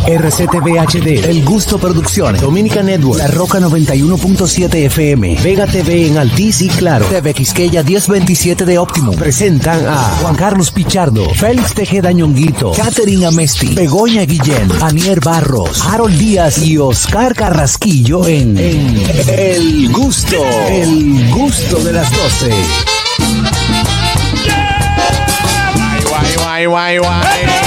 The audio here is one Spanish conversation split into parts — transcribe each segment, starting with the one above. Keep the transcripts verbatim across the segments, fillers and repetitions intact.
R C T V H D, El Gusto Producciones, Dominican Network, La Roca noventa y uno punto siete F M, Vega T V en Altiz y Claro, T V Quisqueya diez veintisiete de Optimum. Presentan a Juan Carlos Pichardo, Félix Tejeda Ñonguito, Catherine Amesti, Begoña Guillén, Anier Barros, Harold Díaz y Oscar Carrasquillo en, en El Gusto, El Gusto de las doce. Guay, guay, guay.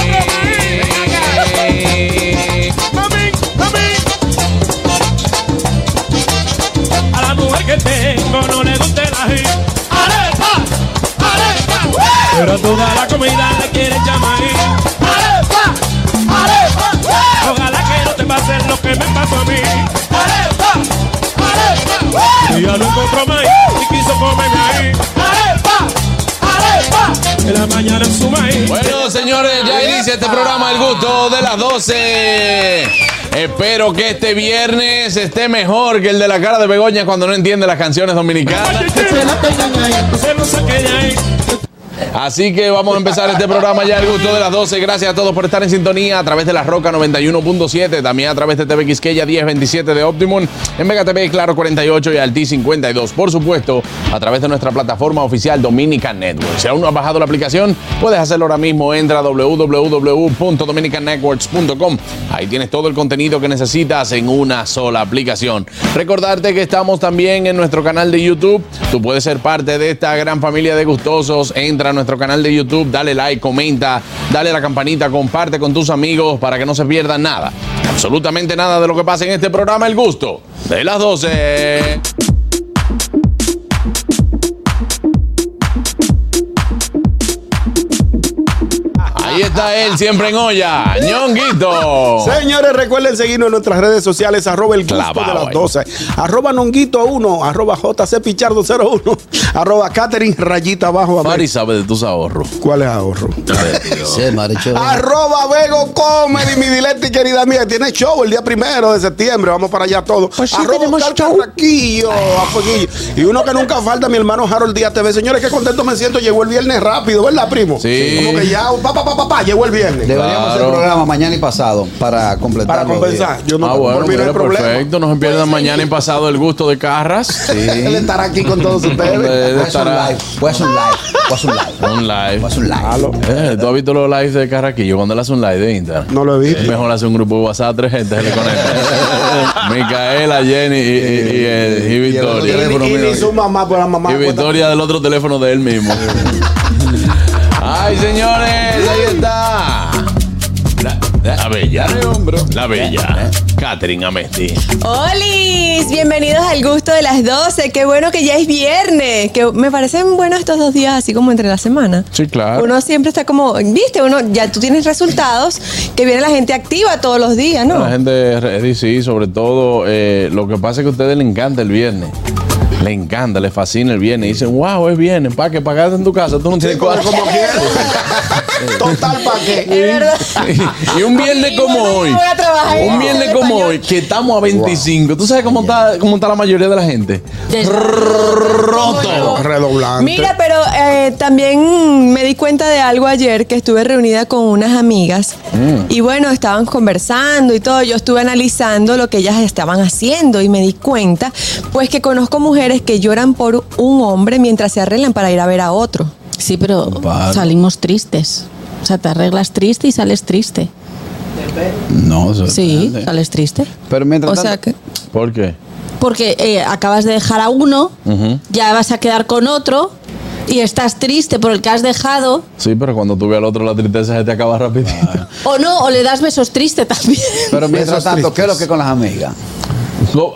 A la mujer que tengo no le gusta el ají. ¡Arepa! ¡Arepa! Pero a toda la comida le quiere llamar. ¡Arepa! ¡Arepa! Ojalá que no te pase lo que me pasó a mí. ¡Arepa! ¡Arepa! Y ya no encontró más y quiso comerme ahí. ¡Arepa! En la mañana en su maíz. Bueno, señores, ya inicia este programa El Gusto de las doce. Espero que este viernes esté mejor que el de la cara de Begoña cuando no entiende las canciones dominicanas. Así que vamos a empezar este programa ya, El Gusto de las doce. Gracias a todos por estar en sintonía a través de La Roca noventa y uno punto siete, también a través de T V Quisqueya diez veintisiete de Optimum, en Vega T V Claro cuarenta y ocho y Altiz cincuenta y dos. Por supuesto, a través de nuestra plataforma oficial Dominican Network. Si aún no has bajado la aplicación, puedes hacerlo ahora mismo. Entra a doble u doble u doble u punto dominican networks punto com. Ahí tienes todo el contenido que necesitas en una sola aplicación. Recordarte que estamos también en nuestro canal de YouTube. Tú puedes ser parte de esta gran familia de gustosos. Entra a nuestro canal de YouTube, dale like, comenta, dale a la campanita, comparte con tus amigos para que no se pierdan nada, absolutamente nada de lo que pasa en este programa El Gusto de las doce. Ahí está él, siempre en olla, Ñonguito. Señores, recuerden seguirnos en nuestras redes sociales, arroba el gusto Clavao, de las ahí. doce, arroba Nonguito uno, arroba J C Pichardo cero uno, arroba Catherine rayita abajo. Mari sabe de tus ahorros. ¿Cuál es ahorro? Sí, Maricho. Arroba Vego Comedy, mi dileta y querida mía. Tiene show el día primero de septiembre. Vamos para allá todos. Pues sí, arroba tenemos Oscar show. Carraquillo, a fueguillo. Y uno que nunca falta, mi hermano Harold Díaz T V. Señores, qué contento me siento. Llegó el viernes rápido, ¿verdad, primo? Sí. Como que ya, pa, pa, pa, pa, pa, llegó el viernes. Deberíamos Claro. hacer programa mañana y pasado para completar. Para los compensar. días. Yo no Ah, bueno, por mí no hay mira, problema. perfecto. No se pierdan mañana y pasado El Gusto de Carras. Él estará aquí con todos Él ustedes. Voy a hacer un estará live. Voy a hacer un live. Voy a hacer un live. un live. Voy a hacer un live. Halo. Eh, ¿Tú has visto los lives de Carraquillo cuando él hace un live de Instagram? No lo he visto. Mejor hace un grupo de WhatsApp, tres gente se le conecta. Micaela, Jenny y, y, y, y, y Victoria. teléfono Y, y mío. ni su mamá, pues la mamá. Y Victoria del otro teléfono de él mismo. Ay, señores, ahí está. La, la bella, la bella, Catherine Amesti. ¡Holis! Bienvenidos al Gusto de las doce. Qué bueno que ya es viernes. Que me parecen buenos estos dos días, así como entre la semana. Sí, claro. Uno siempre está como, viste, uno ya tú tienes resultados, que viene la gente activa todos los días, ¿no? La gente ready, sí, sobre todo, eh, lo que pasa es que a ustedes les encanta el viernes. Le encanta, le fascina el viernes. Dicen, wow, es viernes. ¿Para qué? Pagarte en tu casa. Tú no tienes Como, cuarto. como quieras. Total, ¿para qué? Es verdad. Y un viernes como Yo hoy. voy a trabajar en Un viernes como español. hoy, que estamos a veinticinco. ¿Tú sabes cómo está, cómo está la mayoría de la gente? Roto. Redoblante. Mira, pero eh, también me di cuenta de algo ayer, que estuve reunida con unas amigas y bueno, estaban conversando y todo. Yo estuve analizando lo que ellas estaban haciendo y me di cuenta, pues, que conozco mujeres que lloran por un hombre mientras se arreglan para ir a ver a otro. Sí, pero Compadre. salimos tristes. O sea, te arreglas triste y sales triste. No, eso- Sí, sales triste. Pero mientras O sea tanto, que... ¿Por qué? Porque eh, acabas de dejar a uno, Ujú. ya vas a quedar con otro y estás triste por el que has dejado. Sí, pero cuando tú ves al otro, la tristeza se te acaba rapidito. O no, o le das besos tristes también. pero mientras Besos tanto, ¿qué es lo tristes. que con las amigas? No.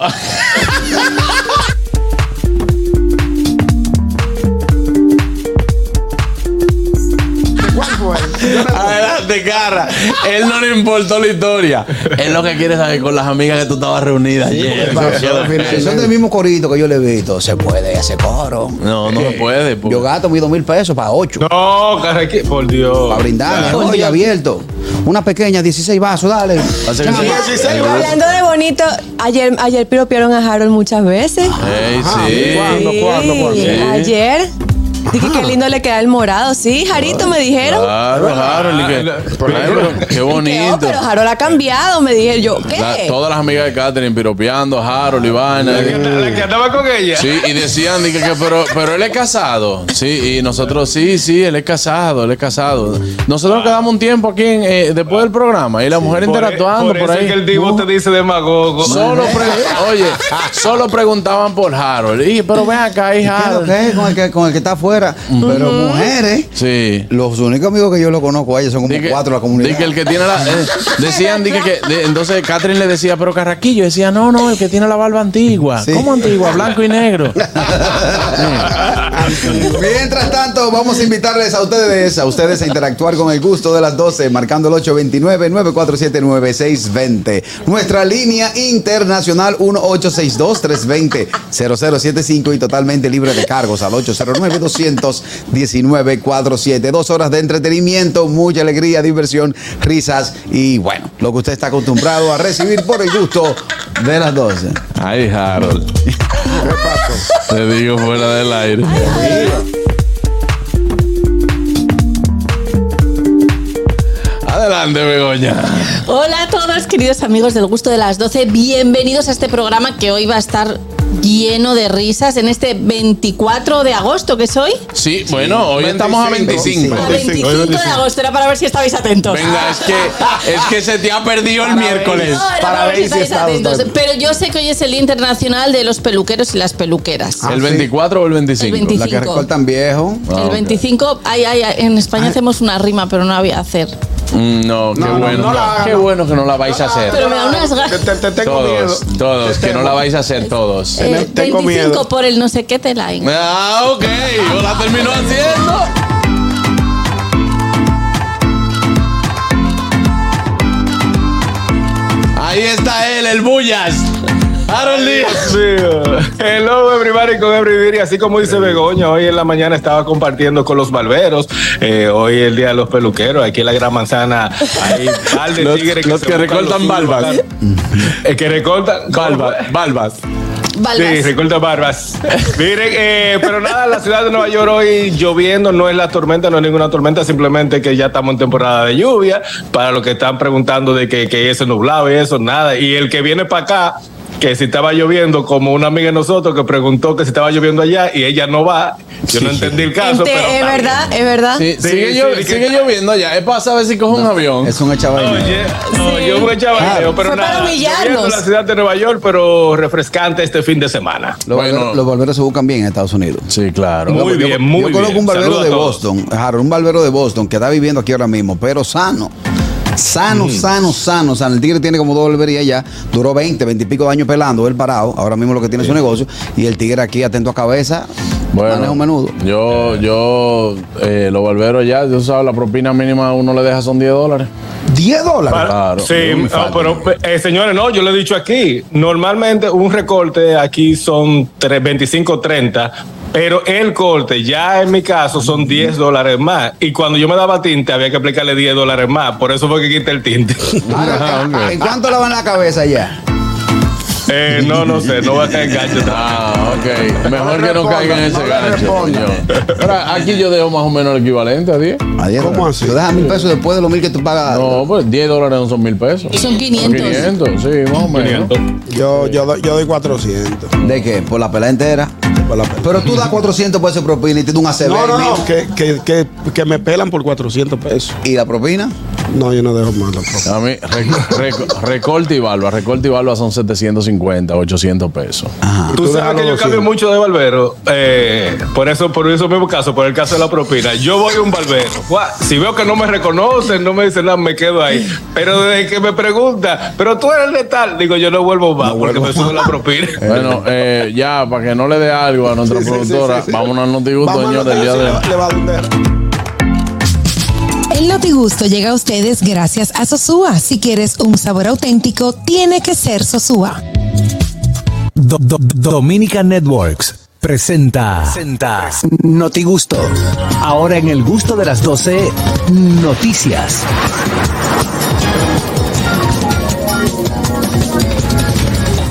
¿Cuál fue? Yo no- Adelante, Carra. Él no le importó la historia. Él lo que quiere saber con las amigas que tú estabas reunidas ayer. Si son del mismo corito que yo le he visto, se puede hacer coro. No, no se puede. porque- Yo gasto mis dos mil pesos para ocho. No, Carraquillo, por Dios. Para brindarle, Por oye, Dios. abierto. Una pequeña, dieciséis vasos, dale. Hace que Chama. sí. dieciséis Hablando de bonito, ayer, ayer piropearon a Harold muchas veces. Ey, sí. ¿Cuándo, Sí, cuándo, cuándo? Ayer Dije que qué lindo le queda el morado. Sí, Jarito, me dijeron. Claro, Harold. y que- Claro, qué Y que, oh, bonito. pero Harold ha cambiado, me dije yo. ¿Qué? La- todas las amigas de Catherine piropeando a Harold y vaina. La que, la que andaba con ella. Sí, y decían dije, que pero, pero él es casado. Sí, y nosotros, sí, sí, él es casado, él es casado. Nosotros nos quedamos un tiempo aquí en, eh, después del programa y la mujer Por, interactuando por por, eso ahí. es que el divo te dice demagogo. Solo pre- Oye, solo preguntaban por Harold. Y, pero ven acá, hija. ¿Qué es lo que es con el que, con el que está afuera? Pero mujeres, Sí. los únicos amigos que yo lo conozco a ellos son como Di que- cuatro de la comunidad. di que el que tiene la. eh, decían, di que, que- de- entonces Catherine le decía, pero Carraquillo decía, no, no, el que tiene la barba antigua. Sí. ¿Cómo antigua? Blanco y negro. Mientras tanto, vamos a invitarles a ustedes, a ustedes a interactuar con el gusto de las doce, marcando el ocho dos nueve, nueve cuatro siete, nueve seis dos cero. Nuestra línea internacional uno ocho seis dos, tres dos cero, cero cero siete cinco y totalmente libre de cargos al ocho cero nueve, dos uno nueve, cuatro siete. Dos horas de entretenimiento, mucha alegría, diversión, risas y bueno, lo que usted está acostumbrado a recibir por el gusto de las doce. Ay, Harold. Te digo fuera del aire. Adelante, Begoña. Hola a todos, queridos amigos del gusto de las doce. Bienvenidos a este programa que hoy va a estar lleno de risas en este veinticuatro de agosto, ¿que es hoy? Sí, bueno, hoy estamos a veinticinco. A veinticinco de agosto, era para ver si estabais atentos. Venga, es que, es que se te ha perdido el miércoles. No, era Para para ver si ver si estáis estabas atentos. bien. Pero yo sé que hoy es el Día Internacional de los Peluqueros y las Peluqueras. ¿El veinticuatro o el veinticinco? El veinticinco. La que recortan viejo. Ah, el ok. veinticinco, ay, ay, ay, en España hacemos una rima, pero no la voy a hacer. Mm, no, qué No, no, bueno. no la hagas, qué no. bueno que no la vais a hacer. Pero me da unas Te, ganas. te- te tengo miedo. Todos, todos, que no la vais a hacer todos. Eh, tengo veinticinco miedo. por el no sé qué te line. Ah, ok, yo la termino haciendo. Ahí está él, el Bullas. Harold Díaz. Mío. Hello, everybody con everybody. Así como dice Begoña, hoy en la mañana estaba compartiendo con los barberos. Eh, hoy es el día de los peluqueros. Aquí en la Gran Manzana hay par de Los- tigres los se que buscan recortan los suyos, barbas. eh, que recortan Balbas, balbas. Balbas. Sí, recorta barbas. Miren, eh, pero nada, la ciudad de Nueva York hoy lloviendo, no es la tormenta, no es ninguna tormenta, simplemente que ya estamos en temporada de lluvia. Para los que están preguntando de que, que ese nublado y eso, nada. Y el que viene para acá, que si estaba lloviendo, como una amiga de nosotros que preguntó que si estaba lloviendo allá y ella no va, yo no entendí el caso. Ente- pero es está verdad, bien. es verdad. Sí, Sí, sigue, sí, llo- sí, sigue que- lloviendo ya. Es para saber si coge un avión. Es un echavaina. Oye, no, yo me echaba Claro. pero Fue para nada, humillarnos. lloviendo en la ciudad de Nueva York, pero refrescante este fin de semana. Los, Bueno. barberos, los barberos se buscan bien en Estados Unidos. Sí, claro. Muy Yo- bien, muy Yo conozco bien. un barbero Saludos a de todos. Boston, Harold, un barbero de Boston que está viviendo aquí ahora mismo, pero sano. Sano, sano, sano, sano. El tigre tiene como dos barberías ya. Duró veinte, veinte y pico de años pelando, él parado. Ahora mismo lo que tiene es su negocio. Y el tigre aquí atento a cabeza. Maneja un menudo. yo, yo, eh, los barberos ya, tú sabes, la propina mínima uno le deja son diez dólares. diez dólares. Para- Claro, sí, es muy no, fácil. pero eh, señores, no, yo le he dicho aquí, normalmente un recorte aquí son tres- veinticinco, treinta, pero el corte ya en mi caso son diez dólares más. Y cuando yo me daba tinte había que aplicarle diez dólares más, por eso fue que quité el tinte. Ahora, ok. ¿en cuánto lavan la cabeza ya? Eh, no, no sé, no va a caer gancho. Ah, ok. Mejor que no responda, caigan en ese no le gancho. responda. coño. Pero aquí yo dejo más o menos el equivalente a diez. A diez ¿Cómo dólares. así? Tú dejas mil pesos después de los mil que tú pagas. No, pues diez dólares no son mil pesos. Son quinientos. Son quinientos, sí, más o menos. Yo, yo, doy- yo doy cuatrocientos. ¿De qué? Por la pelea entera. por la pela. Pero tú das cuatrocientos por ese propina y te da un A C B. No, no, mismo. no, que, que, que, que me pelan por cuatrocientos pesos. ¿Y la propina? No, yo no dejo más la propina. A mí, rec- rec- recorte y barba. Recorte y barba son setecientos cincuenta, ochocientos pesos. Tú Tú sabes déjalo que yo así. cambio mucho de barbero, eh, por eso, por eso mismo caso, por el caso de la propina. Yo voy a un barbero, guau, si veo que no me reconocen, no me dicen nada, me quedo ahí. Pero desde que me pregunta, pero tú eres el de tal, digo yo no vuelvo más No porque vuelvo me sube la propina. Bueno, eh, ya, para que no le dé algo a nuestra Sí, sí, productora, sí, sí, sí. vámonos al Notigusto, Vamos a señor, del día notar, de sí, hoy. le, le va a doler. El Notigusto llega a ustedes gracias a Sosúa. Si quieres un sabor auténtico, tiene que ser Sosúa. Do- do- Dominica Networks presenta, presenta Notigusto. Ahora en el gusto de las doce, noticias.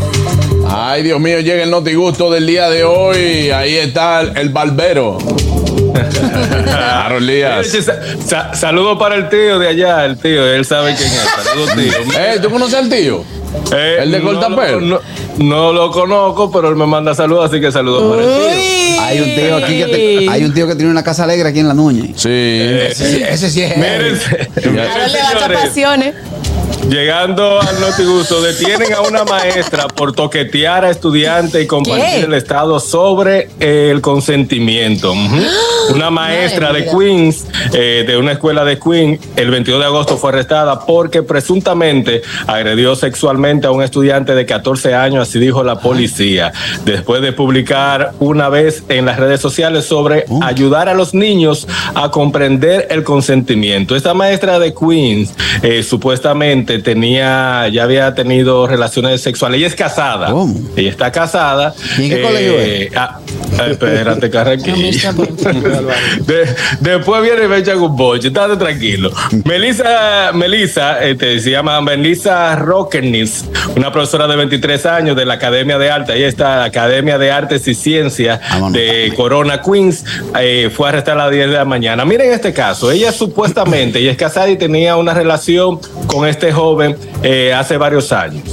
Ay, Dios mío, llega el Notigusto del día de hoy. Ahí está el, el barbero. Harold Díaz. Sa- sa- Saludos para el tío de allá, el tío, él sabe quién es. Saludos, tío. Eh, ¿tú conoces al tío? Eh, ¿El de no cortapelo? lo- No, no lo conozco, pero él me manda saludos, así que saludos para el tío. Hay un tío aquí que te- hay un tío que tiene una casa alegre aquí en La Núñez. Sí. Ese, sí- ese sí es. Miren, Ahora le da señores, pasiones. llegando al notigusto, detienen a una maestra por toquetear a estudiantes y compartir ¿Qué? el estado sobre eh, el consentimiento. Ujú. Una maestra Madre de mía. Queens, eh, de una escuela de Queens, el veintidós de agosto fue arrestada porque presuntamente agredió sexualmente a un estudiante de catorce años, así dijo la policía, después de publicar una vez en las redes sociales sobre ayudar a los niños a comprender el consentimiento. Esta maestra de Queens eh, supuestamente tenía, ya había tenido relaciones sexuales. Ella es casada. ¿Cómo? Ella está casada. ¿Y en qué colegio es? ah, ah, espérate, Carraquillo. No me está por- De- después viene y me echan un boche, estate tranquilo. Melissa, Melissa este, se llama Melissa Rockernis, una profesora de veintitrés años de la Academia de Arte, ahí está, la Academia de Artes y Ciencias Vámonos. de Corona, Queens, eh, fue arrestada a las diez de la mañana. Miren este caso, ella supuestamente, ella es casada y tenía una relación con este joven eh, hace varios años.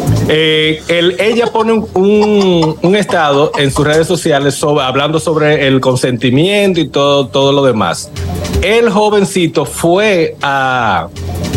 Eh, el- ella pone un, un- un estado en sus redes sociales sobre, hablando sobre el consentimiento y todo, todo lo demás. El jovencito fue a...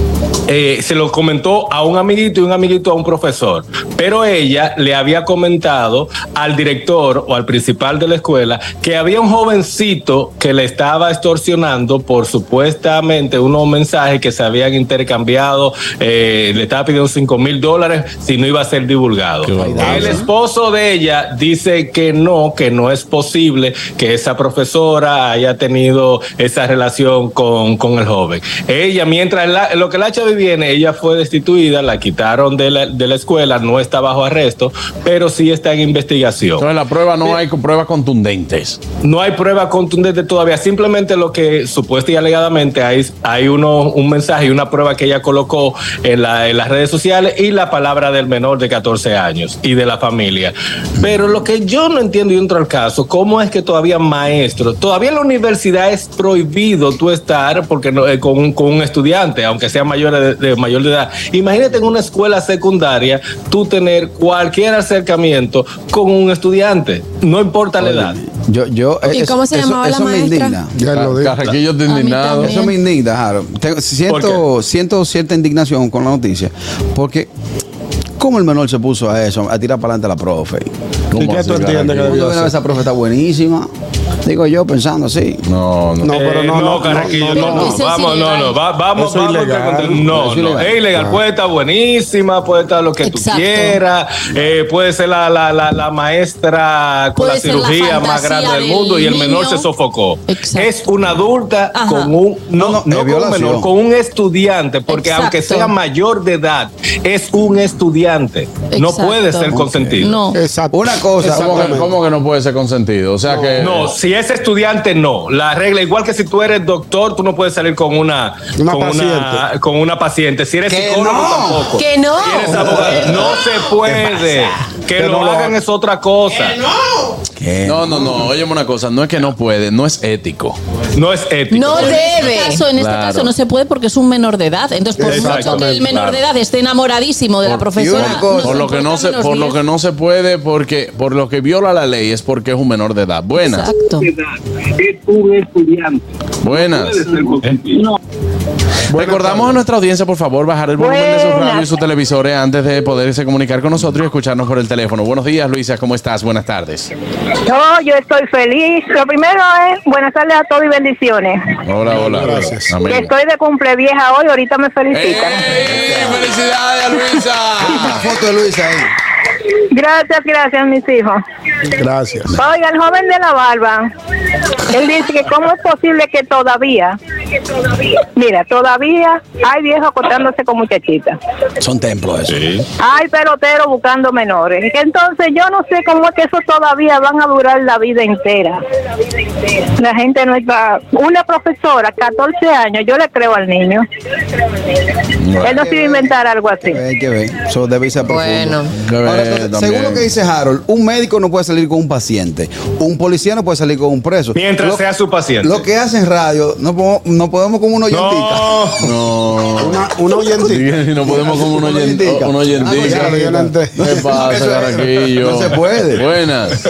eh, se lo comentó a un amiguito y un amiguito a un profesor, pero ella le había comentado al director o al principal de la escuela que había un jovencito que le estaba extorsionando por supuestamente unos mensajes que se habían intercambiado, eh, le estaba pidiendo cinco mil dólares si no iba a ser divulgado. El esposo de ella dice que no, que no es posible que esa profesora haya tenido esa relación con, con el joven. Ella, mientras la- lo que la H viene, ella fue destituida, la quitaron de la, de la escuela, no está bajo arresto, pero sí está en investigación. Entonces, la prueba no hay con- pruebas contundentes. No hay prueba contundente todavía, simplemente lo que supuesta y alegadamente hay, hay uno, un mensaje y una prueba que ella colocó en, la, en las redes sociales y la palabra del menor de catorce años y de la familia. Pero lo que yo no entiendo y entro al caso, ¿cómo es que todavía maestros, todavía en la universidad es prohibido tú estar porque no, eh, con, un- con un estudiante, aunque sea mayor de, de mayor de edad? Imagínate en una escuela secundaria tú tener cualquier acercamiento con un estudiante, no importa la edad. Yo, yo, ¿Y eh, cómo se eso, llamaba la eso me maestra? indigna. Ya lo digo. Carraquillo está A mí indignado. también. Eso me indigna, Harold. Tengo- Siento, siento cierta indignación con la noticia, porque ¿cómo el menor se puso a eso, a tirar para adelante a la profe? ¿Cómo ¿Y qué así, tú entiendes que Carraquillo? debió Cuando hacer? esa profe está buenísima, digo yo pensando así. No, no. No, pero no, Eh, no, Carraquillo, no, no, no, no, Eso es vamos, no, no, va- vamos, Eso es vamos, ilegal. a- no, Eso es no, ilegal. es ilegal, puede estar buenísima, puede estar lo que Exacto. tú quieras, eh, puede ser la, la, la, la maestra con Puede la ser la cirugía más fantasía grande del del mundo y el menor niño. se sofocó. Exacto. Es una adulta Ajá. con un, no, No, no, no es con un violación. menor, con un estudiante, porque Exacto. aunque sea mayor de edad, es un estudiante, no Exacto. puede ser consentido. No. Exacto. Una cosa, ¿Cómo que, Exactamente. cómo que no puede ser consentido? O sea que. No, si es estudiante, no. La regla, igual que si tú eres doctor, tú no puedes salir con una, Una con paciente. una, con una paciente. Si eres ¡Que psicólogo, no! tampoco. Que no. Si eres abogado, no se puede. Que, Que lo no lo hagan hagan. es otra cosa. ¿qué? No, no, no. Óyeme una cosa. No es que no puede, no es ético. No es ético. No Pero en debe. este caso, en este Claro. caso no se puede porque es un menor de edad. Entonces, por mucho que Exactamente, el menor claro. de edad esté enamoradísimo de la Por- profesora, y una cosa, no Por lo que no se, soporta por menos lo que diez. no se puede, porque por lo que viola la ley es porque es un menor de edad. Buenas, Exacto. Es un estudiante. buenas. Recordamos a nuestra audiencia, por favor, bajar el volumen de sus radios y sus televisores antes de poderse comunicar con nosotros y escucharnos por el teléfono. Buenos días, Luisa, ¿cómo estás? Buenas tardes. No, yo estoy feliz. Lo primero es buenas tardes a todos y bendiciones. Hola, hola. Gracias. Que Amén. estoy de cumple vieja hoy, ahorita me felicitan. ¡Ey! ¡Felicidades a Luisa! Foto de Luisa ahí. Gracias, gracias, mis hijos. Gracias. Oiga, el joven de la barba, él dice que cómo es posible que todavía Mira, todavía hay viejos acostándose con muchachitas. Son templos eso. Sí. Hay peloteros buscando menores. Entonces yo no sé cómo es que eso todavía van a durar la vida entera. La gente no está... Una profesora, catorce años, yo le creo al niño. Él no se iba a inventar algo así. Hay que ver. Eso debe ser Bueno. profundo. Ahora, entonces, según lo que dice Harold, un médico no puede salir con un paciente. Un policía no puede salir con un preso. Mientras Lo- sea su paciente. Lo que hacen radio, no podemos, no podemos como una oyentica. No. No. Una, una oyentica. Sí, no podemos como un oyente- oyentica. un oyentica. Ah, yo no entendí. ¿Qué pasa, Eso es- Caraquillo? no se puede. Buenas.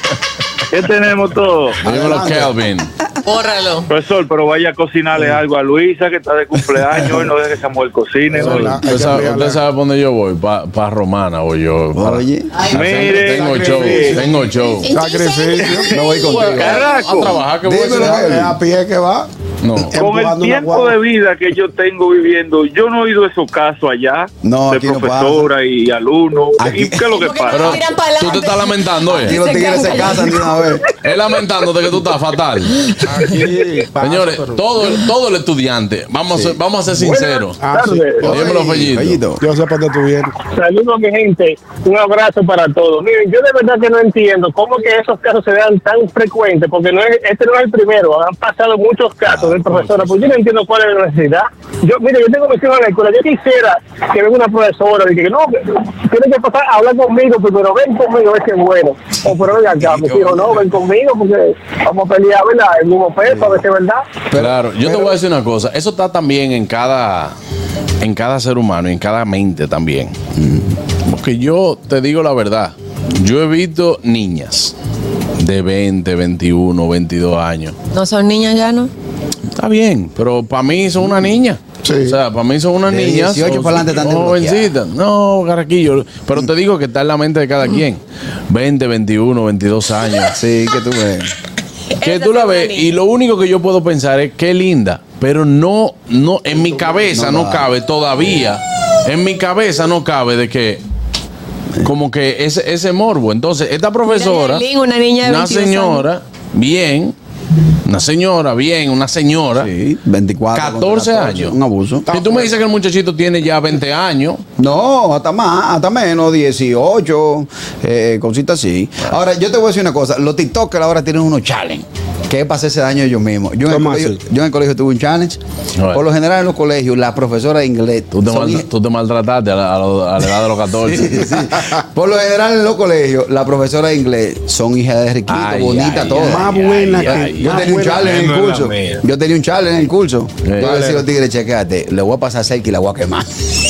¿Qué tenemos todos? Dímelo, Kelvin. Bórralo. Profesor, pero vaya a cocinarle algo a Luisa, que está de cumpleaños, y no deje que esa mujer cocine. Es ¿no? verdad. Hay Usted que sabe, enviarle. usted sabe por dónde yo voy, para pa Romana voy yo. para- Oye, Mire, tengo show, sacrificio. tengo show. Sacrificio. no voy contigo. Carajo. A trabajar que voy a Dímelo, hacer. Es a pie que va. No. Con Empujando el una tiempo guagua. de vida que yo tengo viviendo, yo no he oído esos casos allá No, de aquí no profesora y alumnos. Aquí- ¿Y qué es lo que pasa? Pero Tiran pa'lante. tú te estás lamentando, Aquí ¿eh? los tigres se casan de una vez. Es lamentándote que tú estás fatal. Aquí. pasa, Señores, pero- todo, todo el estudiante, vamos, a, ser- vamos a ser sinceros. Ah, sí. Dímelo, Oye, Fellito. Fellito. Yo sé por dónde tú vienes. Saludos, mi gente. Un abrazo para todos. Miren, yo de verdad que no entiendo cómo que esos casos se dan tan frecuentes, porque no es, este no es el primero. Han pasado muchos casos de profesora, pues yo no entiendo cuál es la necesidad. Yo, mire, yo tengo mis hijos en la escuela. Yo quisiera que venga una profesora y que no, que tiene que pasar a hablar conmigo, pero ven conmigo, a ver qué bueno. O pero venga acá, mis hijos, no, ven conmigo, porque vamos a pelear, ¿verdad? El mismo peso, a ver si es verdad. Claro, yo te voy a decir una cosa. Eso está también en cada, en cada ser humano y en cada mente también. Porque yo te digo la verdad. Yo he visto niñas de veinte, veintiuno, veintidós años. No son niñas ya, ¿no? Está bien, pero para mí son una niña. Sí. O sea, para mí son unas De niñas. dieciocho son- para adelante están jovencitas. No, Caraquillo. Pero te digo que está en la mente de cada quien. veinte, veintiuno, veintidós años. Sí, que tú ves. Que Esa tú la es una ves niña. y lo único que yo puedo pensar es qué linda, pero no, no, en mi cabeza no, No, no. cabe todavía, en mi cabeza no cabe de que, como que ese, ese morbo. Entonces, esta profesora, Yailin, una niña de una veintidós señora, bien, una señora, bien, una señora, Sí, veinticuatro. catorce años. Un abuso. Si tú me dices que el muchachito tiene ya veinte años, No, hasta más, hasta menos, dieciocho, eh, cositas así. Ahora, yo te voy a decir una cosa. Los TikTokers ahora tienen unos challenges. Que es para hacerse daño ellos mismos. Yo en, el ¿Cómo colegio, así? yo en el colegio tuve un challenge. Bueno. Por lo general en los colegios, la profesora de inglés. tú te, son mal- hijas- tú te maltrataste a la, a la- a la edad de los catorce. Sí, sí. Por lo general en los colegios, la profesora de inglés son hijas de riquito, Ay, bonitas, ay, todas. Más buena ay, que. ay, Yo más tenía un buena challenge en el no es la curso. mía. Yo tenía un challenge en el curso. Sí. Yo le decía a los tigres, chequéate, le voy a pasar cerca y la voy a quemar.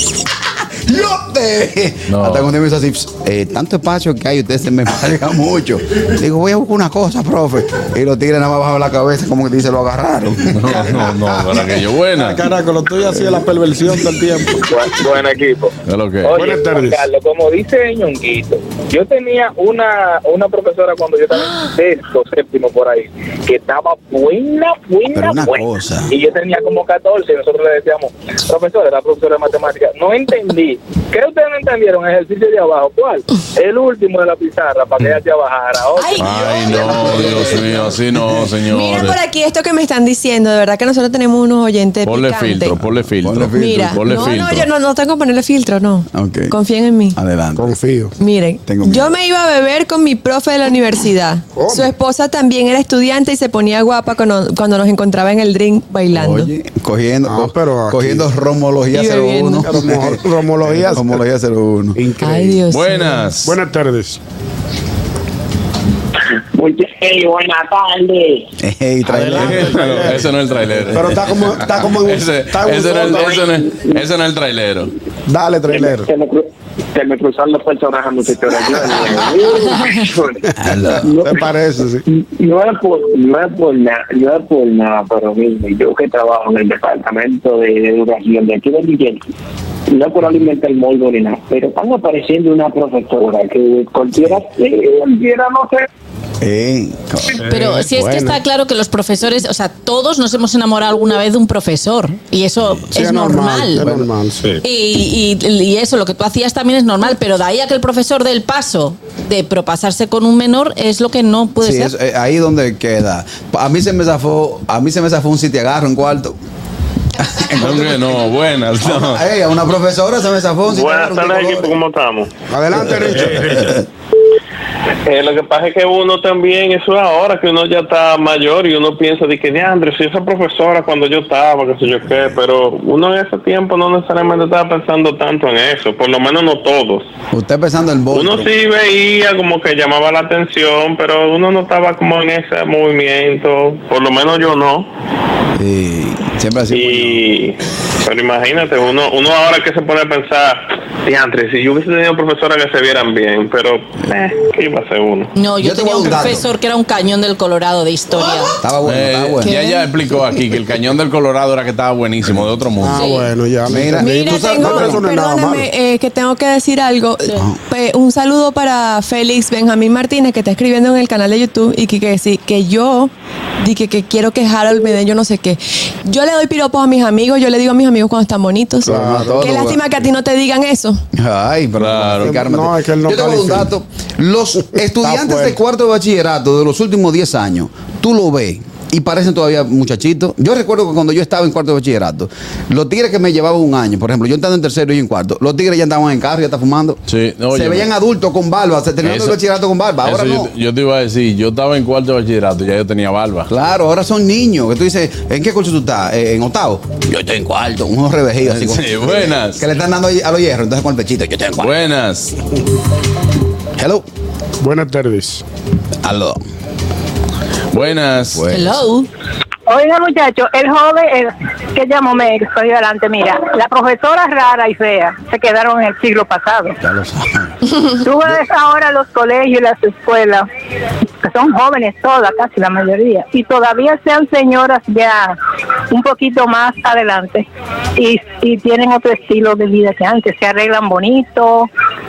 ¡Yo te! No. Hasta cuando me hizo así, eh, tanto espacio que hay, usted se me marca mucho. Digo, voy a buscar una cosa, profe. Y los tigres nada más bajan la cabeza como que dice, lo agarraron. No, no, no, Caraquillo, buena. Carajo, lo tuyo así es la perversión del tiempo. Buen, buen equipo. Es lo que. Oye, Buenas tardes. Juan Carlos, como dice Ñonguito, yo tenía una, una profesora cuando yo estaba en sexto, séptimo por ahí, que estaba buena, buena, Pero una buena. cosa. Y yo tenía como catorce y nosotros le decíamos, profesor, era profesora de matemáticas, no entendí. ¿Qué ustedes no entendieron? El ejercicio de abajo, ¿cuál? El último de la pizarra, para que ella te bajara. Otro. Ay, Ay, no, Dios mío, así no, señores. Mira por aquí esto que me están diciendo. De verdad que nosotros tenemos unos oyentes Ponle picantes. filtro, ponle filtro. Ponle filtro. Mira, Ponle no, filtro. no, yo no, no tengo que ponerle filtro, no. Ok. Confíen en mí. Adelante. Confío. Miren, Tengo miedo. yo me iba a beber con mi profe de la universidad. ¿Cómo? Su esposa también era estudiante y se ponía guapa cuando, cuando nos encontraba en el drink bailando. Oye, cogiendo, Ah, co- pero aquí- cogiendo romología Y cero bebiendo. uno. Romo- romología. Romología cero uno. Increíble. Ay, Dios. Buenas. Buenas tardes. Hey, buenas tardes. Ey, tráele. Adelante. Ese no es el trailero. Pero está como, está como en un, Ese, está en un ese no es el- fondo. ese no es- ese no es el trailero. Dale, trailero. Se me, cru- se me cruzaron los personajes, muchachos. ¿Te parece? Sí. No es por, no es por nada, no es por nada, pero mismo, yo que trabajo en el departamento de educación de aquí de Miguel, no es por alimentar el moldo ni nada, pero están apareciendo una profesora que cualquiera, eh, cualquiera no sé, Eh, Pero si es bueno. que está claro que los profesores, o sea, todos nos hemos enamorado alguna vez de un profesor y eso Sí, es normal. Es normal, sí. Y, y- y eso, lo que tú hacías también es normal, pero de ahí a que el profesor dé el paso de propasarse con un menor es lo que no puede sí, ser. es, eh, ahí donde queda. A mí se me zafó, a mí se me zafó un sitiagarro en cuarto. No, no, buenas. No. Ey, a una profesora se me zafó un Buenas sitiagarro. tardes, equipo, ¿cómo estamos? Adelante, Richard. Eh, lo que pasa es que uno también, eso es ahora que uno ya está mayor y uno piensa de que, diandre, si esa profesora cuando yo estaba, qué sé yo qué, pero uno en ese tiempo no necesariamente estaba pensando tanto en eso, por lo menos no todos. Usted pensando en vos. Uno sí veía como que llamaba la atención, pero uno no estaba como en ese movimiento, por lo menos yo no. Sí, siempre así. Y, pero imagínate, uno uno ahora que se pone a pensar, diantre, si yo hubiese tenido profesoras que se vieran bien, pero, eh, ¿qué iba a hacer uno? No, yo, Yo te tenía voy a un un dato. profesor que era un cañón del Colorado de historia. Estaba bueno, Eh, estaba bueno. ya ya explicó aquí que el cañón del Colorado era que estaba buenísimo, de otro mundo. Ah, bueno, ya. me Mira, entendí. Mira, Tú sabes, tengo, no, eso no es nada malo. perdóname, eh, que tengo que decir algo. Pe- un saludo para Félix Benjamín Martínez, que está escribiendo en el canal de YouTube y que, que sí, que yo dije que quiero que Harold me dé yo no sé qué. Yo le doy piropos a mis amigos, yo le digo a mis amigos cuando están bonitos. Claro, a todos, Qué lástima que a ti no te digan eso. Ay, pero Claro. cálmate. No, es que él no Yo te voy a dar un califica. dato. Los estudiantes de fuerte. cuarto de bachillerato de los últimos diez años, tú lo ves y parecen todavía muchachitos. Yo recuerdo que cuando yo estaba en cuarto de bachillerato, los tigres que me llevaban un año, por ejemplo, yo estando en tercero y en cuarto, los tigres ya andaban en carro, ya estaban fumando. Sí, no, se oye, veían adultos con barba, se terminaron el Eso- bachillerato con barba. Ahora Eso no. yo, yo te iba a decir, yo estaba en cuarto de bachillerato, ya yo tenía barba. Claro, ahora son niños. Que tú dices, ¿en qué curso tú estás? Eh, ¿En octavo? Yo estoy en cuarto. Unos revejidos así. con- Sí, buenas. Que le están dando a los hierros, entonces con el pechito. Yo estoy en cuarto. Buenas. Hello. Buenas tardes. Aló. Buenas. Hello. Oiga, muchachos, el joven, el, que llamó me estoy adelante, mira, la profesora rara y fea se quedaron en el siglo pasado. Ya lo saben. Tú ves ahora los colegios y las escuelas, que son jóvenes todas, casi la mayoría, y todavía sean señoras ya un poquito más adelante y, y tienen otro estilo de vida que antes, se arreglan bonito.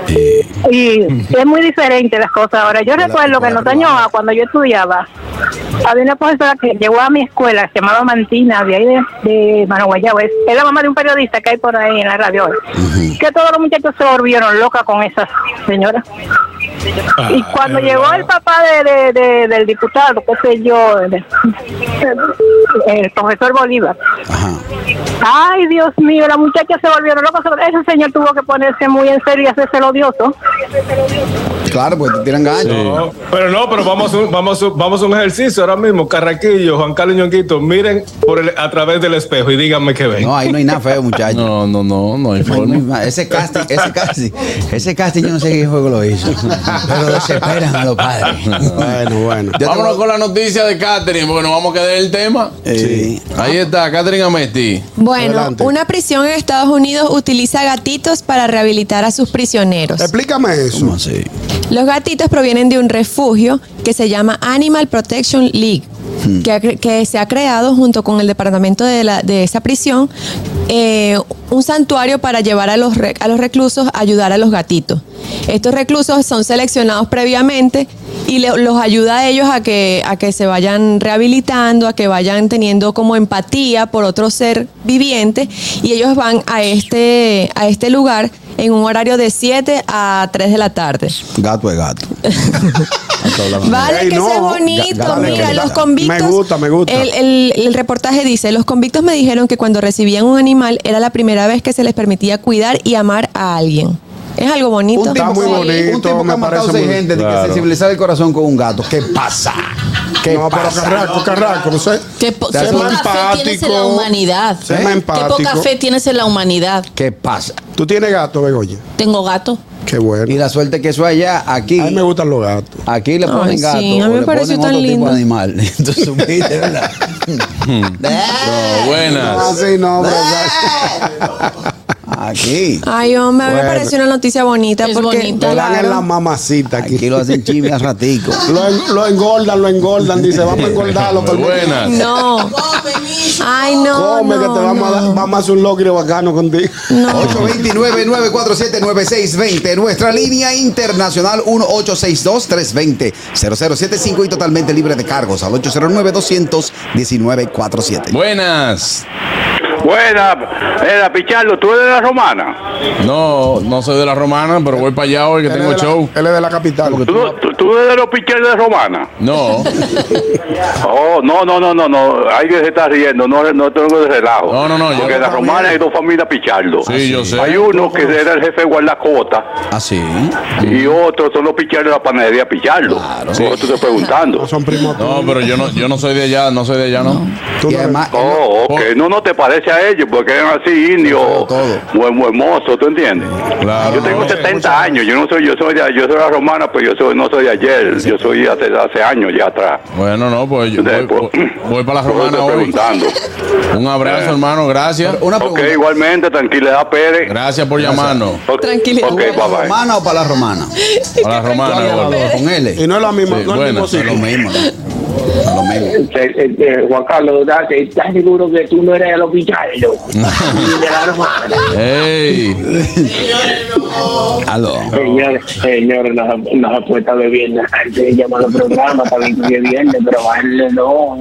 Y es muy diferente las cosas ahora. Yo recuerdo que en los años A, cuando yo estudiaba, había una profesora que llegó a mi escuela, se llamaba Mantina, de ahí de, de Mano Guayabo. Es, es la mamá de un periodista que hay por ahí en la radio hoy. Que todos los muchachos se volvieron locas con esa señora. Y cuando llegó el papá de, de, de- del diputado, qué sé yo, de- el profesor Bolívar. Ay, Dios mío, las muchachas se volvieron locas. Ese señor tuvo que ponerse muy en serio y hacerse el odioso. Claro, pues te tiran ganas. No, pero no, pero vamos a un, vamos a, vamos a un ejercicio ahora mismo. Carraquillo, Juan Carlos Ñonguito, miren por el, a través del espejo y díganme qué ven. No, ahí no hay nada feo, muchachos. No, no, no, no hay No hay- forma. no hay más. Ese casting, ese casting, ese casting yo no sé qué juego lo hizo. Pero desesperan a los padres. Bueno, bueno. Yo te Vámonos voy- con la noticia de Catherine, porque nos vamos a quedar en el tema. Sí. Ahí está, Catherine Amesti. Bueno, Adelante. una prisión en Estados Unidos utiliza gatitos para rehabilitar a sus prisioneros. Explícame eso. ¿Cómo así? Los gatitos provienen de un refugio que se llama Animal Protection League, que, ha cre- que se ha creado junto con el departamento de, la- de esa prisión, eh, un santuario para llevar a los, re- a los reclusos a ayudar a los gatitos. Estos reclusos son seleccionados previamente y le- los ayuda a ellos a que, a que se vayan rehabilitando, a que vayan teniendo como empatía por otro ser viviente, y ellos van a este, a este lugar en un horario de siete a tres de la tarde. Gato es gato. Vale, Ey, que no, eso es bonito. ga- Mira, ga- los convictos. me gusta, me gusta. El, el- el reportaje dice: los convictos me dijeron que cuando recibían un animal era la primera vez que se les permitía cuidar y amar a alguien. Es algo bonito. Está muy bonito, Un tipo que me ha matado parece seis muy- gente de que Claro. sensibilizar el corazón con un gato. ¿Qué pasa? ¿Qué No, pero pasa? Carraco, Carraco, no sé. Qué, po- Sé qué más poca fe tienes en la empático. humanidad. Sé más Qué empático. poca fe tienes en la humanidad. ¿Qué pasa? Tú tienes gato, Begoña. Tengo gato. Qué bueno. Y la suerte que eso allá, aquí. A mí me gustan los gatos. Aquí le ponen Ay, gato. sí, a mí o me le pareció ponen tan otro lindo. tipo de animal. Entonces, supiste, ¿verdad? No, buenas. Ah, sí, no, hombre. Aquí. Ay, hombre, a mí me Bueno. pareció una noticia bonita. Es porque, bonita. Le dan en claro, la mamacita aquí. Aquí lo hacen chisme a ratico. Lo, en- lo engordan, lo engordan. Dice, vamos a engordarlo. por- Buenas. No. Ay, no. Come no, que te vamos, no. a dar, vamos a hacer un locrio bacano contigo. ocho dos nueve, nueve cuatro siete, nueve seis dos cero. Nuestra línea internacional uno ocho seis dos, tres dos cero, cero cero siete cinco y totalmente libre de cargos al ocho cero nueve, dos uno nueve, cuatro siete. Buenas. Buena, era Pichardo, ¿tú eres de la Romana? No, no soy de la Romana, pero voy para allá hoy que Él tengo es de la- show. Él es de la capital. ¿Tú, tú, tú eres de los Pichardos de Romana? No. Oh, no, no, no, no, no, hay que se está riendo, no, no tengo de relajo. No, no, no, yo- Porque en la Romana hay dos familias Pichardo. Sí, yo sé. Hay uno que era el jefe de guardacota Ah, sí. y otros son los Pichardos de la panadería Pichardo. Claro. Por eso te estoy preguntando. Son primos. No, pero yo no, yo no soy de allá, no soy de allá, ¿no? Y además, Oh, ok, no, no te parece a ellos porque eran así indios, muy, muy hermosos, ¿tú entiendes? Claro. Yo tengo setenta años, yo no soy, yo soy de, yo soy de la Romana, pero yo soy, no soy de ayer, yo soy hace, hace años ya atrás. Bueno, no, pues yo voy, voy- voy para la Por eso Romana estoy hoy. preguntando. Un abrazo, hermano, gracias. una Ok, pregunta. igualmente, tranquilidad, Pérez. Gracias por llamarnos. Ok, Tranquilidad. Ok, bye ¿Para la bye. romana o para la romana? Para la Romana. Con- Con L. Y no es la misma. Sí, no es el buena, mismo Es lo sitio. mismo, ¿no? Es lo mismo. Eh, eh, Juan Carlos, ¿verdad? ¿Estás seguro que tú no eres de los Pichardos? Ni de la Romana. ¡Ey! Aló. Señores, señores, nos, nos apuesta bebiendo antes de llamar al programa, también que viernes, pero bajarle no.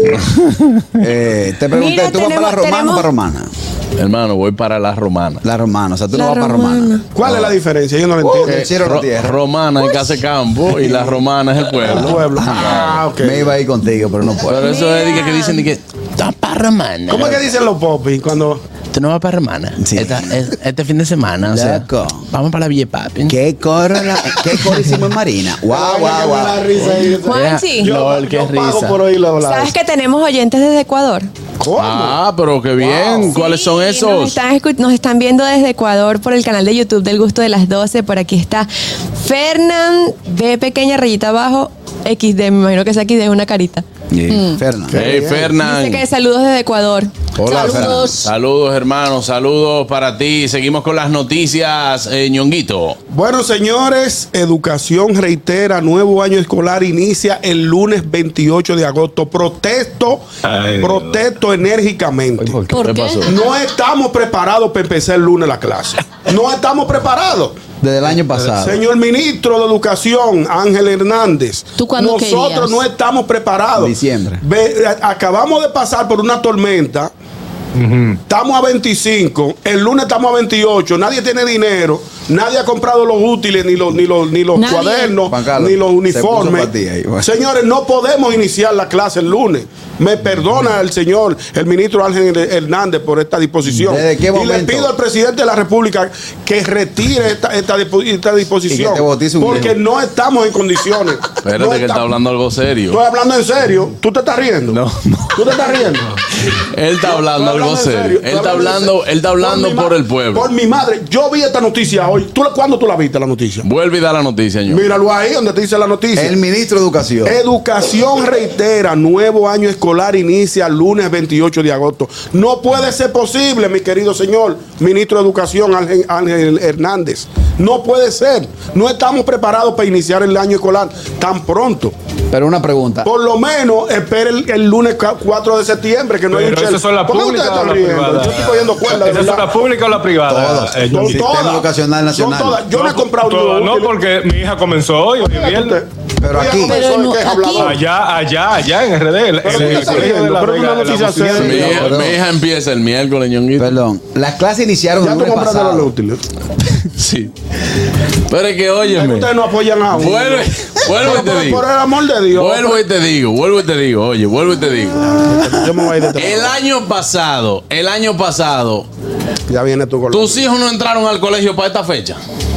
Eh, te pregunté, Mira, ¿tú vas para la tenemos- romana o tenemos- para romana? Hermano, voy para la Romana. La romana, o sea, tú La no vas para romana. romana. ¿Cuál es la diferencia? Yo no lo entiendo. El cielo o la Ro- tierra. Romana es casa de campo y la Romana es el El pueblo. pueblo. Ah, ok. Me iba a ir contigo, pero no puedo. Pero eso es de que, que dicen de que está para Romana. ¿Cómo es que dicen los popis cuando Tú no vas para Romana. Sí. Esta- es- este fin de semana, o sea, Loco. vamos para la Villa Papi. ¿Qué coro, la- qué coro hicimos en Marina? Guau, guau, guau. Juanchi, No, el que es pago risa. por oírlo hablar. ¿sabes que tenemos oyentes desde Ecuador? ¿Cómo? Ah, pero qué bien. ¿Cuáles son Sí, esos? Nos están, escu- nos están viendo desde Ecuador por el canal de YouTube del Gusto de las doce. Por aquí está Fernán, B pequeña, rayita abajo, equis de. Me imagino que esa equis de es una carita. Yeah. Fernan. Hey, Fernán. Dice que saludos desde Ecuador. Hola, Saludos. Saludos, hermanos. Saludos para ti. Seguimos con las noticias, eh, Ñonguito. Bueno, señores, Educación reitera, nuevo año escolar inicia el lunes veintiocho de agosto. Protesto, Ay, protesto enérgicamente. ¿Por ¿Qué qué? pasó? No estamos preparados para empezar el lunes la clase. No estamos preparados. Desde el año pasado. Señor ministro de Educación, Ángel Hernández, ¿Tú cuándo nosotros querías? no estamos preparados. Diciembre. Ve, a- acabamos de pasar por una tormenta. Estamos a veinticinco, el lunes estamos a veintiocho, nadie tiene dinero, nadie ha comprado los útiles, ni los, ni los, ni los Nadie. cuadernos, Juan Carlos, ni los se uniformes. puso pa' ti ahí, bueno. Señores, no podemos iniciar la clase el lunes. Me perdona el señor, el ministro Ángel Hernández por esta disposición. ¿Desde qué y le momento? pido al presidente de la República que retire esta, esta, dispo- esta disposición. Y que te bautice un porque viejo. no estamos en condiciones. Espérate No que él está estamos- hablando algo serio. Estoy hablando en serio. ¿Tú te estás riendo? No, no. ¿Tú te estás riendo? Él está hablando Estoy algo en serio. serio, Él estoy está en hablando, serio. él está hablando mi por ma- el pueblo. Por mi madre. Yo vi esta noticia hoy. ¿Tú, la- ¿Cuándo tú la viste la noticia? Vuelve y da la noticia, Ñonguito. Míralo ahí donde te dice la noticia. El ministro de Educación. Educación reitera, nuevo año escolar inicia lunes veintiocho de agosto. No puede ser posible, mi querido señor ministro de Educación, Ángel, Ángel Hernández. No puede ser. No estamos preparados para iniciar el año escolar tan pronto. Pero una pregunta. Por lo menos espere el, el lunes cuatro de septiembre, que no hay un Pero chel. esas son las ¿Por qué públicas ustedes o están las riendo? privadas. Yo estoy cogiendo cuerda, de ¿Esas son verdad. las públicas o las privadas? Todas. Eh, Son Ñonguito. todas. Educacional Nacional. Son todas. Yo no he comprado Todas, ni no, útil. porque mi hija comenzó hoy, hoy es viernes. Pero Ella aquí. comenzó Pero de no, que es aquí. hablador. Allá, allá, allá en R D. el- Pero el- ¿qué el está colegio de riendo? la Pero es una Vega, la noticia oficina seria. Mi de- hija, pero- mi hija empieza el miércoles, Ñonguito. Perdón. Las clases iniciaron Ya el tú lunes compraste los pasado. útiles. Sí. Pero es que, Es que óyeme. ustedes no apoyan a uno. Vuelve, vuelve y te Por, digo. por el amor de Dios. Vuelvo y te digo, vuelvo y te digo, oye, vuelvo y te digo. Yo me voy a ir de este El programa. año pasado, el año pasado, Ya viene tu color. tus hijos no entraron al colegio para esta fecha.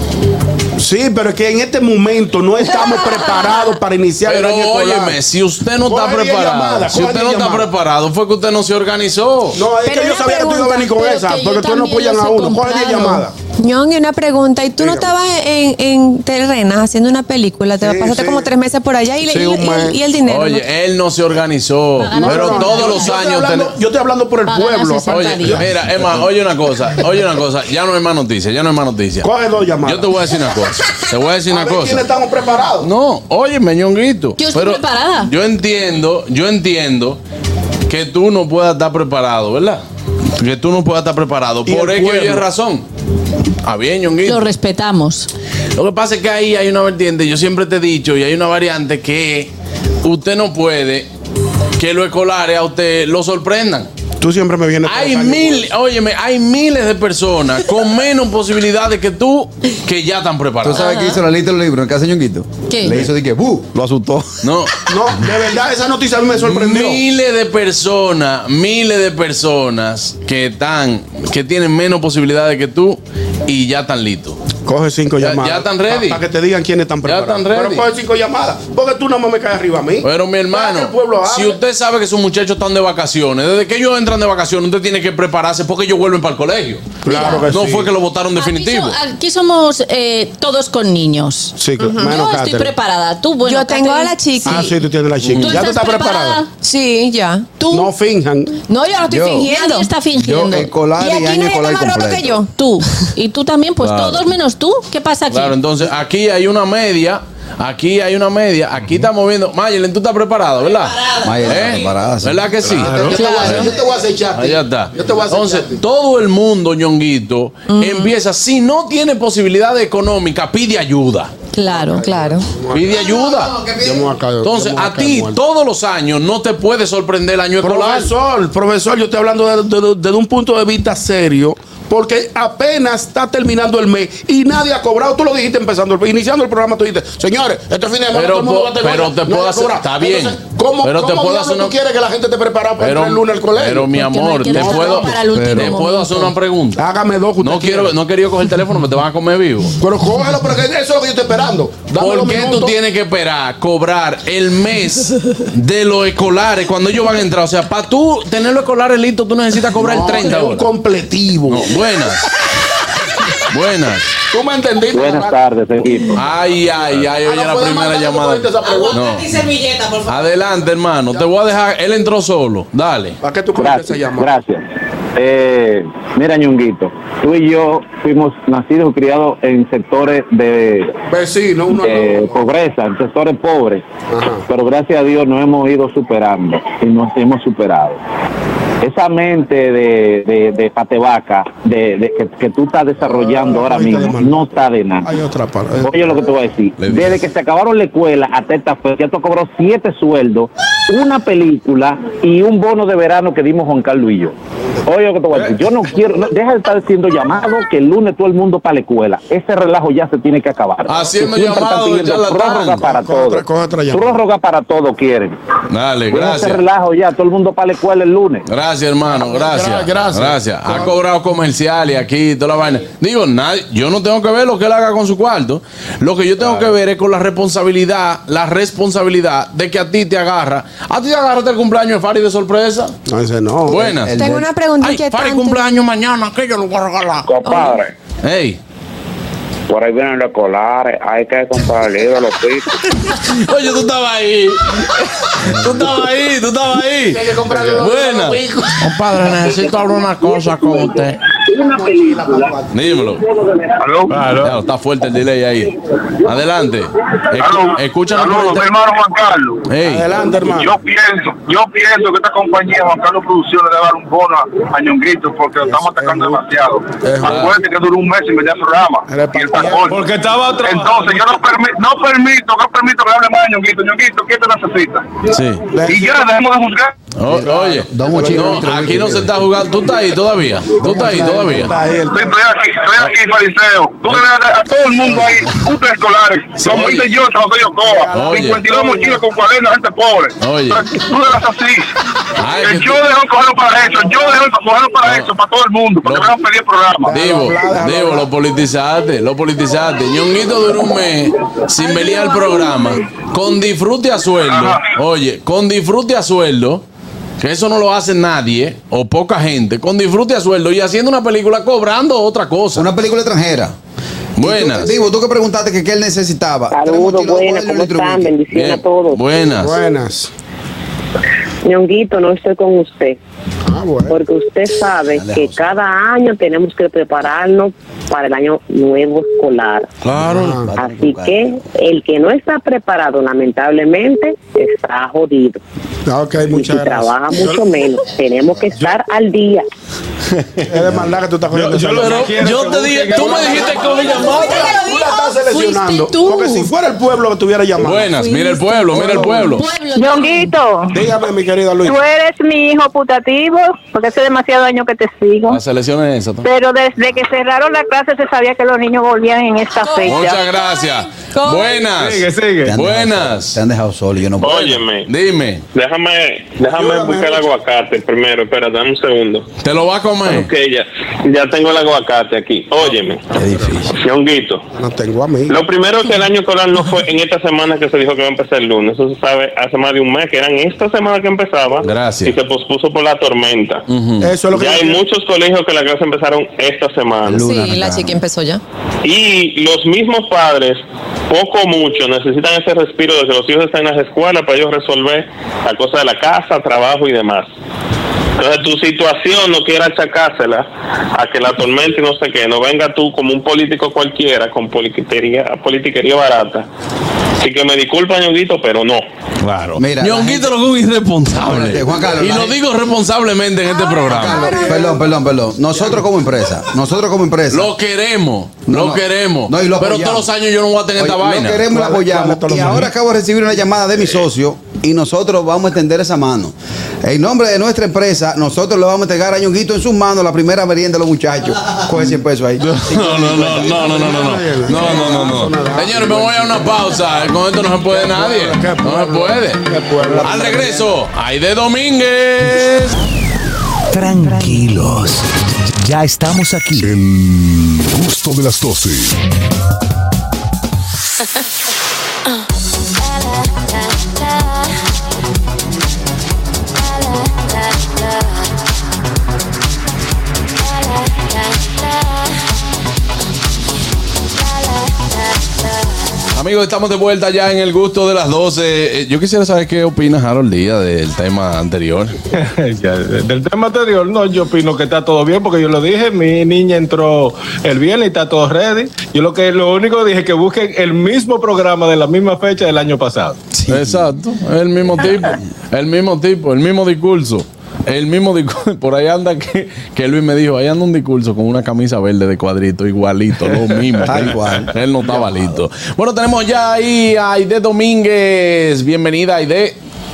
Sí, pero es que en este momento no estamos preparados para iniciar Pero el año escolar. óyeme, si usted no está Coge diez preparado, llamadas, si coge usted no diez está llamadas. preparado, fue que usted no se organizó. No, es Pero que yo una sabía que tú ibas a venir con pregunta, esa, pero que porque yo ustedes no también apoyan lo a sé uno. Coge diez temprano. llamadas. Ñong, y una pregunta. ¿Y tú no Dígame. estabas en, en Terrenas haciendo una película? Te Sí, pasaste sí. como tres meses por allá y, le- Sí, y- un y- mes. y el dinero. ¿no? Oye, él no se organizó, No, pero no, no, todos no, los Yo estoy años hablando- ten- Yo estoy hablando por el Pagan pueblo. sesenta Oye, días. mira, Emma, oye una cosa, oye una cosa, ya no hay más noticias, ya no hay más noticias. Coge dos llamadas. Yo te voy a decir una cosa, te voy a decir A una ver quiénes cosa. estamos preparados. No, oye, Ñonguito. Yo estoy pero preparada. Yo entiendo, yo entiendo que tú no puedas estar preparado, ¿verdad? Que tú no puedas estar preparado. Por ello hay razón. Ah, bien, Ñonguito. Lo respetamos. Lo que pasa es que ahí hay una vertiente, yo siempre te he dicho, y hay una variante que usted no puede que los escolares a usted lo sorprendan. Tú siempre me vienes. Hay mil, óyeme, hay miles de personas con menos posibilidades que tú que ya están preparadas. ¿Tú sabes qué hizo la lista de los libros en casa de Ñonguito? ¿Qué? Le hizo de que, ¡bu! Lo asustó. No. No, de verdad, esa noticia a mí me sorprendió. Miles de personas, miles de personas que están, que tienen menos posibilidades que tú y ya están listos. Coge cinco Ya- llamadas. ya están ready. Para que te digan quiénes están preparados. están ready. Pero coge cinco llamadas. Porque tú no me caes arriba a mí. Pero mi Deja que hermano, el pueblo si hable. usted sabe que sus muchachos están de vacaciones, desde que ellos entran de vacaciones, usted tiene que prepararse porque ellos vuelven para el colegio. Claro que No sí. fue que lo votaron definitivo. Aquí, so- aquí somos eh, todos con niños. Sí, que- menos Yo estoy Catherine. preparada. Tú, bueno, Yo tengo a Catherine, la chiqui. Ah, sí, tú tienes la chica. ¿Tú ¿Ya tú estás estás preparada? preparada? Sí, ya. Tú. No finjan. No, yo no estoy Yo. fingiendo. Nadie está fingiendo. Yo, escolar Y y, aquí año nadie escolar está más roto completo. que yo. Tú. Y tú también, pues Claro. todos menos tú. ¿Qué pasa aquí? Claro, entonces aquí hay una media. Aquí hay una media. Aquí estamos viendo. Mayelen, tú estás preparado, ¿verdad? Mayelen está ¿Eh? preparada, sí. ¿Verdad que sí? Yo te voy a hacer- yo te voy a acechar. a ti. Allá está. Yo te voy a acechar. Entonces, todo el mundo, Ñonguito, empieza. Si no tiene posibilidad económica, pide ayuda. Claro. Claro. Pide ayuda. Yo me voy a caer- Entonces, yo me voy a caer ti, muerto. todos los años, no te puede sorprender el año escolar. Profesor, profesor, yo estoy hablando de- de- de- desde un punto de vista serio. Porque apenas está terminando el mes y nadie ha cobrado. Tú lo dijiste empezando, el, iniciando el programa. Tú dijiste, señores, este fin de semana Pero todo el mundo po- va a tener. pero te puedo hacer- está bien. ¿Cómo, Pero te cómo puedo diablo hacer tú una- quieres que la gente esté preparada para entrar el lunes al colegio? pero mi Porque no hay amor, que te dejarlo puedo, para el último te puedo momento. hacer una pregunta. Hágame dos. que No usted quiero, quiera. no quería coger el teléfono, me te van a comer vivo. Pero cógelo, pero que eso es lo que yo estoy esperando. Dame ¿Por dos qué tú minutos. tienes que esperar cobrar el mes de los escolares cuando ellos van a entrar? O sea, para tú tener los escolares listos, tú necesitas cobrar No, el treinta es un horas. completivo. No, buenas. Buenas. ¿Tú me entendiste? Buenas tardes, equipo. Ay, ay, ay, oye Ah, no la puede primera mandar, llamada. no puede esa pregunta. No. Adelante, hermano. Te voy a dejar. Él entró solo. Dale. ¿Para qué tú crees que se Gracias, llama? gracias. Eh, mira, Ñonguito, tú y yo fuimos nacidos y criados en sectores de Vecino, uno al eh, lado. pobreza, en sectores pobres, Ajá. pero gracias a Dios nos hemos ido superando y nos hemos superado. Esa mente de, de, de patevaca de, de que, que tú estás desarrollando ahora ahorita de mismo mal. no está de nada. Hay otra parte. Oye lo que te voy a decir. Le dije. Desde que se acabaron la escuela hasta esta fecha, ya tú cobró siete sueldos, una película y un bono de verano que dimos Juan Carlos y yo. Oye lo que te voy a decir. Yo no quiero, no, deja de estar haciendo llamados que el lunes todo el mundo para la escuela. Ese relajo ya se tiene que acabar. Haciendo Que siempre llamados están de pidiendo charlatán. prórroga para Coge todo. otra- coge otra llamada. Prórroga para todo quieren. Dale, Deja ese gracias. relajo ya, todo el mundo para la escuela el lunes. Gracias, hermano, gracias. Gra- gracias. Gracias. Ha cobrado comerciales aquí, toda la vaina. Digo, nadie, yo no tengo que ver lo que él haga con su cuarto. Lo que yo tengo que ver es con la responsabilidad, la responsabilidad de que a ti te agarra. A ti te agarra el cumpleaños de Fari de sorpresa. No, ese no. Buenas. el- Tengo una pregunta Ay, inquietante. Fari cumpleaños mañana, que yo lo voy a regalar. Compadre, Ey. por ahí vienen los escolares, hay que comprar el libro, los picos. Oye, tú estabas ahí. Tú estabas ahí, tú estabas ahí. Buenas. Compadre, necesito hablar una cosa con usted. Dímelo. ¿Aló? Ya, está fuerte el delay ahí. Adelante. Escu- Aló. Escúchanos por Saludos, el mi te- hermano Juan Carlos. Ey. Adelante, hermano. Yo pienso, yo pienso que esta compañía Juan Carlos Producciones debe dar un bono a, a Ñonguito porque lo estamos atacando demasiado. Acuérdate que duró un mes sin meter programa. Era Y el para- tacón. Porque estaba trabajando. Entonces yo no, permi- no permito, no permito que hable más de Ñonguito. Ñonguito, ¿qué te necesita? Sí. Y ya dejemos de juzgar. O- oye, Don Mochilo, no, entre aquí no wiki, se está jugando. Tú estás ahí todavía. Tú estás ahí todavía. Está ahí el- Sí, estoy aquí, estoy aquí, fariseo. Tú debes dar a todo el mundo ahí, justos escolares. Como Oye. hice yo, cuando yo coja. Oye. cincuenta y dos mochilas con cuadernos, gente pobre. Oye. Pero tú debes así. Ay, Eh, que yo tú- dejo cogerlo para eso. Yo dejo cogerlo para eso, para todo el mundo. Porque No. me van a pedir el programa. Digo, hablar, déjalo digo, hablar. lo politizaste, lo politizaste. Ñonguito duró un mes sin venir al programa, con disfrute a sueldo. Ajá. Oye, con disfrute a sueldo, que eso no lo hace nadie o poca gente, con disfrute a sueldo y haciendo una película cobrando otra cosa. Una película extranjera. Buenas. Digo, tú que preguntaste que qué él necesitaba. Saludos, Tenemos buenas, Mochilo, ¿cómo Mochilo, están? Wiki. Bendiciones Bien. a todos. Buenas. Buenas. Ñonguito, no estoy con usted. Ah, bueno. Porque usted sabe que cada año tenemos que prepararnos para el año nuevo escolar. Claro. Así que el que no está preparado, lamentablemente, está jodido. Ok, Y si muchas gracias. trabaja mucho menos, tenemos que estar al día. Es de maldad que tú estás cogiendo. Yo- yo esa- lo que quiero Yo que te dije, busquen tú en me una- dijiste que hoy llamaba. Tú la estás seleccionando. Fuiste tú. Porque si fuera el pueblo que estuviera llamando. Buenas, mira el pueblo, mira el pueblo. Pueblo. Ñonguito, Dígame, mi querida Luis. tú eres mi hijo putativo, porque hace demasiado años que te sigo. La selección es esa. Pero desde que cerraron la clase se sabía que los niños volvían en esta fecha. Muchas gracias. Buenas. Sigue, sigue. Te han dejado Buenas. solo, Te han dejado solo y yo no puedo. Óyeme, Dime, déjame, déjame Ayúdame, buscar el Lucho. aguacate primero. Espera, dame un segundo. ¿te lo va a comer? Ok, ya, ya tengo el aguacate aquí. Óyeme, Qué difícil. Ñonguito. No tengo a mí. Lo primero que el año escolar no fue en esta semana que se dijo que iba a empezar el lunes. Eso se sabe hace más de un mes, que eran esta semana que empezaba. Gracias. Y se pospuso por la tormenta. Eso es lo que Ya yo hay quiero. muchos colegios que las clases empezaron esta semana. Luna, Sí, la claro. chica empezó ya. Y los mismos padres, poco o mucho, necesitan ese respiro de que los hijos están en las escuelas para ellos resolver la cosa de la casa, trabajo y demás. Entonces tu situación no quiera achacársela a que la tormenta y no sé qué, no venga tú como un político cualquiera con politiquería, politiquería barata. Así que me disculpa, Ñonguito, pero no. Claro. Mira, Ñonguito lo que es un irresponsable. Espérate, Juan Carlos, y la- lo digo responsablemente en este programa. Carlos, perdón, perdón, perdón. Nosotros como empresa, nosotros como empresa. Lo queremos, No, lo no. queremos. No, y lo pero apoyamos. todos los años yo no voy a tener Oye, esta vaina. Lo queremos y lo ¿Cuál- apoyamos. cuál es todo lo Y mismo? ahora acabo de recibir una llamada de mi socio y nosotros vamos a extender esa mano. En nombre de nuestra empresa, nosotros le vamos a entregar a Ñonguito en sus manos la primera merienda de los muchachos. Coge cien pesos ahí. No, no, no, no, no, no, no, no, no, no, no. Señores, me voy a una pausa. Con esto no se puede nadie. No se puede. Al regreso, Aide Domínguez. Tranquilos. Ya estamos aquí. El gusto de las doce. Amigos, estamos de vuelta ya en el gusto de las doce. Eh, Yo quisiera saber qué opina Harold Díaz del tema anterior. Ya, del tema anterior, no, yo opino que está todo bien, porque yo lo dije, mi niña entró el viernes y está todo ready. Yo lo que lo único que dije es que busquen el mismo programa de la misma fecha del año pasado. Exacto, es el mismo tipo, el mismo tipo, el mismo discurso. El mismo discurso. Por ahí anda que, que Luis me dijo, ahí anda un discurso con una camisa verde de cuadrito, igualito, lo mismo. Tal él, cual. él no estaba listo. Bueno, tenemos ya ahí a Aide Domínguez. Bienvenida, Aide.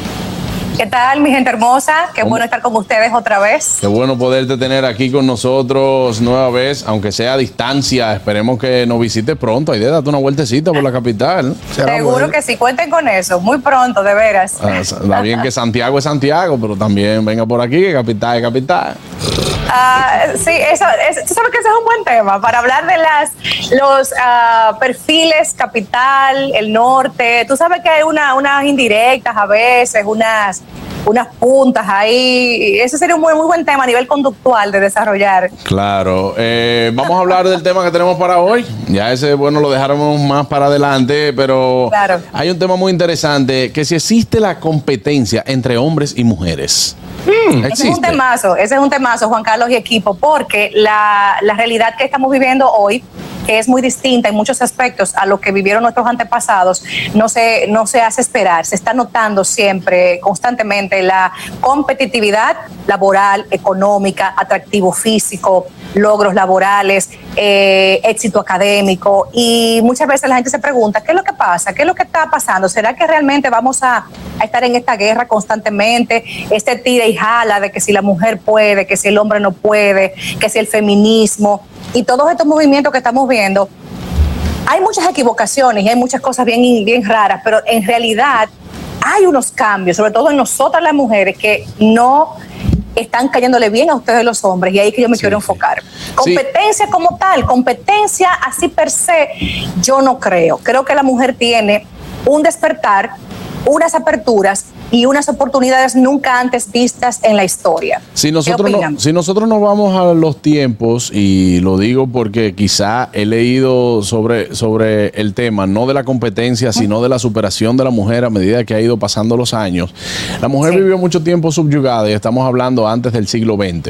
¿Qué tal, mi gente hermosa? Qué bueno estar con ustedes otra vez. Qué bueno poderte tener aquí con nosotros nueva vez, aunque sea a distancia. Esperemos que nos visites pronto. Aide, date una vueltecita por la capital. Seguro que sí, cuenten con eso. Muy pronto, de veras. Ah, está bien que Santiago es Santiago, pero también venga por aquí, que capital es capital. Ah, sí, eso, es, tú sabes que ese es un buen tema para hablar de las los ah, perfiles capital, el norte. Tú sabes que hay una, unas indirectas a veces, unas unas puntas ahí. Ese sería un muy, muy buen tema a nivel conductual de desarrollar. Claro. Eh, vamos a hablar del tema que tenemos para hoy. Ya ese, bueno, lo dejaremos más para adelante, pero Claro. hay un tema muy interesante, que si existe la competencia entre hombres y mujeres. Ese es un temazo, ese es un temazo, Juan Carlos y equipo, porque la, la realidad que estamos viviendo hoy, que es muy distinta en muchos aspectos a lo que vivieron nuestros antepasados, no se, no se hace esperar. Se está notando siempre, constantemente, la competitividad laboral, económica, atractivo físico, logros laborales, eh, éxito académico. Y muchas veces la gente se pregunta, ¿qué es lo que pasa? ¿Qué es lo que está pasando? ¿Será que realmente vamos a, a estar en esta guerra constantemente? Este tira y jala de que si la mujer puede, que si el hombre no puede, que si el feminismo y todos estos movimientos que estamos viendo. Hay muchas equivocaciones y hay muchas cosas bien, bien raras, pero en realidad hay unos cambios, sobre todo en nosotras las mujeres, que no están cayéndole bien a ustedes los hombres, y ahí es que yo me sí, quiero enfocar. Competencia sí. como tal, competencia así per se, yo no creo. Creo que la mujer tiene un despertar, unas aperturas y unas oportunidades nunca antes vistas en la historia. Si nosotros, no, si nosotros nos vamos a los tiempos, y lo digo porque quizá he leído sobre, sobre el tema, no de la competencia, sino de la superación de la mujer a medida que ha ido pasando los años. La mujer sí. vivió mucho tiempo subyugada, y estamos hablando antes del siglo veinte,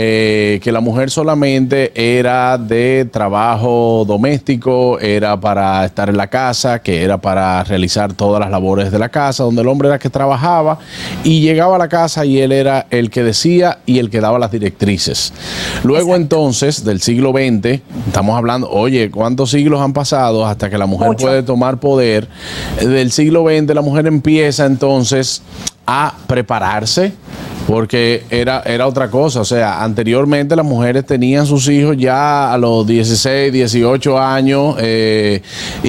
eh, que la mujer solamente era de trabajo doméstico, era para estar en la casa, que era para realizar todas las labores de la casa, donde el hombre era que trabajaba y llegaba a la casa y él era el que decía y el que daba las directrices. Luego Exacto. entonces, del siglo veinte, estamos hablando, oye, ¿cuántos siglos han pasado hasta que la mujer Mucho. puede tomar poder? Del siglo veinte la mujer empieza entonces a prepararse, porque era, era otra cosa. O sea, anteriormente las mujeres tenían sus hijos ya a los dieciséis, dieciocho años, eh,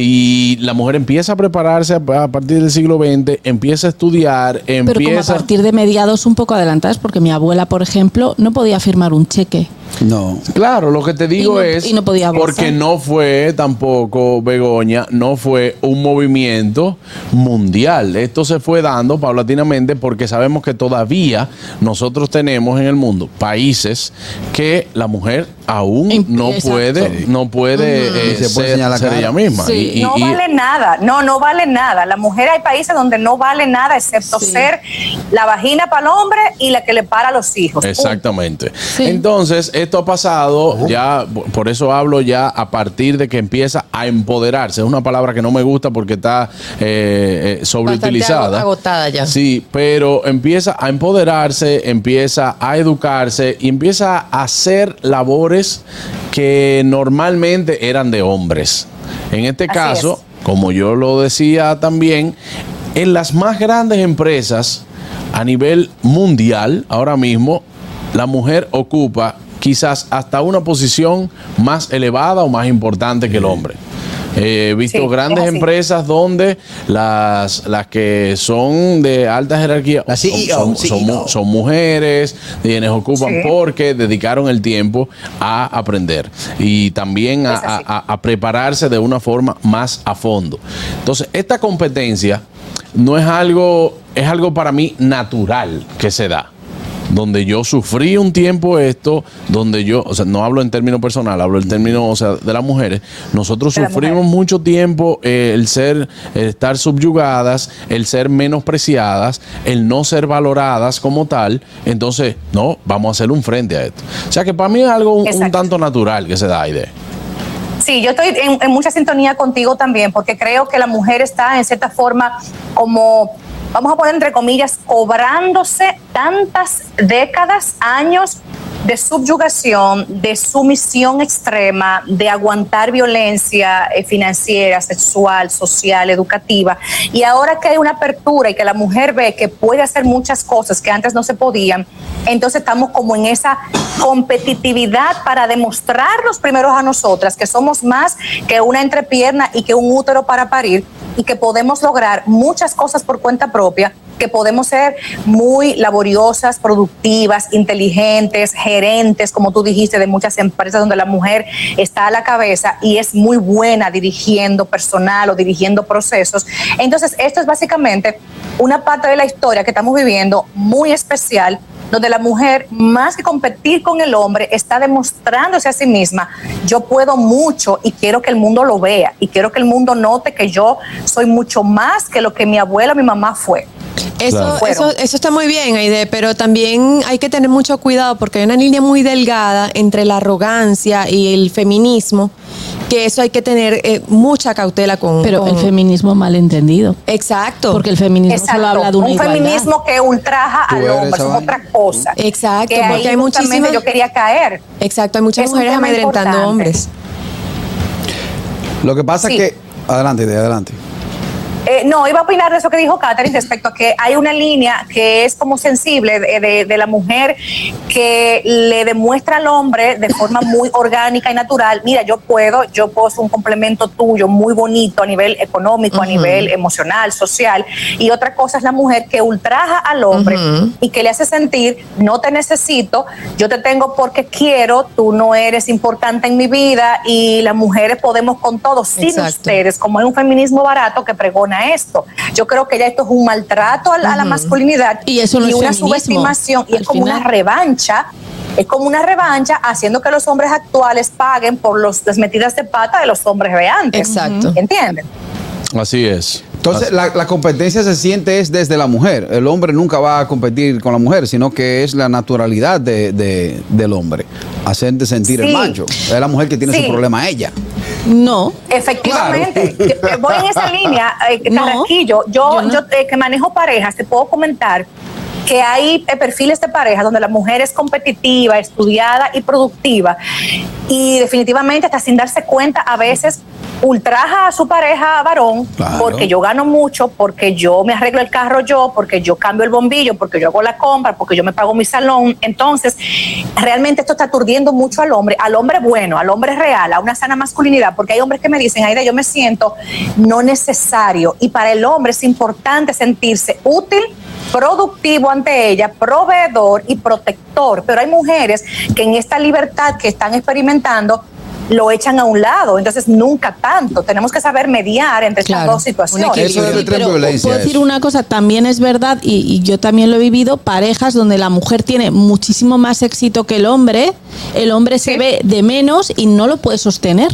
y la mujer empieza a prepararse a, a partir del siglo veinte, empieza a estudiar, empieza... Pero como a partir de mediados un poco adelantadas, porque mi abuela, por ejemplo, no podía firmar un cheque. No. Claro, lo que te digo y no, es y no podía porque no fue tampoco, Begoña, no fue un movimiento mundial. Esto se fue dando paulatinamente porque sabemos que todavía nosotros tenemos en el mundo países que la mujer aún Imp no exacto. puede no puede, uh-huh. eh, se puede ser, ser ella misma. Sí. Y, y, no y, vale nada, no, no vale nada. La mujer, hay países donde no vale nada excepto sí. ser la vagina para el hombre y la que le para a los hijos. Exactamente. Sí. Entonces, esto ha pasado, uh-huh. ya, por eso hablo ya a partir de que empieza a empoderarse. Es una palabra que no me gusta porque está eh, eh, sobreutilizada. Bastante agotada ya. Sí, pero empieza a empoderarse, empieza a educarse y empieza a hacer labores que normalmente eran de hombres. En este Así caso, es. como yo lo decía también, en las más grandes empresas a nivel mundial, ahora mismo, la mujer ocupa quizás hasta una posición más elevada o más importante que el hombre. He visto sí, grandes empresas donde las, las que son de alta jerarquía son, son, son, son mujeres, quienes ocupan sí. porque dedicaron el tiempo a aprender y también a, a, a prepararse de una forma más a fondo. Entonces, esta competencia no es algo, es algo para mí natural que se da. Donde yo sufrí un tiempo esto, donde yo, o sea, no hablo en términos personales, hablo en términos, o sea, de las mujeres. Nosotros de sufrimos mujer. mucho tiempo eh, el ser, el estar subyugadas, el ser menospreciadas, el no ser valoradas como tal. Entonces, no, vamos a hacer un frente a esto. O sea, que para mí es algo un, un tanto natural que se da, Aide. Sí, yo estoy en, en mucha sintonía contigo también, porque creo que la mujer está en cierta forma como... vamos a poner entre comillas, cobrándose tantas décadas, años de subyugación, de sumisión extrema, de aguantar violencia eh, financiera, sexual, social, educativa. Y ahora que hay una apertura y que la mujer ve que puede hacer muchas cosas que antes no se podían, entonces estamos como en esa competitividad para demostrarnos primero a nosotras que somos más que una entrepierna y que un útero para parir, y que podemos lograr muchas cosas por cuenta propia, que podemos ser muy laboriosas, productivas, inteligentes, gerentes, como tú dijiste, de muchas empresas donde la mujer está a la cabeza y es muy buena dirigiendo personal o dirigiendo procesos. Entonces, esto es básicamente una parte de la historia que estamos viviendo muy especial, donde la mujer, más que competir con el hombre, está demostrándose a sí misma: yo puedo mucho y quiero que el mundo lo vea, y quiero que el mundo note que yo soy mucho más que lo que mi abuela, mi mamá fue. Eso, claro. eso, eso está muy bien, Aide, pero también hay que tener mucho cuidado porque hay una línea muy delgada entre la arrogancia y el feminismo, que eso hay que tener eh, mucha cautela con. Pero con... el feminismo mal entendido. Exacto. Porque el feminismo Exacto. solo habla de una un igualdad. Feminismo que ultraja al hombre, es otra cosa. Exacto, que porque hay muchísimas. Yo quería caer. Exacto, hay muchas es mujeres amedrentando importante. hombres. Lo que pasa sí. es que. Adelante, adelante. Eh, no, iba a opinar de eso que dijo Catherine respecto a que hay una línea que es como sensible de, de, de la mujer que le demuestra al hombre de forma muy orgánica y natural: mira, yo puedo, yo puedo ser un complemento tuyo muy bonito a nivel económico, uh-huh. a nivel emocional, social. Y otra cosa es la mujer que ultraja al hombre uh-huh. y que le hace sentir: no te necesito, yo te tengo porque quiero, tú no eres importante en mi vida, y las mujeres podemos con todo sin Exacto. ustedes, como es un feminismo barato que pregona a esto. Yo creo que ya esto es un maltrato a la, uh-huh. a la masculinidad y, eso no y es una feminismo, subestimación, y es como final. una revancha. Es como una revancha haciendo que los hombres actuales paguen por los, las metidas de pata de los hombres de antes. Exacto. ¿Entienden? Así es. Entonces, la, la competencia se siente es desde la mujer. El hombre nunca va a competir con la mujer, sino que es la naturalidad de, de, del hombre. Hacerte sentir sí. el macho. Es la mujer que tiene sí. su problema a ella. No. Efectivamente. Claro. Voy en esa línea, eh, Carrasquillo. No, yo, yo, no. yo eh, que manejo parejas, te puedo comentar que hay eh, perfiles de pareja donde la mujer es competitiva, estudiada y productiva, y definitivamente hasta sin darse cuenta a veces ultraja a su pareja varón, claro. porque yo gano mucho, porque yo me arreglo el carro yo, porque yo cambio el bombillo, porque yo hago la compra, porque yo me pago mi salón. Entonces, realmente esto está aturdiendo mucho al hombre, al hombre bueno, al hombre real, a una sana masculinidad, porque hay hombres que me dicen, Aida, yo me siento no necesario, y para el hombre es importante sentirse útil, productivo ante ella, proveedor y protector. Pero hay mujeres que en esta libertad que están experimentando lo echan a un lado, entonces nunca tanto. Tenemos que saber mediar entre claro, estas dos situaciones. Eso debe tener violencia. Puedo decir una cosa, también es verdad, y, y yo también lo he vivido, parejas donde la mujer tiene muchísimo más éxito que el hombre, el hombre ¿Sí? se ve de menos y no lo puede sostener.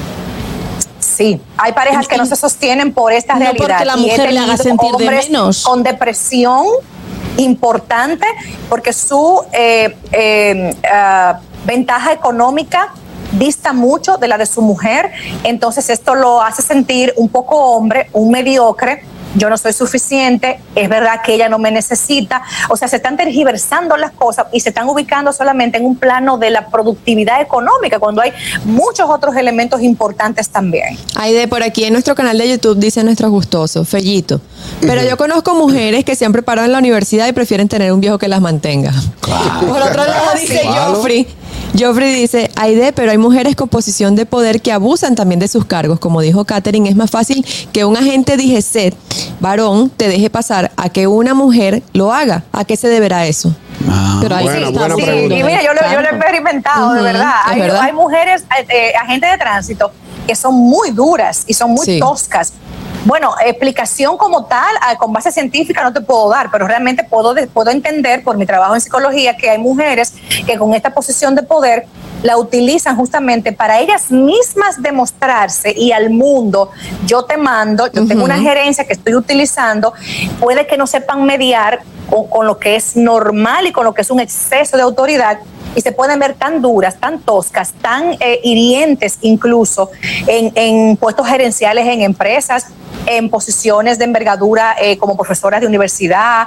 Sí, hay parejas que no se sostienen por esta no realidad. Porque la mujer le haga sentir de menos. Con depresión importante, porque su eh, eh, uh, ventaja económica dista mucho de la de su mujer, entonces esto lo hace sentir un poco hombre, un mediocre. Yo no soy suficiente, es verdad que ella no me necesita. O sea, se están tergiversando las cosas y se están ubicando solamente en un plano de la productividad económica, cuando hay muchos otros elementos importantes también. Aide, por aquí en nuestro canal de YouTube dice nuestro gustoso, Fellito. Pero yo conozco mujeres que se han preparado en la universidad y prefieren tener un viejo que las mantenga. Claro. Por otro lado dice claro. Joffrey. Joffrey dice, Aide, pero hay mujeres con posición de poder que abusan también de sus cargos. Como dijo Katherine, es más fácil que un agente D G C, varón, te deje pasar a que una mujer lo haga. ¿A qué se deberá eso? Ah, pero ahí bueno, sí, buena sí, pregunta. Y mira, yo lo, yo lo he experimentado, uh-huh, de verdad. Hay, verdad. Hay mujeres, eh, agentes de tránsito, que son muy duras y son muy sí. toscas. Bueno, explicación como tal, con base científica no te puedo dar, pero realmente puedo, puedo entender por mi trabajo en psicología que hay mujeres que con esta posición de poder la utilizan justamente para ellas mismas demostrarse y al mundo, yo te mando, yo uh-huh. tengo una gerencia que estoy utilizando, puede que no sepan mediar con, con lo que es normal y con lo que es un exceso de autoridad, y se pueden ver tan duras, tan toscas, tan eh, hirientes incluso en, en puestos gerenciales en empresas, en posiciones de envergadura eh, como profesoras de universidad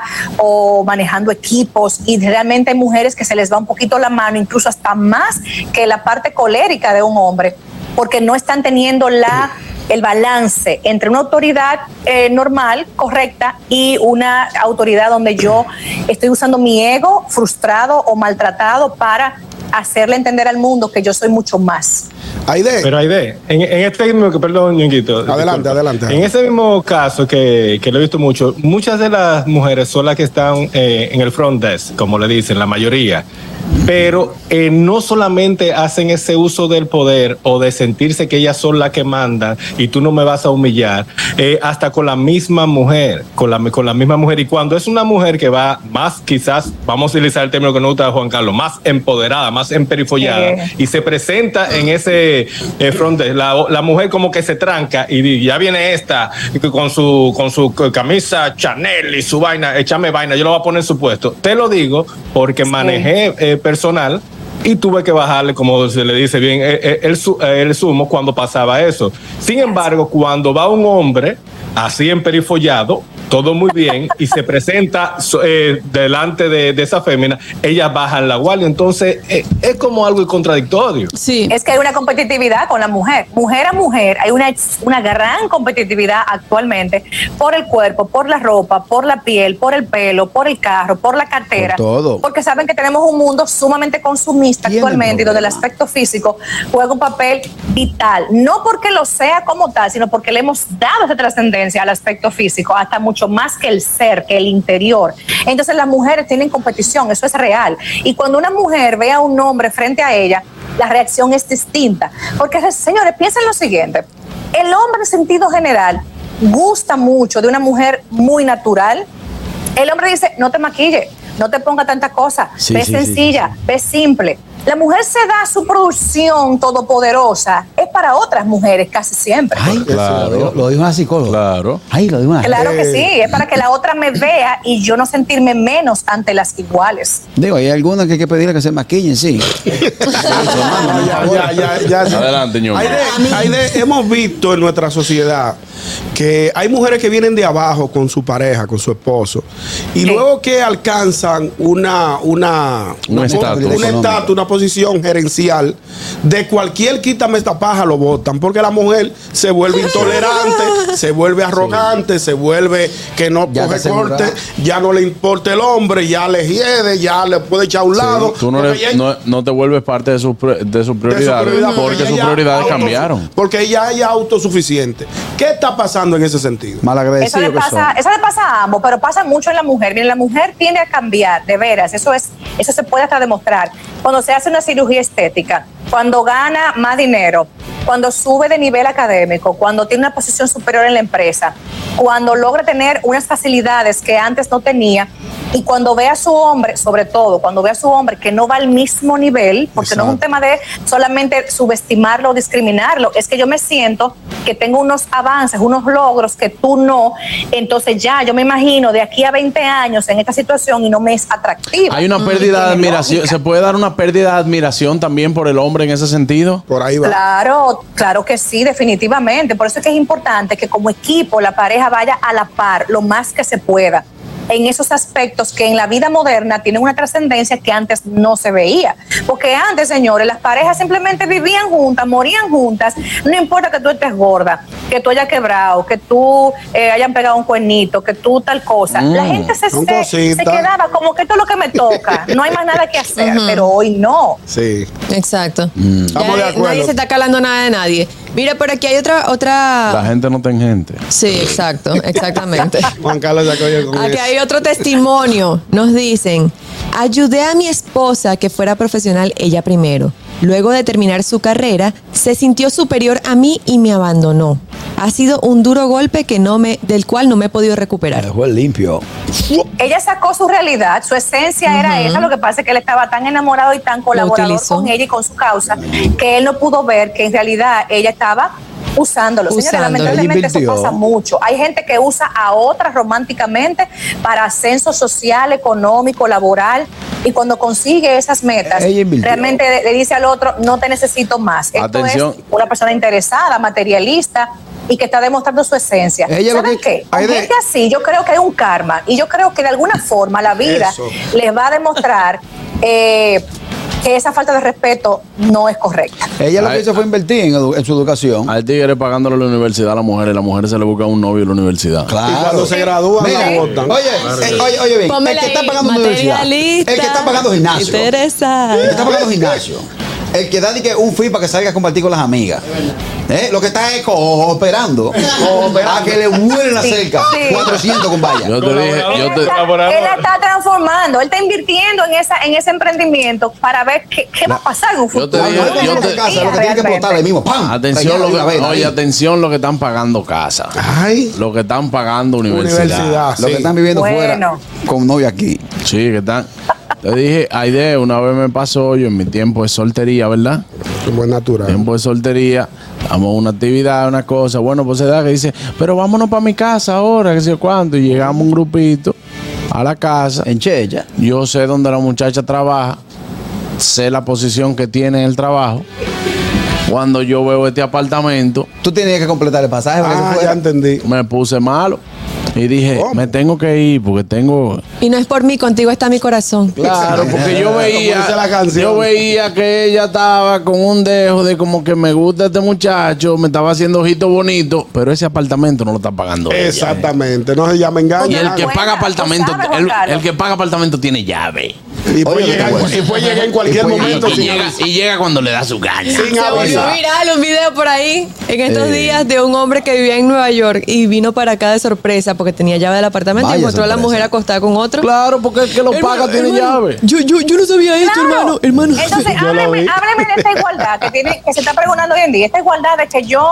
o manejando equipos, y realmente hay mujeres que se les va un poquito la mano, incluso hasta más que la parte colérica de un hombre, porque no están teniendo la el balance entre una autoridad eh, normal, correcta, y una autoridad donde yo estoy usando mi ego frustrado o maltratado para hacerle entender al mundo que yo soy mucho más. Aide. Pero Aide, en, en este mismo, perdón, Ñonguito. Adelante, disculpa. adelante. En ese mismo caso que, que lo he visto mucho, muchas de las mujeres son las que están eh, en el front desk, como le dicen, la mayoría. Pero eh, no solamente hacen ese uso del poder o de sentirse que ellas son las que mandan y tú no me vas a humillar, eh, hasta con la misma mujer, con la, con la misma mujer. Y cuando es una mujer que va más, quizás, vamos a utilizar el término que nos gusta de Juan Carlos, más empoderada, más emperifollada, eh. y se presenta en ese eh, front desk, la, la mujer como que se tranca y ya viene esta con su, con su camisa Chanel y su vaina, échame vaina, yo lo voy a poner en su puesto. Te lo digo porque sí. manejé eh, personal y tuve que bajarle, como se le dice bien, el, el, el sumo cuando pasaba eso. Sin embargo, cuando va un hombre así emperifollado, todo muy bien, y se presenta eh, delante de, de esa fémina, ellas bajan la guardia. Entonces, eh, es como algo contradictorio. Sí. Es que hay una competitividad con la mujer. Mujer a mujer, hay una, una gran competitividad actualmente por el cuerpo, por la ropa, por la piel, por el pelo, por el carro, por la cartera. Por todo. Porque saben que tenemos un mundo sumamente consumista actualmente y donde el aspecto físico juega un papel vital. No porque lo sea como tal, sino porque le hemos dado esa trascendencia al aspecto físico, hasta mucho más que el ser, que el interior. Entonces las mujeres tienen competición, eso es real. Y cuando una mujer ve a un hombre frente a ella, la reacción es distinta. Porque, señores, piensen lo siguiente. El hombre en sentido general gusta mucho de una mujer muy natural, el hombre dice, no te maquille, no te ponga tanta cosa, Sí, ve sí, sencilla, sí, sí. ve simple. La mujer se da su producción todopoderosa, es para otras mujeres casi siempre. Ay, claro. Lo dijo una psicóloga. Claro. Ay, lo dijo una. Claro que sí, es para que la otra me vea y yo no sentirme menos ante las iguales. Digo, hay algunas que hay que pedirle que se maquillen, sí. ya, ya, ya, ya, ya. Adelante, ñongo. Aide, Aide, hemos visto en nuestra sociedad que hay mujeres que vienen de abajo con su pareja, con su esposo, y luego que alcanzan una una Un una estatus. un estatus, una posición gerencial, de cualquier quítame esta paja lo botan, porque la mujer se vuelve intolerante, se vuelve arrogante, se vuelve que no Ya coge está asegurada. corte, ya no le importa el hombre, ya le hiede, ya le puede echar a un lado. Tú no, porque le- ella- no, no te vuelves parte de sus pri- de sus de su prioridades prioridad, porque sus ella prioridades auto- cambiaron. Porque ella es autosuficiente. ¿Qué está pasando en ese sentido? Mal Eso agradecido le, que son. pasa, eso le pasa a ambos, pero pasa mucho en la mujer. Miren, la mujer tiende a cambiar, de veras. Eso es, eso se puede hasta demostrar. Cuando se hace una cirugía estética, cuando gana más dinero, cuando sube de nivel académico, cuando tiene una posición superior en la empresa, cuando logra tener unas facilidades que antes no tenía, y cuando ve a su hombre, sobre todo, cuando ve a su hombre que no va al mismo nivel, porque no es un tema de solamente subestimarlo o discriminarlo, es que yo me siento que tengo unos avances, unos logros que tú no, entonces ya yo me imagino de aquí a veinte años en esta situación y no me es atractiva. Hay una pérdida de admiración. ¿Se puede dar una pérdida de admiración también por el hombre en ese sentido? Por ahí va. Claro, claro que sí, definitivamente. Por eso es que es importante que como equipo la pareja vaya a la par lo más que se pueda en esos aspectos que en la vida moderna tienen una trascendencia que antes no se veía. Porque antes, señores, las parejas simplemente vivían juntas, morían juntas, no importa que tú estés gorda, que tú hayas quebrado, que tú eh, hayan pegado un cuernito, que tú tal cosa. Mm, la gente se, son se, cositas. se quedaba como que esto es lo que me toca, no hay más nada que hacer, pero hoy no. Sí. Exacto. Mm. Ya Estamos de acuerdo. nadie se está calando nada de nadie. Mira, por aquí hay otra, otra. La gente no está en gente. Sí, exacto, exactamente. Juan Carlos ya cogió con Aquí eso. hay otro testimonio. Nos dicen, ayudé a mi esposa que fuera profesional ella primero. Luego de terminar su carrera, se sintió superior a mí y me abandonó. Ha sido un duro golpe que no me, del cual no me he podido recuperar. Dejó el limpio. Ella sacó su realidad, su esencia era esa, lo que pasa es que él estaba tan enamorado y tan colaborador utilizó. con ella y con su causa, que él no pudo ver que en realidad ella estaba usándolo. Señores, Usándolo. lamentablemente eso Ella invirtió. pasa mucho. Hay gente que usa a otras románticamente para ascenso social, económico, laboral, y cuando consigue esas metas, Ella invirtió. realmente le, le dice al otro, no te necesito más. Esto Atención. es una persona interesada, materialista, y que está demostrando su esencia. Ella lo ¿Saben que- qué? Con hay de- gente así, yo creo que hay un karma, y yo creo que de alguna forma la vida Eso. les va a demostrar eh, que esa falta de respeto no es correcta. Ella lo Ay, que hizo fue invertir en, edu- en su educación. Al tigre pagándole la universidad a la mujer y la mujer se le busca un novio en la universidad. Claro. Y cuando se gradúan, Mira, la botan. Oye, eh, oye, oye, bien. Pónmela El que está ahí, pagando universidad. materialista, El que está pagando gimnasio. El Interesada. que está pagando gimnasio. El que da di que un fee para que salga a compartir con las amigas. ¿Eh? Lo que está es cooperando. A que le mueren la Sí, cerca. sí. cuatrocientos con valla. Yo te dije, Él, yo te, está, él la está transformando, él está invirtiendo en esa en ese emprendimiento para ver qué, qué va a pasar en un Yo futuro. te La dije, mujer cuando yo no te- se casa, lo que tiene que Realmente. explotar ahí mismo. ¡Pam! atención lo Preñada de una que, vez, oye, ahí. atención lo que están pagando casa. Ay, Lo que están pagando universidad. universidad. Los que sí. están viviendo Bueno. fuera con novia aquí. Sí, que están. Te dije, Aide, una vez me pasó yo en mi tiempo de soltería, ¿verdad? Buen natural. Tiempo de soltería, damos una actividad, una cosa. Bueno, pues se da que dice, pero vámonos para mi casa ahora, que sé yo cuánto. Y llegamos un grupito a la casa. En Cheya. Yo sé dónde la muchacha trabaja, sé la posición que tiene en el trabajo. Cuando yo veo este apartamento, Tú tenías que completar el pasaje para que Ah, se ya fuera. entendí. me puse malo. Y dije, ¿Cómo? me tengo que ir porque tengo... Y no es por mí, contigo está mi corazón. Claro, porque yo Como veía, dice la canción. yo veía que ella estaba con un dejo de como que me gusta este muchacho, me estaba haciendo ojitos bonitos, pero ese apartamento no lo está pagando ella. Exactamente. No se llama engaño. Y el que Buena, paga tú apartamento, sabes, Juan el, Carlos. el que paga apartamento tiene llave. Y puede Oye, llegar, qué bueno. y puede llegar en cualquier Y puede momento Y sin llega, avisar. y llega cuando le da su gana. Sin Se volvió avisar. viral un video por ahí en estos Eh. días de un hombre que vivía en Nueva York y vino para acá de sorpresa porque tenía llave del apartamento Vaya y encontró a la sorpresa. mujer acostada con otro. Claro, porque el que lo paga tiene llave. Yo, yo, yo no sabía esto, Claro. hermano. Hermano. Entonces, Yo lo hábleme, vi. hábleme de esta igualdad que tiene, que se está preguntando hoy en día. Esta igualdad de que yo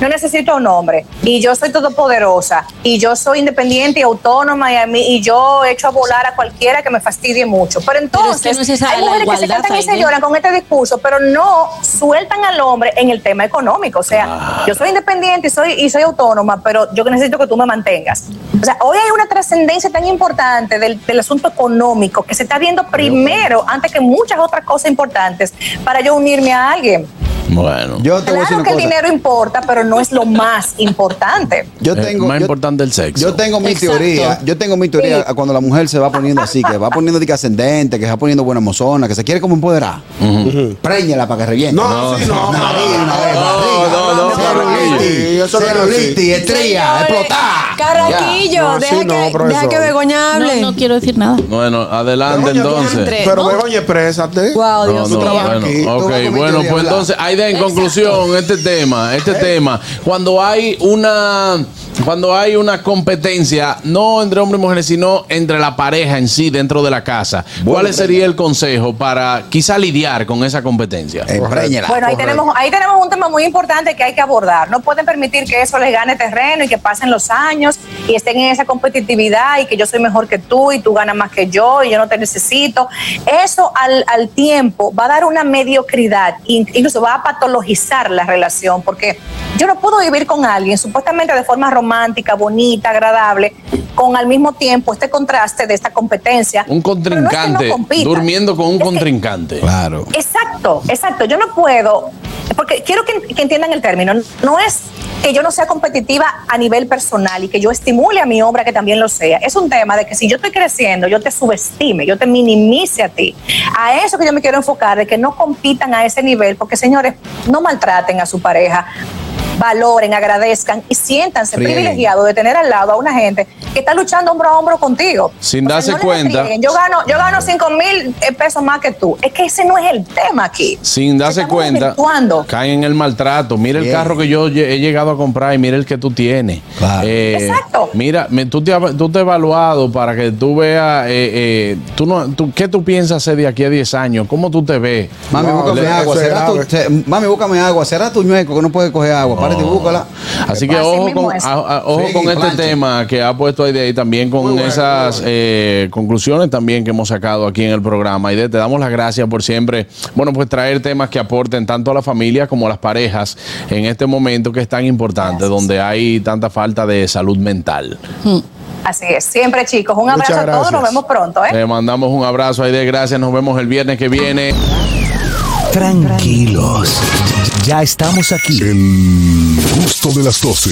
no necesito un hombre, y yo soy todopoderosa, y yo soy independiente y autónoma, y, a mí, y yo echo a volar a cualquiera que me fastidie mucho. Pero entonces, pero es que no es esa hay la mujeres que se igualdad, cantan y se Aide. lloran con este discurso, pero no sueltan al hombre en el tema económico. O sea, Claro. yo soy independiente y soy, y soy autónoma, pero yo necesito que tú me mantengas. O sea, hoy hay una trascendencia tan importante del, del asunto económico que se está viendo primero, antes que muchas otras cosas importantes, para yo unirme a alguien. Bueno. Yo te voy a decir Claro una que el cosa. dinero importa, pero no es lo más importante. Yo Eh, tengo, más yo- importante el sexo. Yo tengo mi Exacto. teoría, yo tengo mi teoría Sí. a cuando la mujer se va poniendo así, que va poniendo de que ascendente, que se va poniendo buena mozona, que se quiere como empoderar. Préñela para que reviente. No, sí, no. Una vez, una vez, No, barriga. no, no, Carraquillo. Eso no es Celulitis, estría, Señores, explotar. Carraquillo, Ya. No, deja, sí, no, que, profesor. deja que Begoña hable. No, no quiero decir nada. Bueno, adelante Begoña, entonces. Entre- Pero ¿no? Begoña, exprésate. Wow, No, Dios no, mío. trabajas bueno, aquí, tú ok, vas con mi bueno, teoría, pues ¿verdad? entonces, Aida, en conclusión, este tema, este tema, cuando hay una, cuando hay una competencia, no entre hombres y mujeres, sino entre la pareja en sí dentro de la casa, ¿cuál sería el consejo para quizá lidiar con esa competencia? Empréñela. Bueno, ahí tenemos, ahí tenemos un tema muy importante que hay que abordar. No pueden permitir que eso les gane terreno y que pasen los años y estén en esa competitividad y que yo soy mejor que tú y tú ganas más que yo y yo no te necesito. Eso al, al tiempo va a dar una mediocridad, in- incluso va a patologizar la relación, porque yo no puedo vivir con alguien supuestamente de forma romántica, bonita, agradable, con al mismo tiempo este contraste de esta competencia. Un Pero no es que no contrincante, compitan. durmiendo con un Es que- contrincante. Claro. Exacto, exacto. Yo no puedo, porque quiero que, que entiendan el término. No es que yo no sea competitiva a nivel personal y que yo estimule a mi hombre a que también lo sea. Es un tema de que si yo estoy creciendo, yo te subestime, yo te minimice a ti. A eso que yo me quiero enfocar, de que no compitan a ese nivel, porque señores, no maltraten a su pareja. Valoren, agradezcan y siéntanse Frieguen. privilegiados de tener al lado a una gente que está luchando hombro a hombro contigo. Sin O sea, darse no le cuenta. frieguen. Yo gano, yo gano cinco mil pesos más que tú. Es que ese no es el tema aquí. Sin darse Estamos cuenta, desvirtuando. caen en el maltrato. Mira el Bien. carro que yo lle- he llegado a comprar y mira el que tú tienes. Claro. Eh, Exacto. Mira, me- tú, te, has- tú te has evaluado para que tú veas, eh, eh, tú no, tú, ¿qué tú piensas hacer de aquí a diez años? ¿Cómo tú te ves? Mami, No, búscame le- agua. eso es ¿Será tu, grave. se- mami, búscame agua. ¿Será tu ñueco que no puede coger agua? Párate y búscala. Así que Así ojo mismo con, es. a- a- ojo Sí, con este plancha. tema que ha puesto ahí de ahí también con Muy bueno, esas muy bueno. eh, conclusiones también que hemos sacado aquí en el programa. Y te damos las gracias por siempre, bueno, pues traer temas que aporten tanto a la familia como a las parejas en este momento que es tan importante, donde hay tanta falta de salud mental. Así es. Siempre, chicos. Un Muchas abrazo a todos. Nos gracias. vemos pronto, ¿eh? Te mandamos un abrazo, Aide, gracias. Nos vemos el viernes que viene. Tranquilos, ya estamos aquí. El gusto de las doce.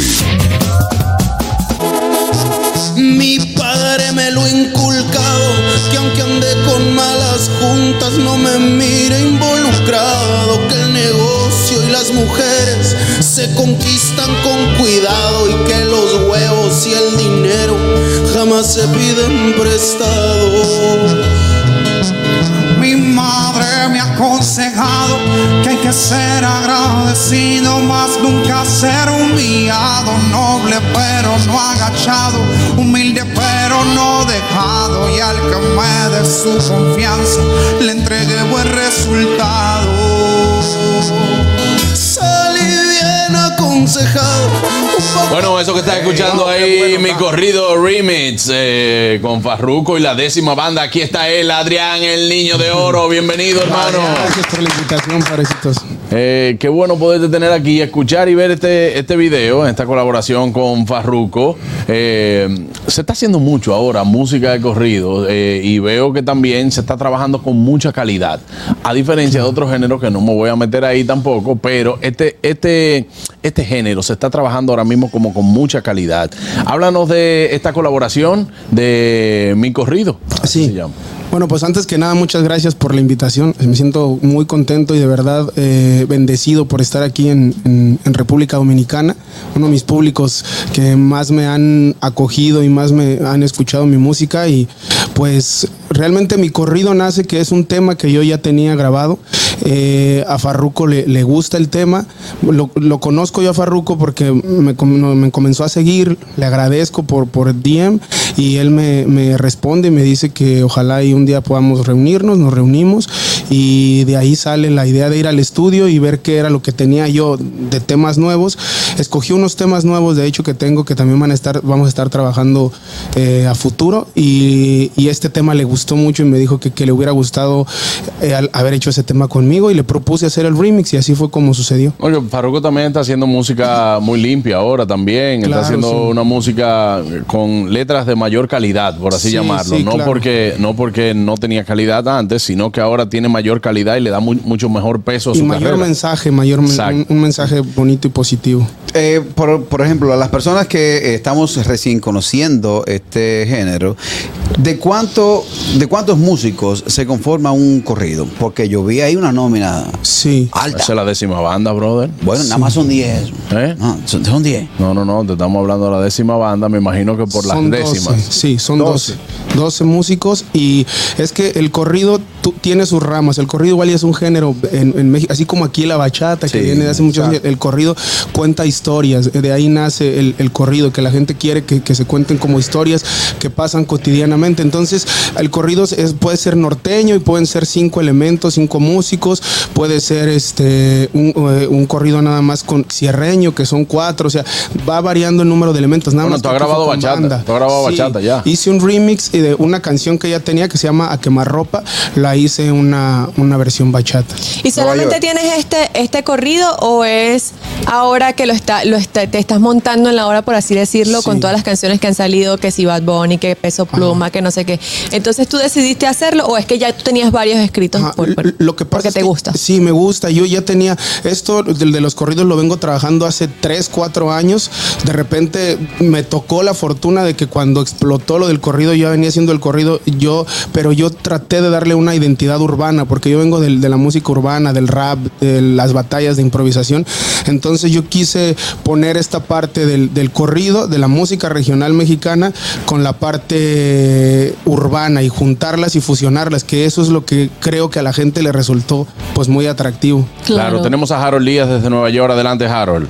Mi padre me lo ha inculcado, que aunque ande con malas juntas no me mire involucrado, que el negocio y las mujeres se conquistan con cuidado y que los huevos y el dinero jamás se piden prestados. Mi madre me ha aconsejado que hay que ser agradecido, más nunca ser humillado, noble pero no agachado, humilde pero no dejado, y al que me dé su confianza le entregue buen resultado. Salí bien aconsejado. Bueno, eso que estás escuchando ahí, mi corrido remix eh, con Farruko y la décima banda. Aquí está él, Adrián, el niño de oro. Bienvenido, hermano. Gracias por la invitación, parecitos. Eh, qué bueno poderte tener aquí y escuchar y ver este, este video, esta colaboración con Farruko. Eh, se está haciendo mucho ahora, música de corrido, eh, y veo que también se está trabajando con mucha calidad. A diferencia de otros géneros que no me voy a meter ahí tampoco, pero este, este, este género se está trabajando ahora mismo como con mucha calidad. Háblanos de esta colaboración de Mi Corrido. así se llama. Bueno, pues antes que nada, muchas gracias por la invitación. Me siento muy contento y de verdad eh, bendecido por estar aquí en, en, en República Dominicana. Uno de mis públicos que más me han acogido y más me han escuchado mi música. Y pues realmente Mi Corrido nace, que es un tema que yo ya tenía grabado. Eh, a Farruko le, le gusta el tema. Lo, lo conozco yo a Farruko porque me, me comenzó a seguir. Le agradezco por, por D M y él me, me responde y me dice que ojalá y un día podamos reunirnos. Nos reunimos y de ahí sale la idea de ir al estudio y ver qué era lo que tenía yo de temas nuevos. Escogí unos temas nuevos, de hecho, que tengo, que también van a estar, vamos a estar trabajando eh, a futuro y, y este tema le gustó mucho y me dijo que, que le hubiera gustado eh, haber hecho ese tema conmigo y le propuse hacer el remix y así fue como sucedió. Oye, Farruko también está haciendo música muy limpia ahora también, claro, está haciendo sí. una música con letras de mayor calidad, por así Sí, llamarlo, sí, no, claro. porque, no porque no tenía calidad antes, sino que ahora tiene mayor calidad y le da mu mucho mejor peso a Y su mayor carrera. mensaje, mayor men un, un mensaje bonito y positivo. Eh, por, por ejemplo, a las personas que eh, estamos recién conociendo este género, ¿de cuánto, de cuántos músicos se conforma un corrido? Porque yo vi ahí una nómina sí. alta. Esa es la décima banda, brother. Bueno, nada Sí. más son diez. ¿Eh? No, son, son diez. No, no, no, te estamos hablando de la décima banda, me imagino que por Son las doce, décimas. sí, son doce. doce músicos y es que el corrido tú, tiene sus ramas. El corrido igual ya es un género en, en México, así como aquí la bachata que Sí, viene de hace muchos exacto. años. El corrido cuenta historias, de ahí nace el, el corrido, que la gente quiere que, que se cuenten como historias que pasan cotidianamente. Entonces el corrido es, puede ser norteño y pueden ser cinco elementos, cinco músicos, puede ser este un, eh, un corrido nada más con cierreño, que son cuatro, o sea, va variando el número de elementos. Nada Bueno, más tú has que aquí grabado fue con bachata, banda. tú has grabado Sí, bachata ya. Hice un remix de una canción que ya tenía que se llama A Quemarropa, la hice una, una versión bachata. ¿Y solamente tienes este, este corrido o es ahora que lo está, lo está, te estás montando en la hora, por así decirlo, Sí. con todas las canciones que han salido, que si Bad Bunny, que Peso Pluma, Ajá. que no sé qué? Entonces, ¿tú decidiste hacerlo o es que ya tú tenías varios escritos Ajá, por, por, lo que pasa porque es te que, gusta? Sí, me gusta. Yo ya tenía esto del de los corridos, lo vengo trabajando hace tres, cuatro años. De repente me tocó la fortuna de que cuando explotó lo del corrido, yo venía haciendo el corrido, yo, pero yo traté de darle una identidad urbana, porque yo vengo del, de la música urbana, del rap, de las batallas de improvisación. Entonces yo quise poner esta parte del, del corrido, de la música regional mexicana, con la parte urbana y juntarlas y fusionarlas, que eso es lo que creo que a la gente le resultó pues muy atractivo. Claro, claro tenemos a Harold Díaz desde Nueva York. Adelante, Harold.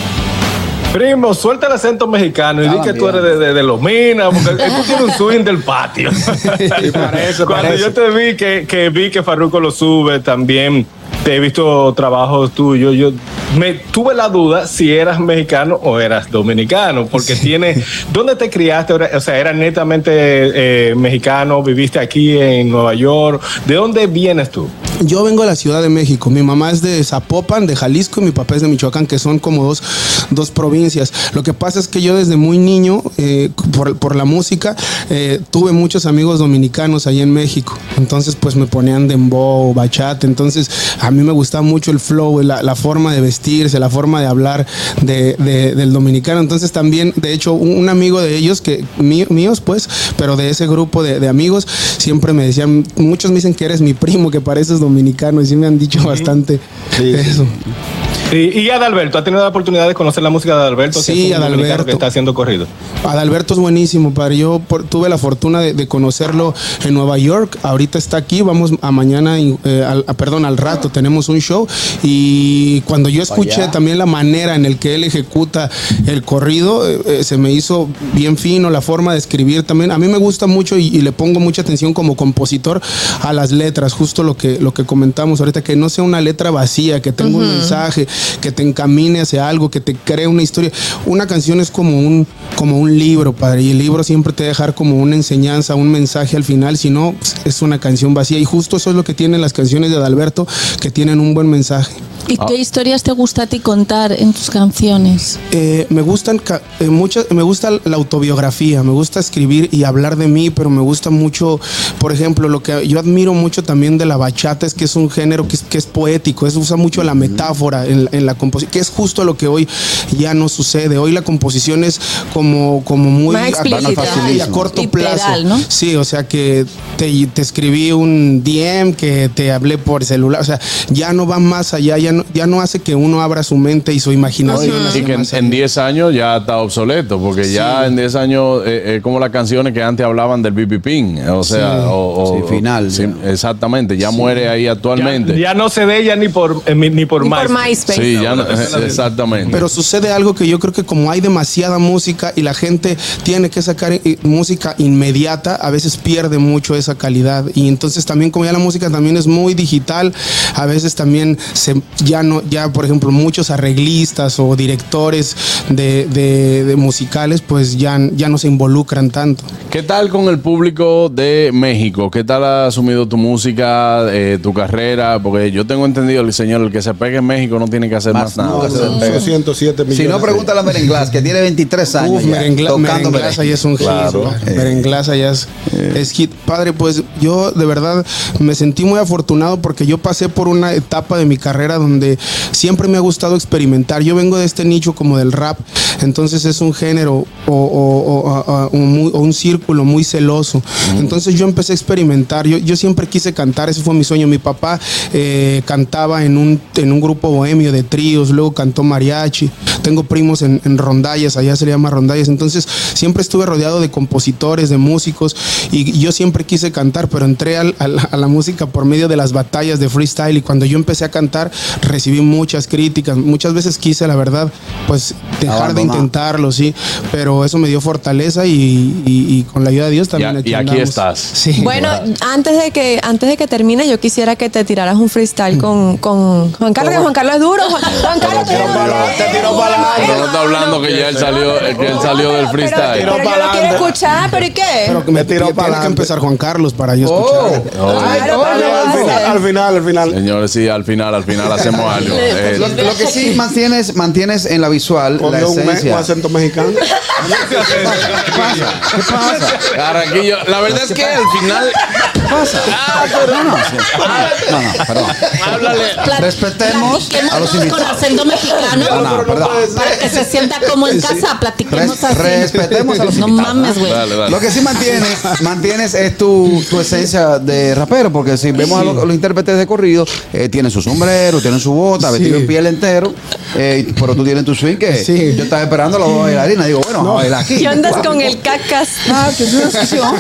Primo, suelta el acento mexicano y ah, di que bien. Tú eres de, de, de Los Minas, porque tú tienes un swing del patio. Sí, parece, Cuando parece. yo te vi que, que vi que Farruko lo sube también, te he visto trabajos tuyos, yo me tuve la duda si eras mexicano o eras dominicano, porque sí. Tiene, ¿dónde te criaste? O sea, ¿eras netamente eh, mexicano? ¿Viviste aquí en Nueva York? ¿De dónde vienes tú? Yo vengo de la Ciudad de México. Mi mamá es de Zapopan, de Jalisco, y mi papá es de Michoacán, que son como dos, dos provincias. Lo que pasa es que yo desde muy niño, eh, por, por la música, eh, tuve muchos amigos dominicanos ahí en México. Entonces, pues me ponían dembow, bachata. Entonces, a mí me gustaba mucho el flow, la, la forma de vestirse, la forma de hablar de, de, del dominicano. Entonces, también, de hecho, un, un amigo de ellos, que mío, míos, pues, pero de ese grupo de, de amigos, siempre me decían, muchos me dicen que eres mi primo, que pareces dominicano. Dominicano y sí me han dicho bastante sí, eso. Sí. Y Adalberto, ¿has tenido la oportunidad de conocer la música de Adalberto? Sí, que es un Adalberto. Que está haciendo corrido. Adalberto es buenísimo, padre. Yo por, tuve la fortuna de, de conocerlo en Nueva York. Ahorita está aquí. Vamos a mañana, eh, al, a, perdón, al rato tenemos un show. Y cuando yo escuché también la manera en el que él ejecuta el corrido, eh, se me hizo bien fino, la forma de escribir también. A mí me gusta mucho y, y le pongo mucha atención como compositor a las letras, justo lo que, lo que comentamos ahorita, que no sea una letra vacía, que tenga uh-huh. un mensaje, que te encamine hacia algo, que te cree una historia. Una canción es como un, como un libro, padre, y el libro siempre te dejar como una enseñanza, un mensaje al final, si no, es una canción vacía. Y justo eso es lo que tienen las canciones de Adalberto, que tienen un buen mensaje. ¿Y qué historias te gusta a ti contar en tus canciones? Eh, me gustan eh, muchas, me gusta la autobiografía, me gusta escribir y hablar de mí, pero me gusta mucho, por ejemplo, lo que yo admiro mucho también de la bachata es que es un género que es, que es poético, es, usa mucho la metáfora en, en la composición, que es justo lo que hoy ya no sucede. Hoy la composición es como, como muy más explícita y a corto literal, plazo. ¿no? Sí, o sea que te, te escribí un D M, que te hablé por celular, o sea, ya no va más allá, ya ya no, ya no hace que uno abra su mente y su imaginación. No, y, y que en, en diez años ya está obsoleto, porque sí. ya en diez años es eh, eh, como las canciones que antes hablaban del B B Ping, o sea, sí. o, o sí, final. Sí, exactamente, ya sí. muere ahí actualmente. Ya, ya no se ve ya ni por eh, ni por, ni MySpace. por MySpace. Sí, ya no, exactamente. Pero sucede algo que yo creo que como hay demasiada música y la gente tiene que sacar eh, música inmediata, a veces pierde mucho esa calidad. Y entonces también como ya la música también es muy digital, a veces también se, ya no, ya por ejemplo muchos arreglistas o directores de, de, de musicales pues ya, ya no se involucran tanto. ¿Qué tal con el público de México? ¿Qué tal ha asumido tu música, eh, tu carrera? Porque yo tengo entendido, el señor, el que se pegue en México no tiene que hacer más, más nada. No, no, son ciento siete millones. Si no, pregúntale a Merenglás, que tiene veintitrés años. Uf, ya, Merengla, tocando Merenglás allá es un hit. Claro. Eh. Merenglás allá es, eh. es hit. Padre, pues yo de verdad me sentí muy afortunado porque yo pasé por una etapa de mi carrera donde siempre me ha gustado experimentar. Yo vengo de este nicho como del rap, entonces es un género o, o, o, o, o, muy, o un círculo muy celoso. Mm. Entonces yo empecé a experimentar. Yo, yo siempre quise cantar, ese fue mi sueño. Mi papá eh, cantaba en un, en un grupo bohemio de tríos, luego cantó mariachi. Tengo primos en, en rondallas, allá se le llama rondallas. Entonces siempre estuve rodeado de compositores, de músicos, y yo siempre quise cantar, pero entré al, a, la, a la música por medio de las batallas de freestyle, y cuando yo empecé a cantar recibí muchas críticas. Muchas veces quise, la verdad, pues dejar Abandonar. de intentarlo, sí, pero eso me dio fortaleza y, y, y con la ayuda de Dios también. Y, aquí, y aquí andamos. estás. Sí. Bueno, antes de que antes de que termine, yo quisiera que te tiraras un freestyle con, con Juan Carlos, que Juan Carlos es duro. Juan, Juan Carlos te tiró para adelante. Pero no está hablando que ya él salió, que él salió del freestyle. Pero, pero yo lo quiero escuchar, pero ¿y qué? Pero que me tiró para Tiene que empezar Juan Carlos para yo escuchar. Oh. Oh. Ay, no, al, final, al final, al final. Señores, sí, al final, al final hacemos algo. Eh, lo, lo que sí mantienes, mantienes en la visual la esencia. Un acento mexicano. ¿Qué pasa? ¿Qué pasa? Carraquillo, la verdad es que al final. ¿Qué pasa? Ah, pero no, no, sí. no, no, perdón. Háblale. Respetemos a los invitados. Con acento mexicano. No, no, perdón. Para que se sienta como en casa, platiquemos así. Respetemos a los No invitados. mames, güey. Dale, dale. Lo que sí mantienes, mantienes es tu, tu esencia de rapero, porque si vemos sí. a, los, a los intérpretes de corrido, eh, tienen su sombrero, tienen su bota, sí. vestido en piel entero, eh, pero tú tienes tu swing que sí. yo estaba esperando a los dos bailarines, digo, bueno, no. a bailar aquí. ¿Qué andas con el cacas? Ah, que es una sesión.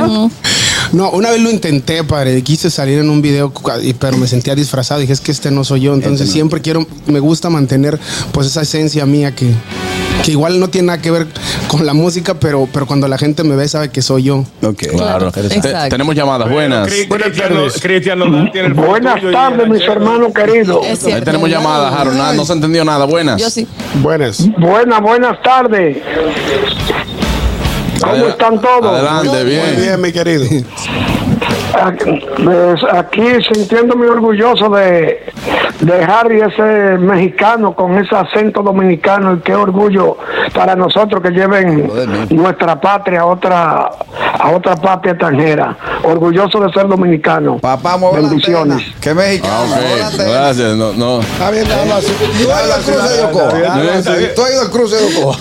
No, una vez lo intenté, padre. Quise salir en un video, pero me sentía disfrazado. Dije, es que este no soy yo. Entonces este no. siempre quiero, me gusta mantener pues esa esencia mía que, que igual no tiene nada que ver con la música, pero, pero cuando la gente me ve sabe que soy yo. Ok, claro. Te, tenemos llamadas. Buenas. Cristian, buenas tardes, mis hermanos queridos. Ahí tenemos llamadas, Harold. No, no se entendió nada. Buenas. Yo sí. Buenas. Buenas, buenas tardes. ¿Cómo Adel- están todos? Adelante, bien. Muy bien, mi querido. Aquí, pues, aquí sintiéndome orgulloso de, de Harry, ese mexicano con ese acento dominicano, y qué orgullo para nosotros que lleven nuestra patria a otra a otra patria extranjera. Orgulloso de ser dominicano. Papá, bendiciones. ¿Qué mexicano? Ah, okay. Gracias. No, no. Está bien, nada más. Tú has ido al cruce de Ocoa. Tú has ido al cruce de Ocoa.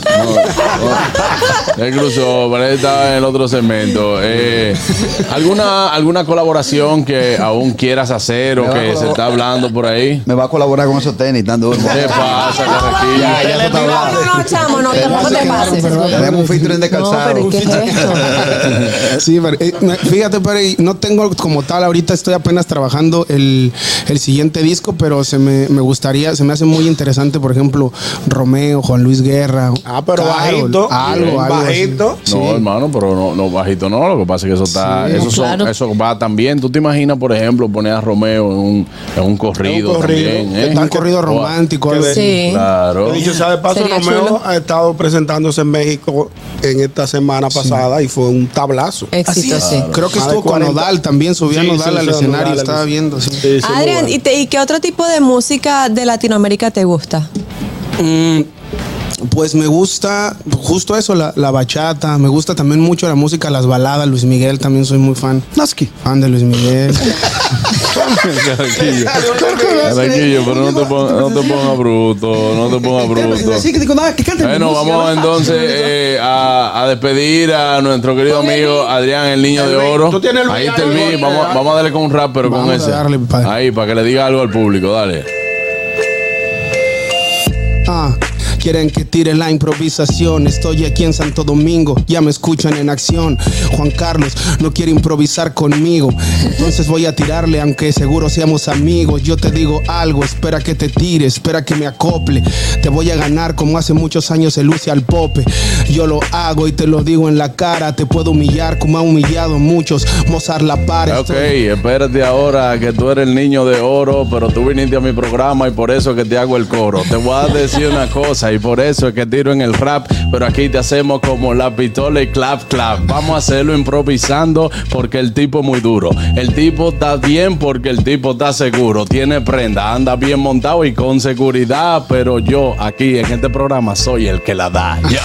Él cruzó, pero él estaba en el otro segmento. Eh, ¿Alguna alguna colaboración que aún quieras hacer o que se está hablando por ahí? Me va a colaborar con esos tenis tan duros. ¿Qué pasa, Carraquillo? Ya, ya se está hablando. No, no, chamo, no, tampoco te pases. Tenemos un featuring de calzado. No, pero ¿qué es esto? Sí, pero, eh, fíjate, pero no tengo como tal, ahorita estoy apenas trabajando el, el siguiente disco, pero se me, me gustaría, se me hace muy interesante, por ejemplo, Romeo, Juan Luis Guerra. Ah, pero Carol, bajito. Algo, algo bajito. así. No, Sí. hermano, pero no, no, bajito no. Lo que pasa es que eso está, Sí, eso, son, claro. eso va también. ¿Tú te imaginas, por ejemplo, poner a Romeo en un, en un corrido, Un corrido. también? ¿eh? Está un corrido romántico. algo así. Sí. Claro. Dicho sea de paso, Sería Romeo chulo. ha estado presentándose en México en esta semana pasada y fue un tablazo. Éxito, sí. Creo que Más de estuvo con cuarenta. Nodal también, subía Sí, Nodal sí, al sí, escenario, Nodal, estaba sí. viendo. Sí. Sí, sí, muy Adrián, bueno. ¿y, te- ¿y qué otro tipo de música de Latinoamérica te gusta? Mm, pues me gusta justo eso, la, la bachata. Me gusta también mucho la música, las baladas. Luis Miguel también soy muy fan. Naski. Fan de Luis Miguel. Carraquillo. Carraquillo, pero no te pongas no te pongas bruto, no te pongas bruto. Sí, que digo nada, que canten. Bueno, vamos entonces eh, a, a despedir a nuestro querido amigo Adrián, el niño de oro. ¿Tú tienes el Ahí beat? está el beat. Vamos, vamos a darle con un rap, pero con Vamos a ese. darle, padre. Ahí, para que le diga algo al público, dale. Ah, quieren que tire la improvisación. Estoy aquí en Santo Domingo, ya me escuchan en acción. Juan Carlos no quiere improvisar conmigo, entonces voy a tirarle aunque seguro seamos amigos. Yo te digo algo, espera que te tire, espera que me acople. Te voy a ganar como hace muchos años se luce al Pope. Yo lo hago y te lo digo en la cara. Te puedo humillar como ha humillado muchos. Mozart La Para. Ok, espérate ahora que tú eres el niño de oro, pero tú viniste a mi programa y por eso es que te hago el coro. Te voy a decir una cosa y por eso es que tiro en el rap, pero aquí te hacemos como la pistola y clap clap. Vamos a hacerlo improvisando porque el tipo es muy duro. El tipo está bien porque el tipo está seguro. Tiene prenda, anda bien montado y con seguridad, pero yo aquí en este programa soy el que la da. Yo.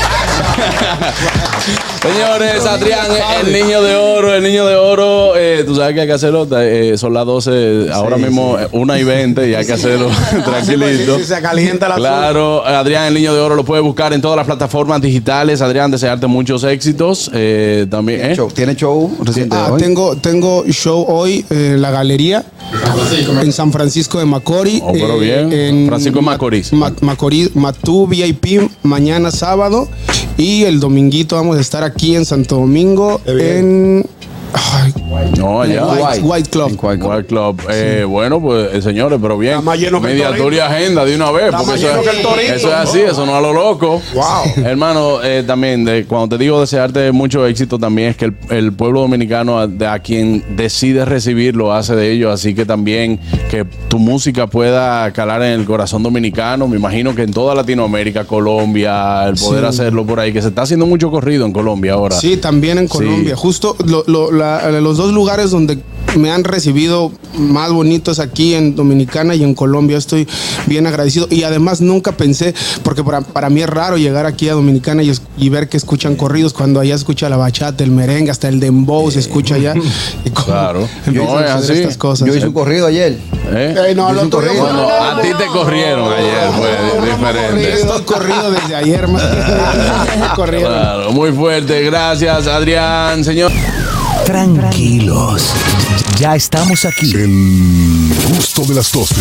Señores, Adrián, el niño de oro, el niño de oro, eh, tú sabes que hay que hacerlo, eh, son las doce, ahora sí, mismo sí. una y veinte y hay que hacerlo tranquilito. Si se calienta la Claro, Adrián, el niño de oro, lo puedes buscar en todas las plataformas digitales. Adrián, desearte muchos éxitos. Eh, también, ¿eh? show. ¿Tiene show reciente ah, hoy? Tengo, tengo show hoy en la galería en San Francisco de Macorís. Oh, pero bien. Eh, en Francisco de Macorís. Ma Macorís, Matú V I P mañana sábado y el dominguito vamos a estar aquí en Santo Domingo en Ay, no, allá. White, White Club. White Club. White Club. Eh, sí. Bueno, pues eh, señores, pero bien. Mediatura y agenda de una vez. Está porque eso es, el eso es así, eso no a lo loco. Wow. Hermano, eh, también, de, cuando te digo desearte mucho éxito, también es que el, el pueblo dominicano, a, de, a quien decide recibirlo, hace de ello. Así que también que tu música pueda calar en el corazón dominicano. Me imagino que en toda Latinoamérica, Colombia, el poder sí. hacerlo por ahí, que se está haciendo mucho corrido en Colombia ahora. Sí, también en Colombia. Sí. Justo lo, lo, la, los dos lugares donde me han recibido más bonitos aquí en Dominicana y en Colombia. Estoy bien agradecido y además nunca pensé, porque para, para mí es raro llegar aquí a Dominicana y, y ver que escuchan corridos cuando allá escucha la bachata, el merengue, hasta el dembow se escucha allá. Y claro. No es así. Estas cosas. Yo hice un corrido ayer. ¿Eh? Hey, no, un corrido. No, no, a ti te corrieron ayer, fue diferente. Estoy corrido desde ayer, más. Claro, muy fuerte. Gracias, Adrián, señor. Tranquilos, ya estamos aquí. El gusto de las doce.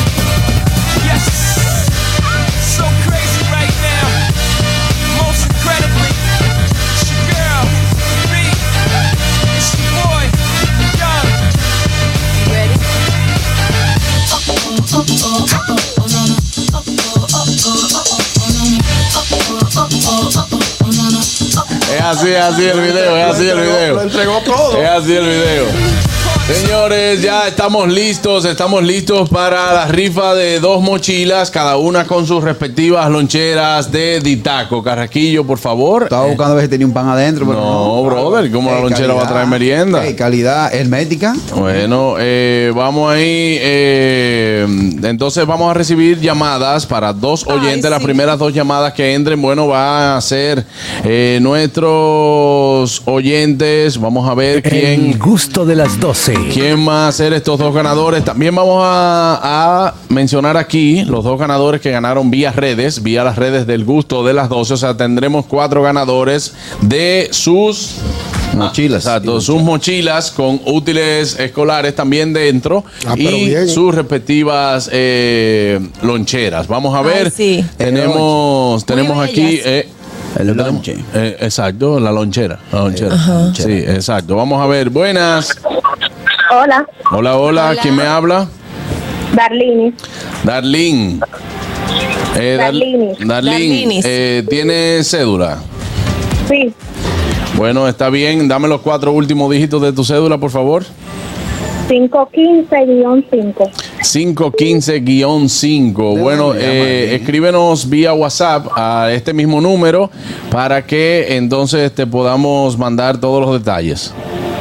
Es así, es así el video, es así el video. Lo entregó todo. Es así el video. Señores, ya estamos listos, estamos listos para la rifa de dos mochilas, cada una con sus respectivas loncheras de Ditaco. Carraquillo, por favor. Estaba buscando a ver si tenía un pan adentro. Pero no, no, brother, ¿cómo la lonchera calidad, va a traer merienda? Hey, calidad hermética. Bueno, eh, vamos ahí. Eh, entonces vamos a recibir llamadas para dos oyentes. Ay, Las sí. primeras dos llamadas que entren, bueno, va a ser eh, nuestros oyentes. Vamos a ver quién. El gusto de las doce. ¿Quién va a ser estos dos ganadores? También vamos a, a mencionar aquí los dos ganadores que ganaron vía redes, vía las redes del gusto de las doce. O sea, tendremos cuatro ganadores de sus mochilas. Ah, exacto, sus mochilas con útiles escolares también dentro ah, y bien. sus respectivas eh, loncheras. Vamos a ver. Ay, sí. Tenemos, tenemos aquí. Eh, El lonche. Eh, exacto, la lonchera. La lonchera. Ajá. Sí, exacto. Vamos a ver. Buenas. Hola. Hola, hola. ¿Quién me habla? Darlini. Darlene. Eh, Darlini. Darlene. Eh, ¿Tiene cédula? Sí. Bueno, está bien. Dame los cuatro últimos dígitos de tu cédula, por favor. cinco quince guión cinco. cinco quince guión cinco. Bueno, eh, escríbenos vía WhatsApp a este mismo número para que entonces te podamos mandar todos los detalles.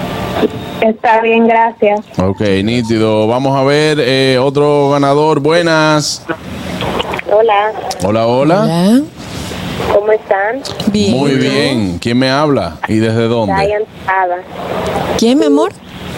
Está bien, gracias. Ok, nítido. Vamos a ver eh, otro ganador. Buenas. Hola. Hola, hola. Hola. ¿Cómo están? Bien. Muy bien. ¿Quién me habla? ¿Y desde dónde? Dayan Tejada. ¿Quién, mi amor?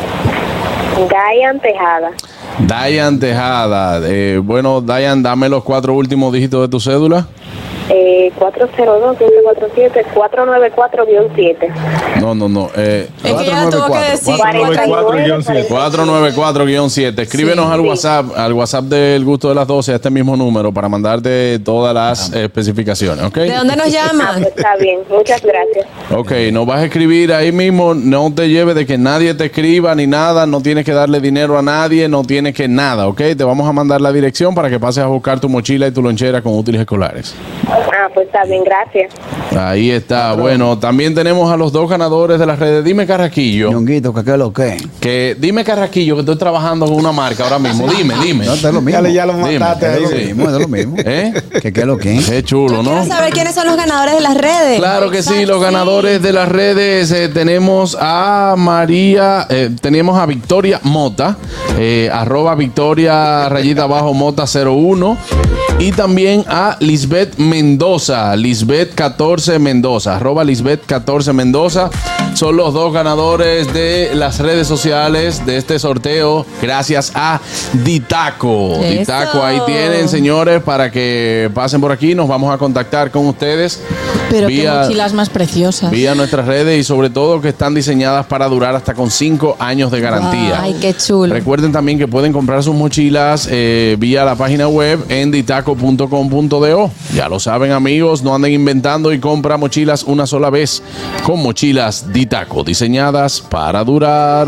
Dayan Tejada. Dayan Tejada. Eh, bueno, Dayan, dame los cuatro últimos dígitos de tu cédula. Eh, cuatro cero dos, uno cuatro siete, cuatro nueve cuatro guión siete. No, no, no. Eh, Es que ella tuvo que decir. cuatro nueve cuatro guión siete. Escríbenos Sí. al WhatsApp, al WhatsApp del Gusto de las doce, a este mismo número, para mandarte todas las eh, especificaciones, ¿ok? ¿De dónde nos llaman? Está bien, muchas gracias. Ok, nos vas a escribir ahí mismo, no te lleves de que nadie te escriba ni nada, no tienes que darle dinero a nadie, no tienes que nada, ¿ok? Te vamos a mandar la dirección para que pases a buscar tu mochila y tu lonchera con útiles escolares. Ah, pues está bien, gracias. Ahí está. Bueno, también tenemos a los dos ganadores de las redes. Dime, Carraquillo. Ñonguito, ¿qué es lo que? Que dime, Carraquillo, que estoy trabajando con una marca ahora mismo. Dime, dime. No, es lo mismo. Ya, ya lo Dime. mataste ahí. Es lo mismo, es lo mismo. ¿Eh? ¿Qué qué es lo que? Qué chulo, ¿no? Quiero saber quiénes son los ganadores de las redes. Claro que sí, los ganadores de las redes eh, tenemos a María, eh, tenemos a Victoria Mota, eh, arroba Victoria rayita abajo Mota cero uno, y también a Lisbeth Mendoza, Lisbeth catorce Mendoza, arroba Lisbeth catorce Mendoza. Son los dos ganadores de las redes sociales de este sorteo, gracias a Ditaco. Eso. Ditaco, ahí tienen, señores, para que pasen por aquí. Nos vamos a contactar con ustedes. Pero qué vía- mochilas más preciosas. Vía nuestras redes y sobre todo que están diseñadas para durar hasta con cinco años de garantía. Ay, qué chulo. Recuerden también que pueden comprar sus mochilas eh, vía la página web en ditaco punto com punto do. Ya lo saben, amigos, no anden inventando y compra mochilas una sola vez con mochilas Ditaco, diseñadas para durar.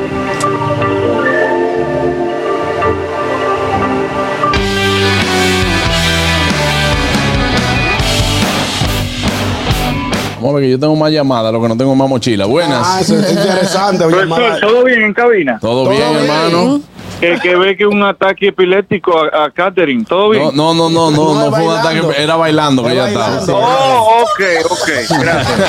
Vamos a ver que yo tengo más llamadas, lo que no tengo más mochila. Buenas. Ah, eso es interesante. oye, Profesor, hermano. ¿todo bien en cabina? ¿Todo bien, hermano? Que, que ve que un ataque epiléptico a, a Catherine, ¿todo bien? No, no, no, no, no, No, no fue un ataque, bailando. era bailando que Es ya bailando. estaba. Oh, ok, ok, gracias.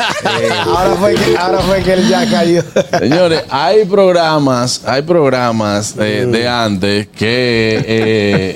Ahora fue que, ahora fue que él ya cayó. Señores, hay programas, hay programas eh, de antes que eh,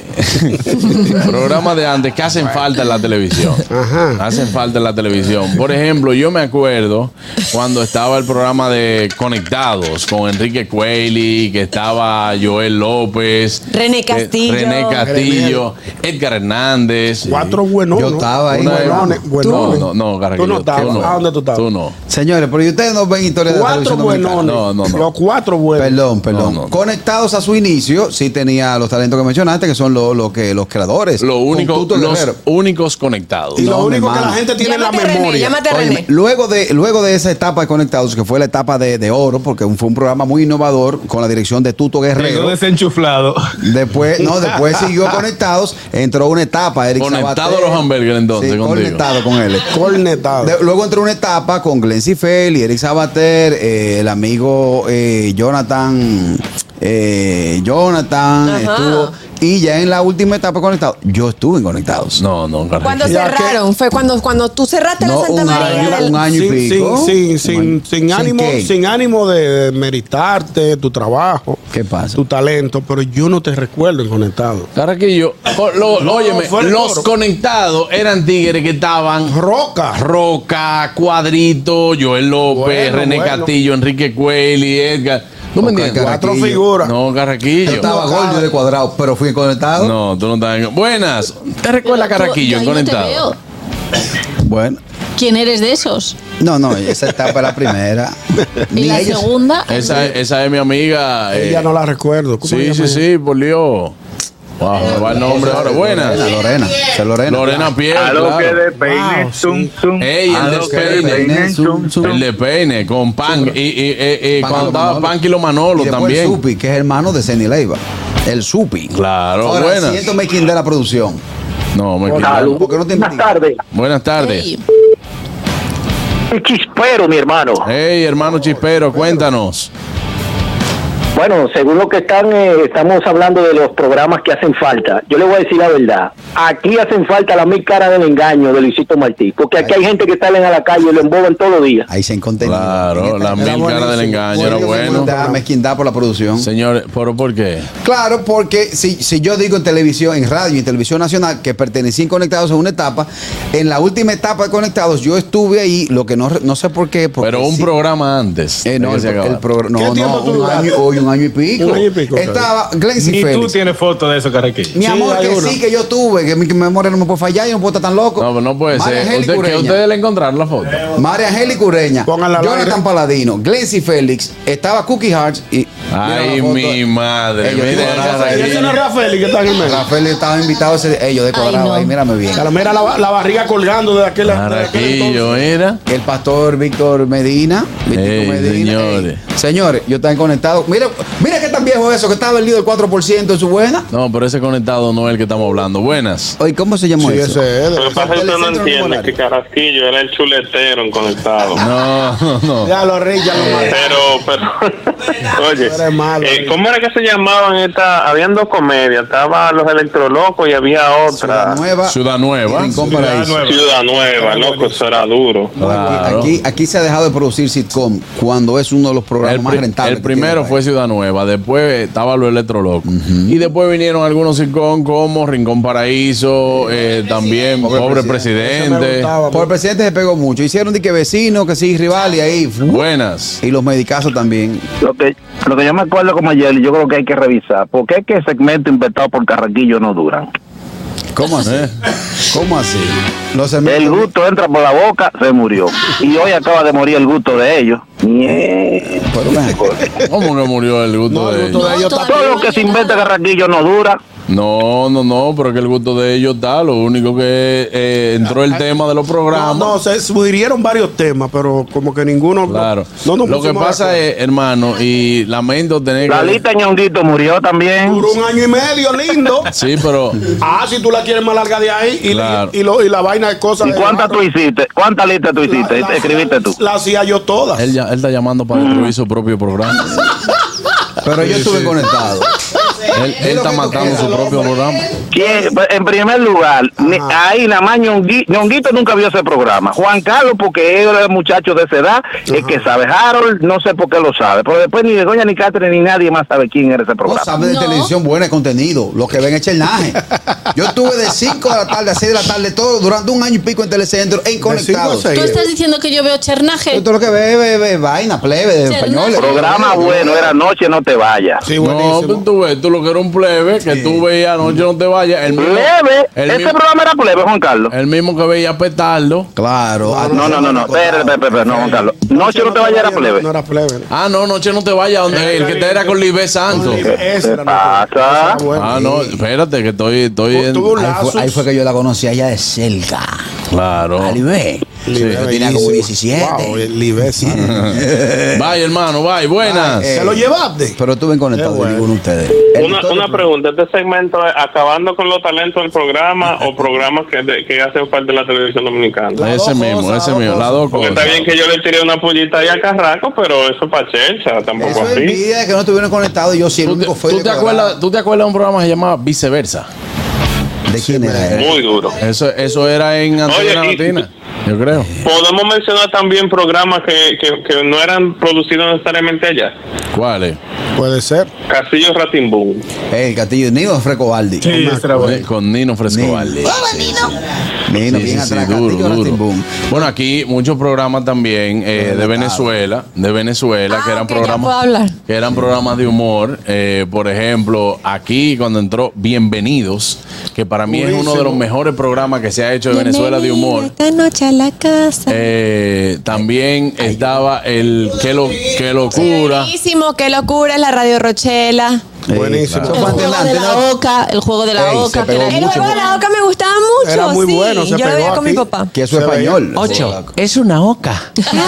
programas de antes que hacen falta en la televisión. Ajá. Hacen falta en la televisión. Por ejemplo, yo me acuerdo cuando estaba el programa de Conectados con Enrique Cueli, que estaba Joel López, René eh, Castillo. René Castillo, Edgar Hernández. Cuatro buenos. Yo estaba ahí. Una- Buenones, No, buenones. no, no, Carraquillo, Tú no estabas. ¿A dónde tú estabas? Tú no. Señores, pero ¿y ustedes no ven historias de la Cuatro televisión dominicana? buenones. No, no, no. Los cuatro buenos. Perdón, perdón. No, no. Conectados a su inicio, sí tenía los talentos que mencionaste, que son los lo que los creadores. Lo Con único, Tuto los Guerrero. únicos conectados. Y lo No, mi único que hermano. la gente tiene en la Llámate René, memoria. llámate Óyeme, René. luego de, luego de esa etapa de Conectados, que fue la etapa de, de oro, porque fue un programa muy innovador con la dirección de Tuto Guerrero. Llegó desenchuflado. Después, no, después siguió Conectados, entró una etapa, Eric Conectado Sabater. a los hamburgues entonces, Sí, contigo. conectado con él. Cornetado. De- luego entró una etapa con Glenn Cifel y Eric Sabater, eh, el amigo eh, Jonathan, eh, Jonathan Ajá. estuvo, y ya en la última etapa conectado, yo estuve en Conectados. No, no, Carraquillo. Cuando Ya que- cerraron, fue cuando, cuando tú cerraste No, la Santa un María año, del... un año y sin, pico. sin, sin, sin, sin ánimo, qué? sin ánimo de meritarte tu trabajo, ¿Qué pasa? tu talento, pero yo no te recuerdo en Conectado. Carraquillo, o- lo- No, óyeme, fue el los coro. conectados eran tigres que estaban Roca. Roca, Cuadrito, Joel López, Bueno, René bueno. Castillo, Enrique Cueli, Edgar. ¿Tú me Ok, entiendes? Cuatro Carraquillo. figuras. No, Carraquillo. Yo estaba gordo y de cuadrado, pero fui conectado. No, tú no estás en... Buenas. ¿Te recuerdas Pero tú- Carraquillo en yo ahí no te Conectado? veo. Bueno, ¿Quién eres de esos? no, no, esa etapa es la primera. Y la ellos- segunda. Esa, esa es mi amiga. eh, Ella no la recuerdo. ¿Cómo Sí, se sí, llama? sí, por Dios. Wow, me va el nombre ahora. Buenas. Lorena, Lorena, esa es Lorena. Lorena Piel, A lo que claro. de peine, Wow, zum, sí. zum. Ey, A el lo que de despeine. peine, zum, zum. El de peine con Pan. Y, y, y, y Panquilo cuando estaba Manolo. Panquilo Manolo Y después también. el Supi, que es hermano de Ceni Leiva. El Supi. Claro, Ahora, buenas. siento making de la producción. No, me Salud. equivoco. ¿Por qué no te Buenas investigas? tardes. Buenas tardes. Ey, El chispero, mi hermano. Hey, hermano Chispero, cuéntanos. Bueno, según lo que están, eh, estamos hablando de los programas que hacen falta. Yo le voy a decir la verdad. Aquí hacen falta las mil caras del engaño de Luisito Martí. Porque aquí hay gente que salen a la calle y lo emboban todos los días. Ahí se en contenido. Claro, En las esta- mil era caras del buenísimo. engaño, era bueno. Da mezquindad por la producción. Señores, ¿pero por qué? Claro, porque si, si yo digo en televisión, en radio y en televisión nacional que pertenecí en Conectados en una etapa, en la última etapa de Conectados yo estuve ahí, lo que no, no sé por qué. porque Pero un sí- programa antes. Eh, no, de que el, se el acabara. programa. ¿Qué No, tiempo no, tú un duraste? año, hoy un un año y pico. Un año y pico. Estaba Glency Ni tú Félix. tienes fotos de eso, Carraquillo. Mi Sí, amor, hay que uno. sí, que yo tuve, que mi memoria no me puede fallar y no puedo estar tan loco. No, pero no puede María ser. Angélica Usted, que Ureña. ustedes le encontraron la foto. María Angélica Ureña, Pónganla al Jonathan aire. Paladino, Glency Félix, estaba Cookie Hearts y. Ay, mira la foto. mi madre. Ellos Mire, decorados Y ese no es Carraquillo. Rafael que está en el medio. Rafael estaba invitado, ese- ellos decorados Ay, no. ahí, mírame bien. Claro, mira la, la barriga colgando de aquel, de aquel Carraquillo entonces. era. El pastor Víctor Medina. Víctor Ey, Medina. señores. Ey. Señores, yo estaba conectado. Mira, mira qué tan viejo eso, que estaba vendido el cuatro por ciento de su buena. No, pero ese conectado no es el que estamos hablando. Buenas. Oye, ¿cómo se llamó Sí, eso? ese es. Lo que pasa es que usted no Telecentro entiende Nuevo que Carrasquillo era el chuletero en conectado. No, no, no. Ya lo rey, ya lo maté. Pero, pero, oye, Eres malo, eh, Rey. ¿cómo era que se llamaban esta? Habían dos comedias, estaba Los Electrolocos y había Ciudad otra. Nueva. Ciudad Nueva. y Rincón Ciudad Paraíso. Nueva. Ciudad Nueva, loco, eso era duro. No, aquí- Claro. aquí, aquí se ha dejado de producir sitcom cuando es uno de los programas El, más pri- rentables. el que primero tiene el fue Ciudad Nueva, después estaba Lo Electro Loco. Y después vinieron algunos sitcom como Rincón Paraíso, eh, también Pobre, Presidente. país. Por el presidente se pegó mucho. Hicieron de que vecino, que sí, rival y ahí. Buenas. Y los medicazos también. Lo que, lo que yo me acuerdo como ayer, y yo creo que hay que revisar, ¿por qué es que segmentos inventados por Carraquillo no duran? ¿Cómo así? ¿Eh? ¿Cómo así? Los El segmentos- gusto entra por la boca, se murió. Y hoy acaba de morir el gusto de ellos. Ñe. Pero ven acá. ¿Cómo que murió el gusto No, de el gusto ellos? de ellos está. Todo lo que se inventa Carraquillo no dura. No, no, no, pero que el gusto de ellos está. Lo único que eh, entró el tema de los No, programas. no, se sugirieron varios temas, pero como que ninguno. Claro. No, nos Lo que pusimos de pasa acuerdo. es, hermano, y lamento tener La que. lista Ñonguito murió también. Duró un año y medio, lindo. Sí, pero. Ah, si tú la quieres más larga de ahí y, Claro. y, y lo- y la vaina de cosas. ¿Y de cuántas barro, tú hiciste? ¿Cuántas listas tú hiciste? la- la- Escribiste tú. La hacía yo todas. Él, ya, él está llamando para destruir su propio programa. Pero yo estuve conectado. Él, él está matando su propio programa. ¿Quién? En primer lugar, ni- ahí nada más Ñongui- Ñonguito nunca vio ese programa. Juan Carlos, porque él es muchacho de esa edad, es que sabe. Harold, no sé por qué lo sabe. Pero después ni de Doña ni Catherine ni nadie más sabe quién era ese No programa. sabe de No. televisión buena de contenido. Lo que ven es chernaje. Yo estuve de cinco de la tarde a seis de la tarde, todo durante un año y pico en Telecentro, en cinco a conectados. seis. ¿Tú estás diciendo que yo veo chernaje? Esto es lo que ve, ve, ve, vaina, plebe de Chernaje. españoles. Programa bueno, era Noche No Te Vayas. Sí, No, buenísimo. pero tú ves, tú lo que era un plebe, que tú veías anoche no te vayas. El mismo, Plebe, el ese mismo- programa era plebe, Juan Carlos. el mismo que veía Petardo. Claro. No, no, no, no, espera, espera, espera, no, Juan Carlos. Noche No Te Vayas era plebe. No era plebe. Ah, no, noche no te vayas, donde el que te era con Libé Santos. Ese era pasa? nuestro- ese era bueno. Ah, no, espérate, que estoy, estoy en. Tuvo un Ahí lazo. fue, ahí fue que yo la conocí allá de cerca. Claro. Alibé. Libé, Yo tenía como bellísimo. diecisiete. Wow, el Libé, sí. Bye, hermano, bye, buenas. Eh, ¿Se lo llevaste? Pero estuve conectado Qué bueno. ninguno de ustedes. Una, una pregunta, ¿este segmento es acabando con los talentos del programa o programas que, de- que hacen parte de la televisión dominicana? Las Ese dos mismo, cosas, ese las mismo, dos las dos Porque cosas. está bien que yo le tiré una pullita ahí a Carraco, pero eso es para chelcha, tampoco Eso es así. envidia que no estuvieron conectados. Yo sí, el ¿Tú te, único fue tú te acuerdas, ¿Tú te acuerdas de un programa que se llamaba Viceversa? ¿De quién era él? Muy duro. Eso, eso era en Antena Oye, y- Latina, yo creo. Podemos mencionar también programas que, que, que no eran producidos necesariamente allá. ¿Cuáles? Puede ser. Castillo Ratimbún. El Castillo Nino Frescobaldi. Sí, ese era bueno. Eh, Con Nino Frescobaldi. Nino, Sí, bien sí, sí, atrás. duro, Castillo duro. Ratimbún. Bueno, aquí muchos programas también eh, de Notable. Venezuela, de Venezuela, que Ah, eran ok, ya puedo programas, hablar. que eran programas de humor. Eh, por ejemplo, aquí cuando entró Bienvenidos, que para mí es uno de los mejores programas que se ha hecho de Venezuela de humor. Esta noche a la casa. Eh, también estaba el qué lo qué locura. Buenísimo, qué locura es la Radio Rochela. Buenísimo. Eso El fue juego antes de la- la oca, el juego de la Ey, se oca. que pegó era- El mucho. juego de la oca me gustaba mucho. Era muy sí. bueno, se Yo lo pegó veía con mi aquí. papá. Que eso es Se veía. español. Ocho, es una oca.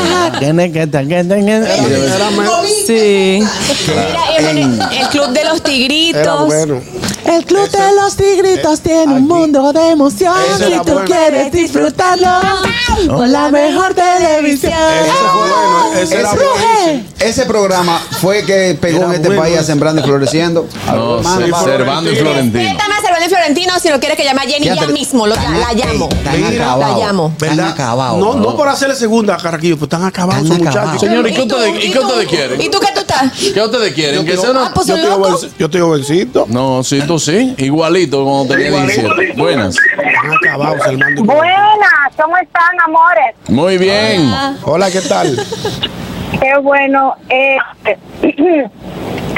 Sí. Mira, el, el Club de los Tigritos. Era bueno. El Club de los Tigritos tiene un mundo de emoción. Ese Si era tú bueno. quieres disfrutarlo con la mejor televisión. Ese era bueno. Ese era buenísimo. Ese programa fue que pegó Era en este muy país bueno. a Sembrando y Floreciendo. No, Hermano, sí, va- Servando y Florentino. Respétame a Cervantes Florentino si no quieres que llame a Jenny ya Fíjate, mismo. Lo- la, están- la llamo. Están Mira, acabados. la llamo. Están ¿Verdad? acabados. No, no por hacerle segunda a Carraquillo, pues están acabados Están esos acabados. muchachos. Señor, ¿y qué tú? ustedes, ¿y qué tú? ustedes quieren? ¿Y tú qué tú estás? ¿Qué ustedes quieren? ¿Que sea una- Ah, pues Yo son estoy, locos. joven- yo estoy jovencito. No, sí, tú sí. Igualito cuando tenía diecisiete. Buenas. Están acabados, Armando. Buenas, ¿cómo están, amores? Muy bien. Hola, ¿qué tal? Qué bueno. Eh,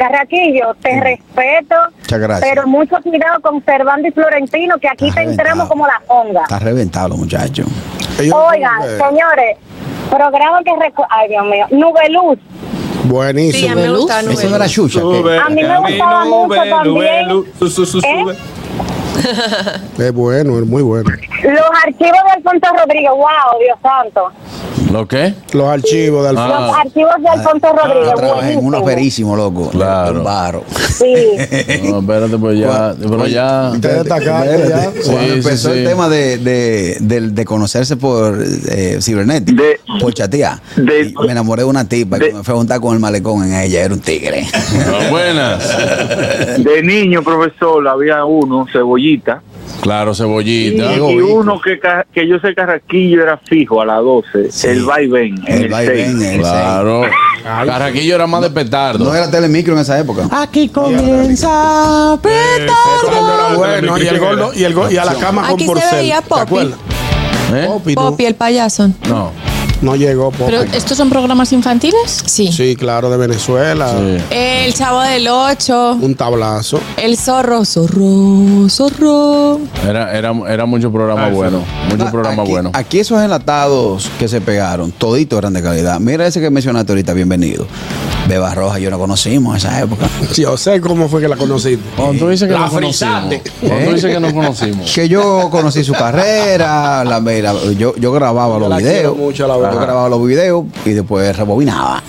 Carraquillo, te respeto, Muchas gracias. pero mucho cuidado con Servando y Florentino, que aquí Está te entramos reventado. como la honga. Está reventado los muchachos. Oigan, señores, programa que recu- ay Dios mío, Nubeluz. Buenísimo. Sí, a mí me gusta Eso no era Xuxa. ¿qué? Sube, A mí me Camino, gustaba mucho Nube, también. Nube, su- su- su- ¿Eh? sube. Es bueno, es muy bueno. Los archivos de Alfonso Rodríguez, wow, Dios santo. ¿Lo qué? Los archivos de Alfonso. Los archivos de Alfonso Rodríguez, Yo trabajé en uno buenísimo. perísimo, loco. Claro. Un baro. Sí. No, espérate, pues ya. Pero ya. Te destacaste ya. Sí, Cuando empezó sí, sí. el tema de, de, de, de conocerse por eh, cibernético, por chatear, de- me enamoré de una tipa de- que me fue a juntar con el malecón en ella, era un tigre. Ah, buenas. De niño, profesor, había uno, Cebollita. Claro, Y, cebollita. y uno que, ca- que yo sé Carraquillo era fijo a las doce, Sí. el vaivén. en El el vaivén, seis. el Claro. Carraquillo era más de petardo. No era telemicro en esa época. Aquí comienza Era bueno, y el gordo, y el gordo, y a la cama con Aquí se porcel. veía ¿Te Poppy. acuerdas? ¿Eh? Poppy, no. Poppy, el payaso. No. No llegó Poppy. ¿Pero estos son programas infantiles? Sí. Sí, claro, de Venezuela. Sí. El Chavo del Ocho. Un tablazo. El zorro, zorro, zorro. Era, era, era mucho programa bueno. Mucho Ah, programa aquí, bueno. Aquí esos enlatados que se pegaron, toditos eran de calidad. Mira ese que mencionaste ahorita, bienvenido. Beba Roja, yo no conocimos en esa época. Yo sé cómo fue que la conociste. Cuando tú dices que La no conocimos. frisaste. Cuando tú dices que no conocimos. Que yo conocí su carrera, la, la- yo, yo grababa Yo los la quiero videos. mucho, la verdad. Yo grababa los videos y después rebobinaba.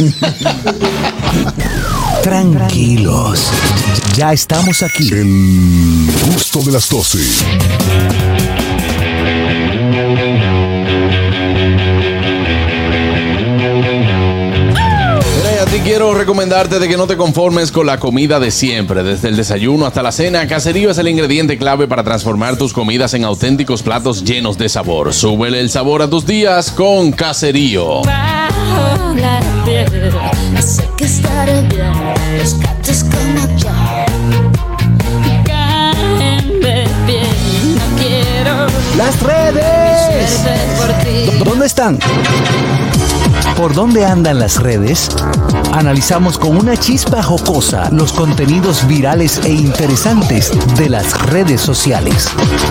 Tranquilos. Ya estamos aquí. El gusto de las doce. Mira, y a ti quiero recomendarte de que no te conformes con la comida de siempre. Desde el desayuno hasta la cena, Caserío es el ingrediente clave para transformar tus comidas en auténticos platos llenos de sabor. Súbele el sabor a tus días con Caserío. Bajo la piel, sé que estaré bien. Los gatos como yo cáenme bien. No quiero Las redes. perder por ti. ¿Dónde están? ¿Por dónde andan las redes? Analizamos con una chispa jocosa los contenidos virales e interesantes de las redes sociales.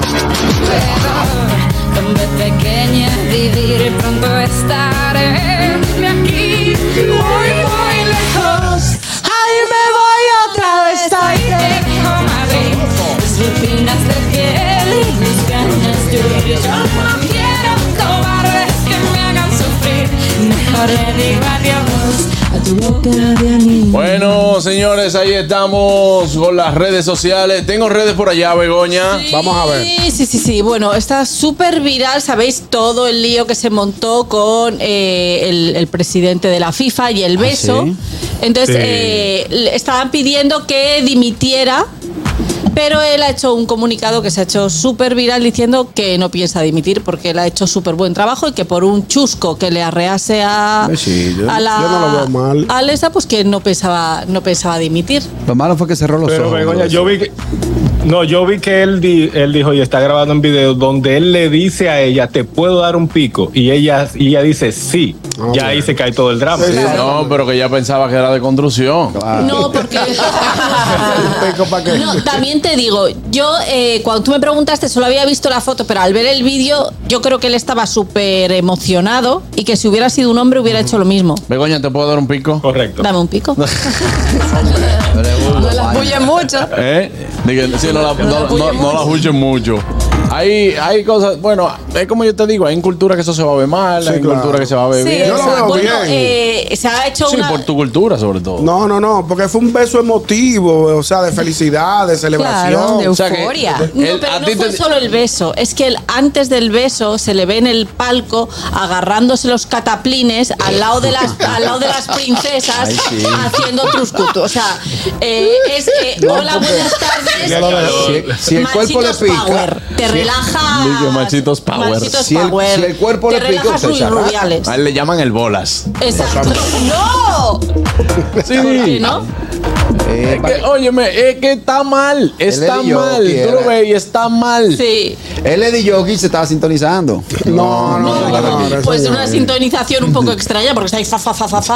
Donde pequeña vivir pronto estaré. Me aquí voy muy lejos. Ahí me voy otra vez. Ahí te dejo Madrid. Mis rupinas de piel y mis ganas de huir. Yo no quiero cobardes que me hagan sufrir. Mejor le digo adiós a tu boca de anillo. Bueno, señores, ahí estamos con las redes sociales. Tengo redes por allá, Begoña. Vamos a ver. Sí, sí, sí, sí. Bueno, está súper viral, ¿sabéis? Todo el lío que se montó con eh, el, el presidente de la FIFA y el beso. ¿sí? Entonces, Sí. eh, le estaban pidiendo que dimitiera. Pero él ha hecho un comunicado que se ha hecho súper viral diciendo que no piensa dimitir porque él ha hecho súper buen trabajo y que por un chusco que le arrease a, Pues sí, yo- a la yo no lo veo mal. a Lesa, pues que no pensaba, no pensaba dimitir. Lo malo fue que cerró los Pero ojos. Begoña, ¿no? yo vi que. No, yo vi que él, di- él dijo y está grabando un video donde él le dice a ella, te puedo dar un pico. Y ella, y ella dice sí. Ah, ya ahí se cae todo el drama. Sí, No, pero que ya pensaba que era de construcción. No, porque. ¿Pico para qué? No, también te digo, yo eh, cuando tú me preguntaste solo había visto la foto, pero al ver el vídeo yo creo que él estaba súper emocionado y que si hubiera sido un hombre hubiera hecho lo mismo. Begoña, ¿te puedo dar un pico? Correcto. Dame un pico. No la apoya mucho. ¿Eh? Diga, sí, no la, no, no- no la juzguen mucho. Hay, hay cosas, bueno, es como yo te digo, hay en cultura que eso se va a ver mal, Sí, hay en claro. cultura que se va a ver Sí, bien. Yo lo veo Bueno, bien. eh, se ha hecho Sí, una. por tu cultura sobre todo. No, no, no, porque fue un beso emotivo, o sea, de felicidad, de celebración. Claro, de O sea que- euforia. No, El- pero a no ti fue te- solo el beso, es que él, antes del beso se le ve en el palco agarrándose los cataplines al lado de las, al lado de las princesas Ay, sí. haciendo truscutu. O sea, eh, es eh, hola, buenas tardes. Si, si el cuerpo le Machitos pica. Power, te si- relaja. Dice Machitos Power. Machitos Si el- Power. si el cuerpo te le pica, relajas usted se arranca. rubiales. A él le llaman el bolas. Exacto. ¡No! Sí. ¿Por qué no? Eh, Es que, óyeme, es que está mal. Está Lady mal. Jockey Tú lo era- ves y está mal. Sí. El Eddie Jockey se estaba sintonizando. No, no, no, no, Pues eso una no. sintonización un poco extraña porque está ahí fa, fa, fa, fa, fa.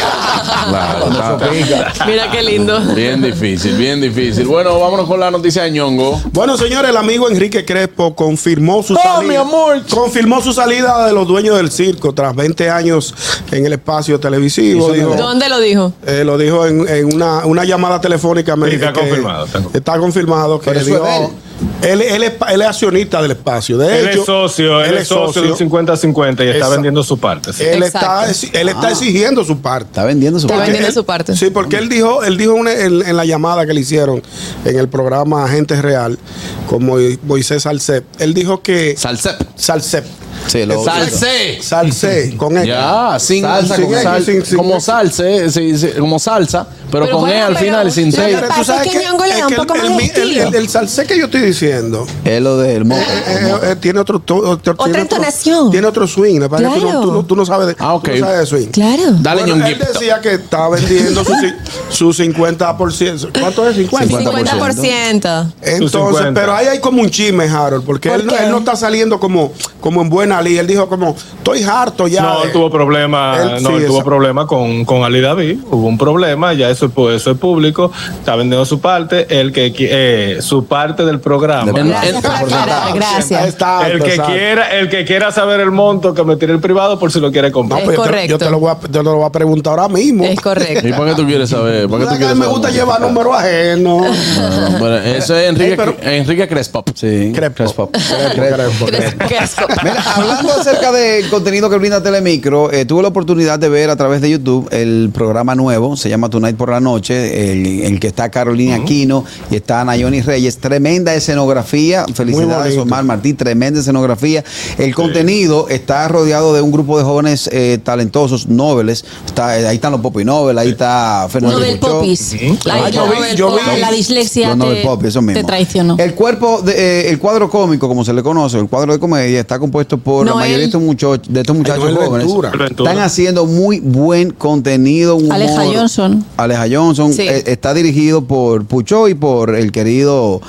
Claro, está- Mira qué lindo. bien difícil, bien difícil. Bueno, vámonos con la noticia de Ñongo. Bueno, señores, el amigo Enrique Crespo confirmó su ¡Oh, salida. mi amor! Confirmó su salida de los dueños del circo tras veinte años en el espacio televisivo. Dijo, ¿Dónde lo dijo? eh, lo dijo en, en una, una llamada telefónica. Me Sí, dijo está que- confirmado, está confirmado. Está confirmado que Pero eso dijo, es de él. Él, él es, él es accionista del espacio. De Él hecho, es socio, él es socio del cincuenta cincuenta y está Esa- vendiendo su parte. sí. Él está, Exacto. él está Ah. exigiendo su parte. Está vendiendo su Está parte. vendiendo él- su parte. Sí, porque él dijo, él dijo una- en, en la llamada que le hicieron en el programa Agente Real con Mo- Moisés Salcep, él dijo que Salsep. Salcep. Sí, lo- Salse. Salce con X. Ya, sin, Salsa sin con X, X, sin- sin como X. salsa, eh, sí, sí, como salsa, pero, Pero con bueno, E al pero final y sin lo T. que pasa es que Ñongo le da un el- poco el, más de el, estilo. el- el salse que yo estoy diciendo Es lo del moco. eh, eh, eh, tiene otro, to- otro- Otra tiene otro- entonación. tiene otro swing. me parece que tú, no, Claro. tú no- tú no sabes de, Ah, ok. tú no sabes de swing. Claro. Dale, Bueno, él Ñonguito. decía que estaba vendiendo su, ci- su cincuenta por ciento. ¿Cuánto es? cincuenta. cincuenta por ciento. Entonces, cincuenta. pero ahí hay como un chisme, Harold, porque ¿Por él, no- qué? él no está saliendo como, como en buena ley. Él dijo como, estoy harto ya. No, de- él tuvo problema, Él- no, sí, él tuvo esa- problema con, con Ali David, hubo un problema, ya eso, pues, eso es público, está vendiendo su parte, el que qui- eh, su parte del programa. En- Gracias en- por aclarar, gracias. Está el harto, que exacto. quiera, el que quiera saber el monto que me tire el privado por si lo quiere No, comprar. Es pues yo te- correcto. Yo te, lo voy a, yo te lo voy a preguntar ahora mismo. Es correcto. ¿Y para qué tú quieres saber? ¿Para qué tú O sea, que quieres me saber? gusta llevar números ajenos. Ah, bueno, eso es Enrique, Ey, pero- Enrique Crespo. Sí. Crespo. Crespo. Crespo, Crespo. Qué asco. Mira, hablando acerca del contenido que brinda Telemicro, eh, tuve la oportunidad de ver a través de YouTube el programa nuevo, se llama Tonight por la Noche, el, el que está Carolina Aquino y está Nayoni Reyes. Tremenda escenografía, felicidades bonito. Omar Martí, tremenda escenografía. El contenido está rodeado de un grupo de jóvenes eh, talentosos, nobles. Está, eh, ahí están los Poppy Nobel, ahí está Fernando Nobel Puchó. Popis. La, Ah, la yo vi- Nobel yo Pop- vi- la dislexia Los Nobel te, Pop, eso mismo. te traicionó. El cuerpo, de, eh, el cuadro cómico, como se le conoce, el cuadro de comedia, está compuesto por la Noel. mayoría de estos muchachos, de estos muchachos Noel jóvenes. Ventura. Ventura. Están haciendo muy buen contenido. Un humor. Aleja Johnson. Aleja Johnson. Sí. Eh, está dirigido por Puchó y por el querido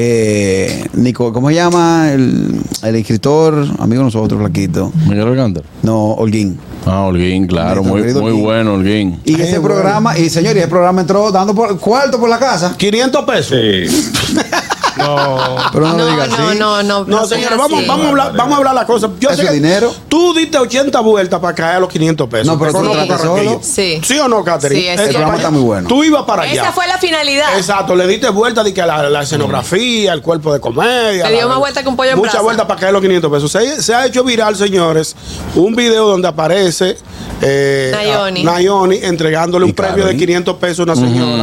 eh, Nico, ¿cómo se llama? El, el escritor, amigo de nosotros, flaquito. Miguel Alcántara. No, Holguín. Ah, Holguín, claro, Nuestro muy, querido muy Holguín. bueno, Holguín. Y ese programa, y señor, y ese programa entró dando por, cuarto por la casa. quinientos pesos. Sí. No. Pero no, No, lo digas no, así. no, no. No, sean señores, vamos, así. vamos, a hablar, vamos a hablar la cosa. Yo ¿Eso sé es que dinero? Tú diste ochenta vueltas para caer a los quinientos pesos. No, pero Te tú conozco, entraste Carraquillo. solo. Sí. ¿Sí o no, Catherine? Sí, es Eso cierto. El programa para- está muy bueno. Tú ibas para allá. Esa fue la finalidad. Exacto, le diste vuelta de que la, la escenografía, el cuerpo de comedia. Le dio la- más vuelta que un pollo en Muchas brasa. vueltas para caer los quinientos pesos. Se, se ha hecho viral, señores, un video donde aparece eh, Nayoni. a- Nayoni entregándole un premio de quinientos pesos a una señora.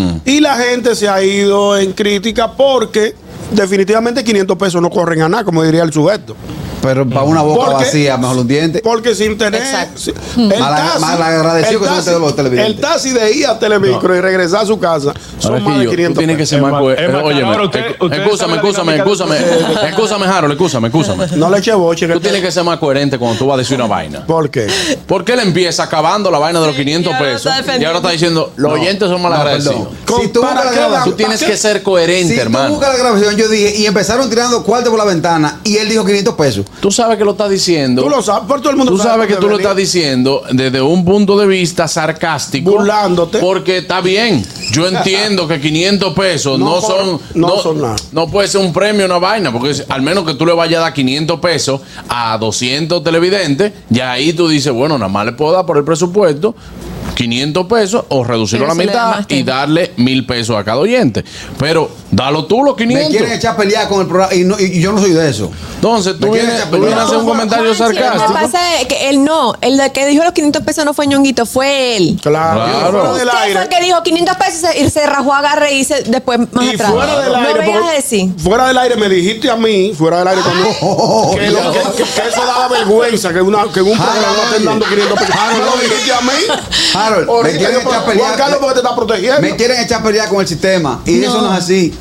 Y la gente se ha ido en crítica porque definitivamente quinientos pesos no corren a nada, como diría el sujeto. Pero para una boca Porque- vacía, mejor lo entiende. Porque sin tener. Exacto. si- el Mal- taxi- mal agradecido el que son taxi- ustedes los televidentes. El taxi de ir a Telemicro y regresar a su casa son más de Carraquillo, tú quinientos tienes que pesos. ser Es más más- coherente. es más caro. Óyeme, Ahora usted- escú- usted escúchame, sabe la escúchame, dinámica escúchame. de- Escúchame, Harold, escúchame, escúchame. No le eche boche. que Tú el- tienes que ser más coherente cuando tú vas a decir una vaina. ¿Por qué? Porque él empieza acabando la vaina de los quinientos y ahora pesos está defendiendo. y ahora está diciendo, los oyentes son mal No, agradecidos. perdón. Si tú ¿Para buscas la qué grabación, Tú tienes ¿para que ser coherente, si hermano. tú buscas la grabación, yo dije, y empezaron tirando cuartos por la ventana, y él dijo quinientos pesos. Tú sabes que lo está diciendo. Tú lo sabes, por todo el mundo Tú sabe sabes que por tú lo dónde estás venía. diciendo desde un punto de vista sarcástico. Burlándote. Porque está bien. Yo entiendo que quinientos pesos no, No son. son- no son nada. No puede ser un premio, una vaina. Porque si- al menos que tú le vayas a dar quinientos pesos a doscientos televidentes, ya ahí tú dices, bueno, nada más le puedo dar por el presupuesto quinientos pesos o reducirlo Pero a la se le da mitad más y tiempo. darle mil pesos a cada oyente. Pero dalo tú los Me quinientos. quieren echar a pelear con el programa, y, no- y yo no soy de eso. Entonces tú Me quieren vienes, echar tú vienes a pelear. hacer un No, comentario Juanchi, Lo que sarcástico. pasa es que él no. El de que dijo los quinientos pesos no fue Ñonguito, fue él. Claro. Claro. Fuera del Usted aire. fue el que dijo quinientos pesos y se, se rajó agarre y se, después más Y atrás. fuera del no aire. vengas porque- a decir. Fuera del aire me dijiste a mí, fuera del aire conmigo, que, lo- que- que- que eso daba vergüenza, que, una, que en un programa no estén dando quinientos pesos. Harold, Me lo oye. dijiste a mí. Harold, me Ahorita quieren yo, echar a Juan pelear. Carlos, porque te está protegiendo. Me quieren echar a pelear con el sistema, y eso no es así.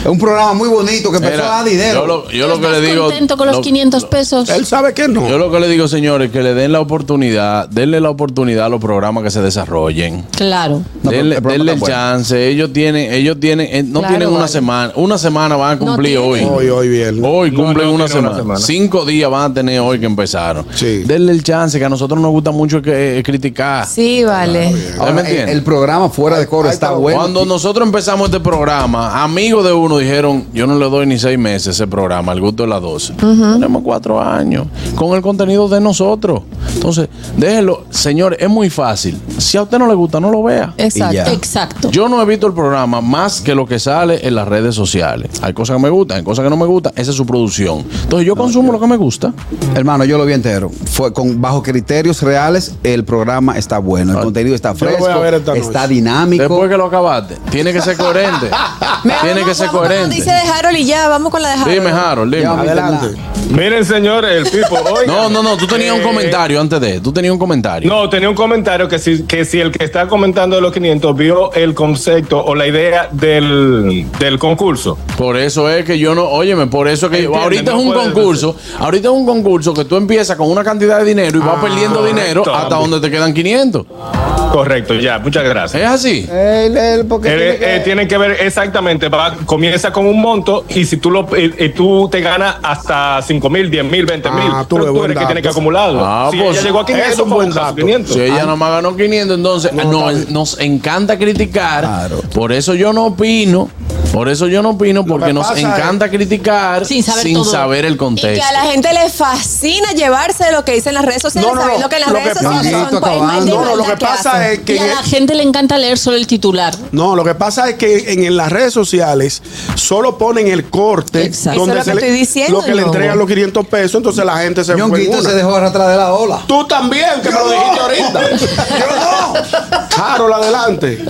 Es un programa muy bonito que empezó Mira, a dar dinero. Yo lo, yo lo que le ¿Estás digo. contento con los lo- quinientos pesos? Él sabe que no. Yo lo que le digo, señores, que le den la oportunidad, denle la oportunidad a los programas que se desarrollen. Claro. No, pero denle el programa denle el está bueno. chance. Ellos tienen, ellos tienen, eh, no Claro, tienen una vale. semana. Una semana van a cumplir No hoy. tienen. Hoy, hoy viernes. Hoy No, cumplen no una, tiene una semana. semana. Cinco días van a tener hoy que empezaron. Sí. Denle el chance, que a nosotros nos gusta mucho que, eh, criticar. Sí, vale. ¿Usted Ahora, me el, entiende? el programa fuera de coro Ahí está está. bueno. Cuando nosotros empezamos este programa, amigos de uno dijeron, yo no le doy ni seis meses a ese programa, al gusto de las doce. Tenemos cuatro años con el contenido de nosotros. Entonces, déjenlo. Señores, es muy fácil. Si a usted no le gusta, no lo vea. Exacto. Y ya. Exacto. Yo no he visto el programa más que lo que sale en las redes sociales. Hay cosas que me gustan, hay cosas que no me gustan. Esa es su producción. Entonces, yo consumo lo que me gusta. Hermano, yo lo vi entero. Fue con bajo criterios reales, el programa está bueno, el Ah. contenido está Yo lo fresco, voy a ver esta está noche. dinámico. Después que lo acabaste, tiene que ser coherente. Me tiene vamos- que ser vamos con la coherente. noticia de Harold y ya, vamos con la de Harold. Dime, Harold, dime. Ya, Adelante. Miren, señores, el Pipo. oigan, No, no, no. Tú tenías un eh, comentario antes de. Tú tenías un comentario. No, tenía un comentario que si, que si el que está comentando de los quinientos vio el concepto o la idea del, del concurso. Por eso es que yo no, óyeme, por eso es que Entiende, ahorita no es un puede concurso, ahorita es un concurso que tú empiezas con una cantidad de dinero y vas perdiendo correcto, dinero hasta Ambi. donde te quedan quinientos. Correcto, ya, muchas gracias. ¿Es así? Él- él, porque Eh, tiene que- eh, tienen que ver exactamente, va, comienza con un monto y si tú lo eh, eh, tú te ganas hasta cinco mil, diez mil, veinte mil, Ah, tú pero ves tú buen eres que dato. tiene que acumularlo. Ah, si pues, ella llegó a quinientos, es un fue buen caso dato. quinientos. Si ella nomás ganó quinientos, entonces nos, nos encanta criticar. Claro. Por eso yo no opino. Por eso yo no opino, porque que nos pasa encanta criticar Sin saber todo. saber el Y que contexto. a la gente le fascina llevarse de lo que dicen las redes sociales, No, no, no. sabiendo que las Lo redes que sociales pasa- son pues, acabando. de No, no, lo maldad que pasa hacen. es que Y a en la gente le encanta leer solo el titular. No, lo que pasa es que en, en las redes sociales solo ponen el corte Exacto. donde Eso es se lo que le, estoy diciendo, lo que le yo. entregan los quinientos pesos, entonces la gente se fue en Ñonguito una. se dejó arrastrar de la ola. Tú también, que me lo dijiste ahorita. Yo no. Harold, adelante.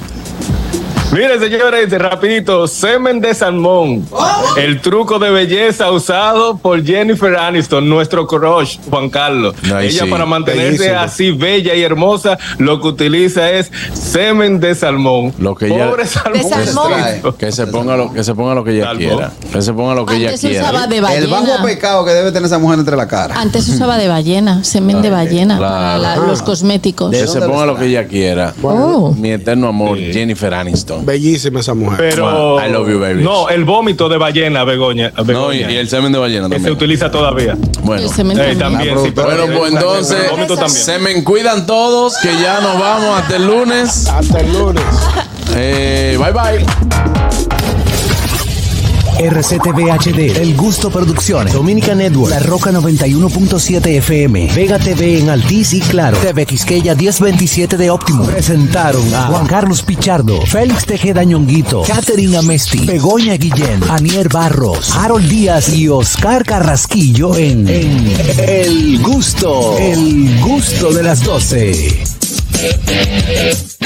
Miren, señores, rapidito, semen de salmón. El truco de belleza usado por Jennifer Aniston, nuestro crush, Juan Carlos. Ay, Ella sí. para mantenerse Bellísimo. así bella y hermosa, lo que utiliza es semen de salmón. Lo que ella- Pobre salmón. De salmón. estricto. Que se ponga lo que se ponga lo que ella Salvo. quiera. Que se ponga lo que ella Antes se quiera. usaba de El ballena. bajo pecado que debe tener esa mujer entre la cara. Antes se usaba de ballena, semen de ballena Claro. para la- los cosméticos. Que ¿De se dónde ponga le lo que ella quiera. Oh. Mi eterno amor, Jennifer Aniston. Bellísima esa mujer. Pero Wow, I love you, baby. no, el vómito de ballena, Begoña. No, y, Begoña, y el semen de ballena que se también. utiliza todavía. Bueno. El semen Eh, también. también, sí, pero- Bueno, pues entonces el vómito también. se me cuidan todos, que ya nos vamos hasta el lunes. Hasta el lunes. Eh, bye bye. R C T V H D, El Gusto Producciones, Dominica Network, La Roca noventa y uno punto siete F M, Vega T V en Altiz y Claro, T V Quisqueya diez veintisiete de Optimum. Presentaron a Juan Carlos Pichardo, Félix Tejeda Ñonguito, Catherine Amesti, Begoña Guillén, Anier Barros, Harold Díaz y Oscar Carrasquillo en, en El Gusto, El Gusto de las doce.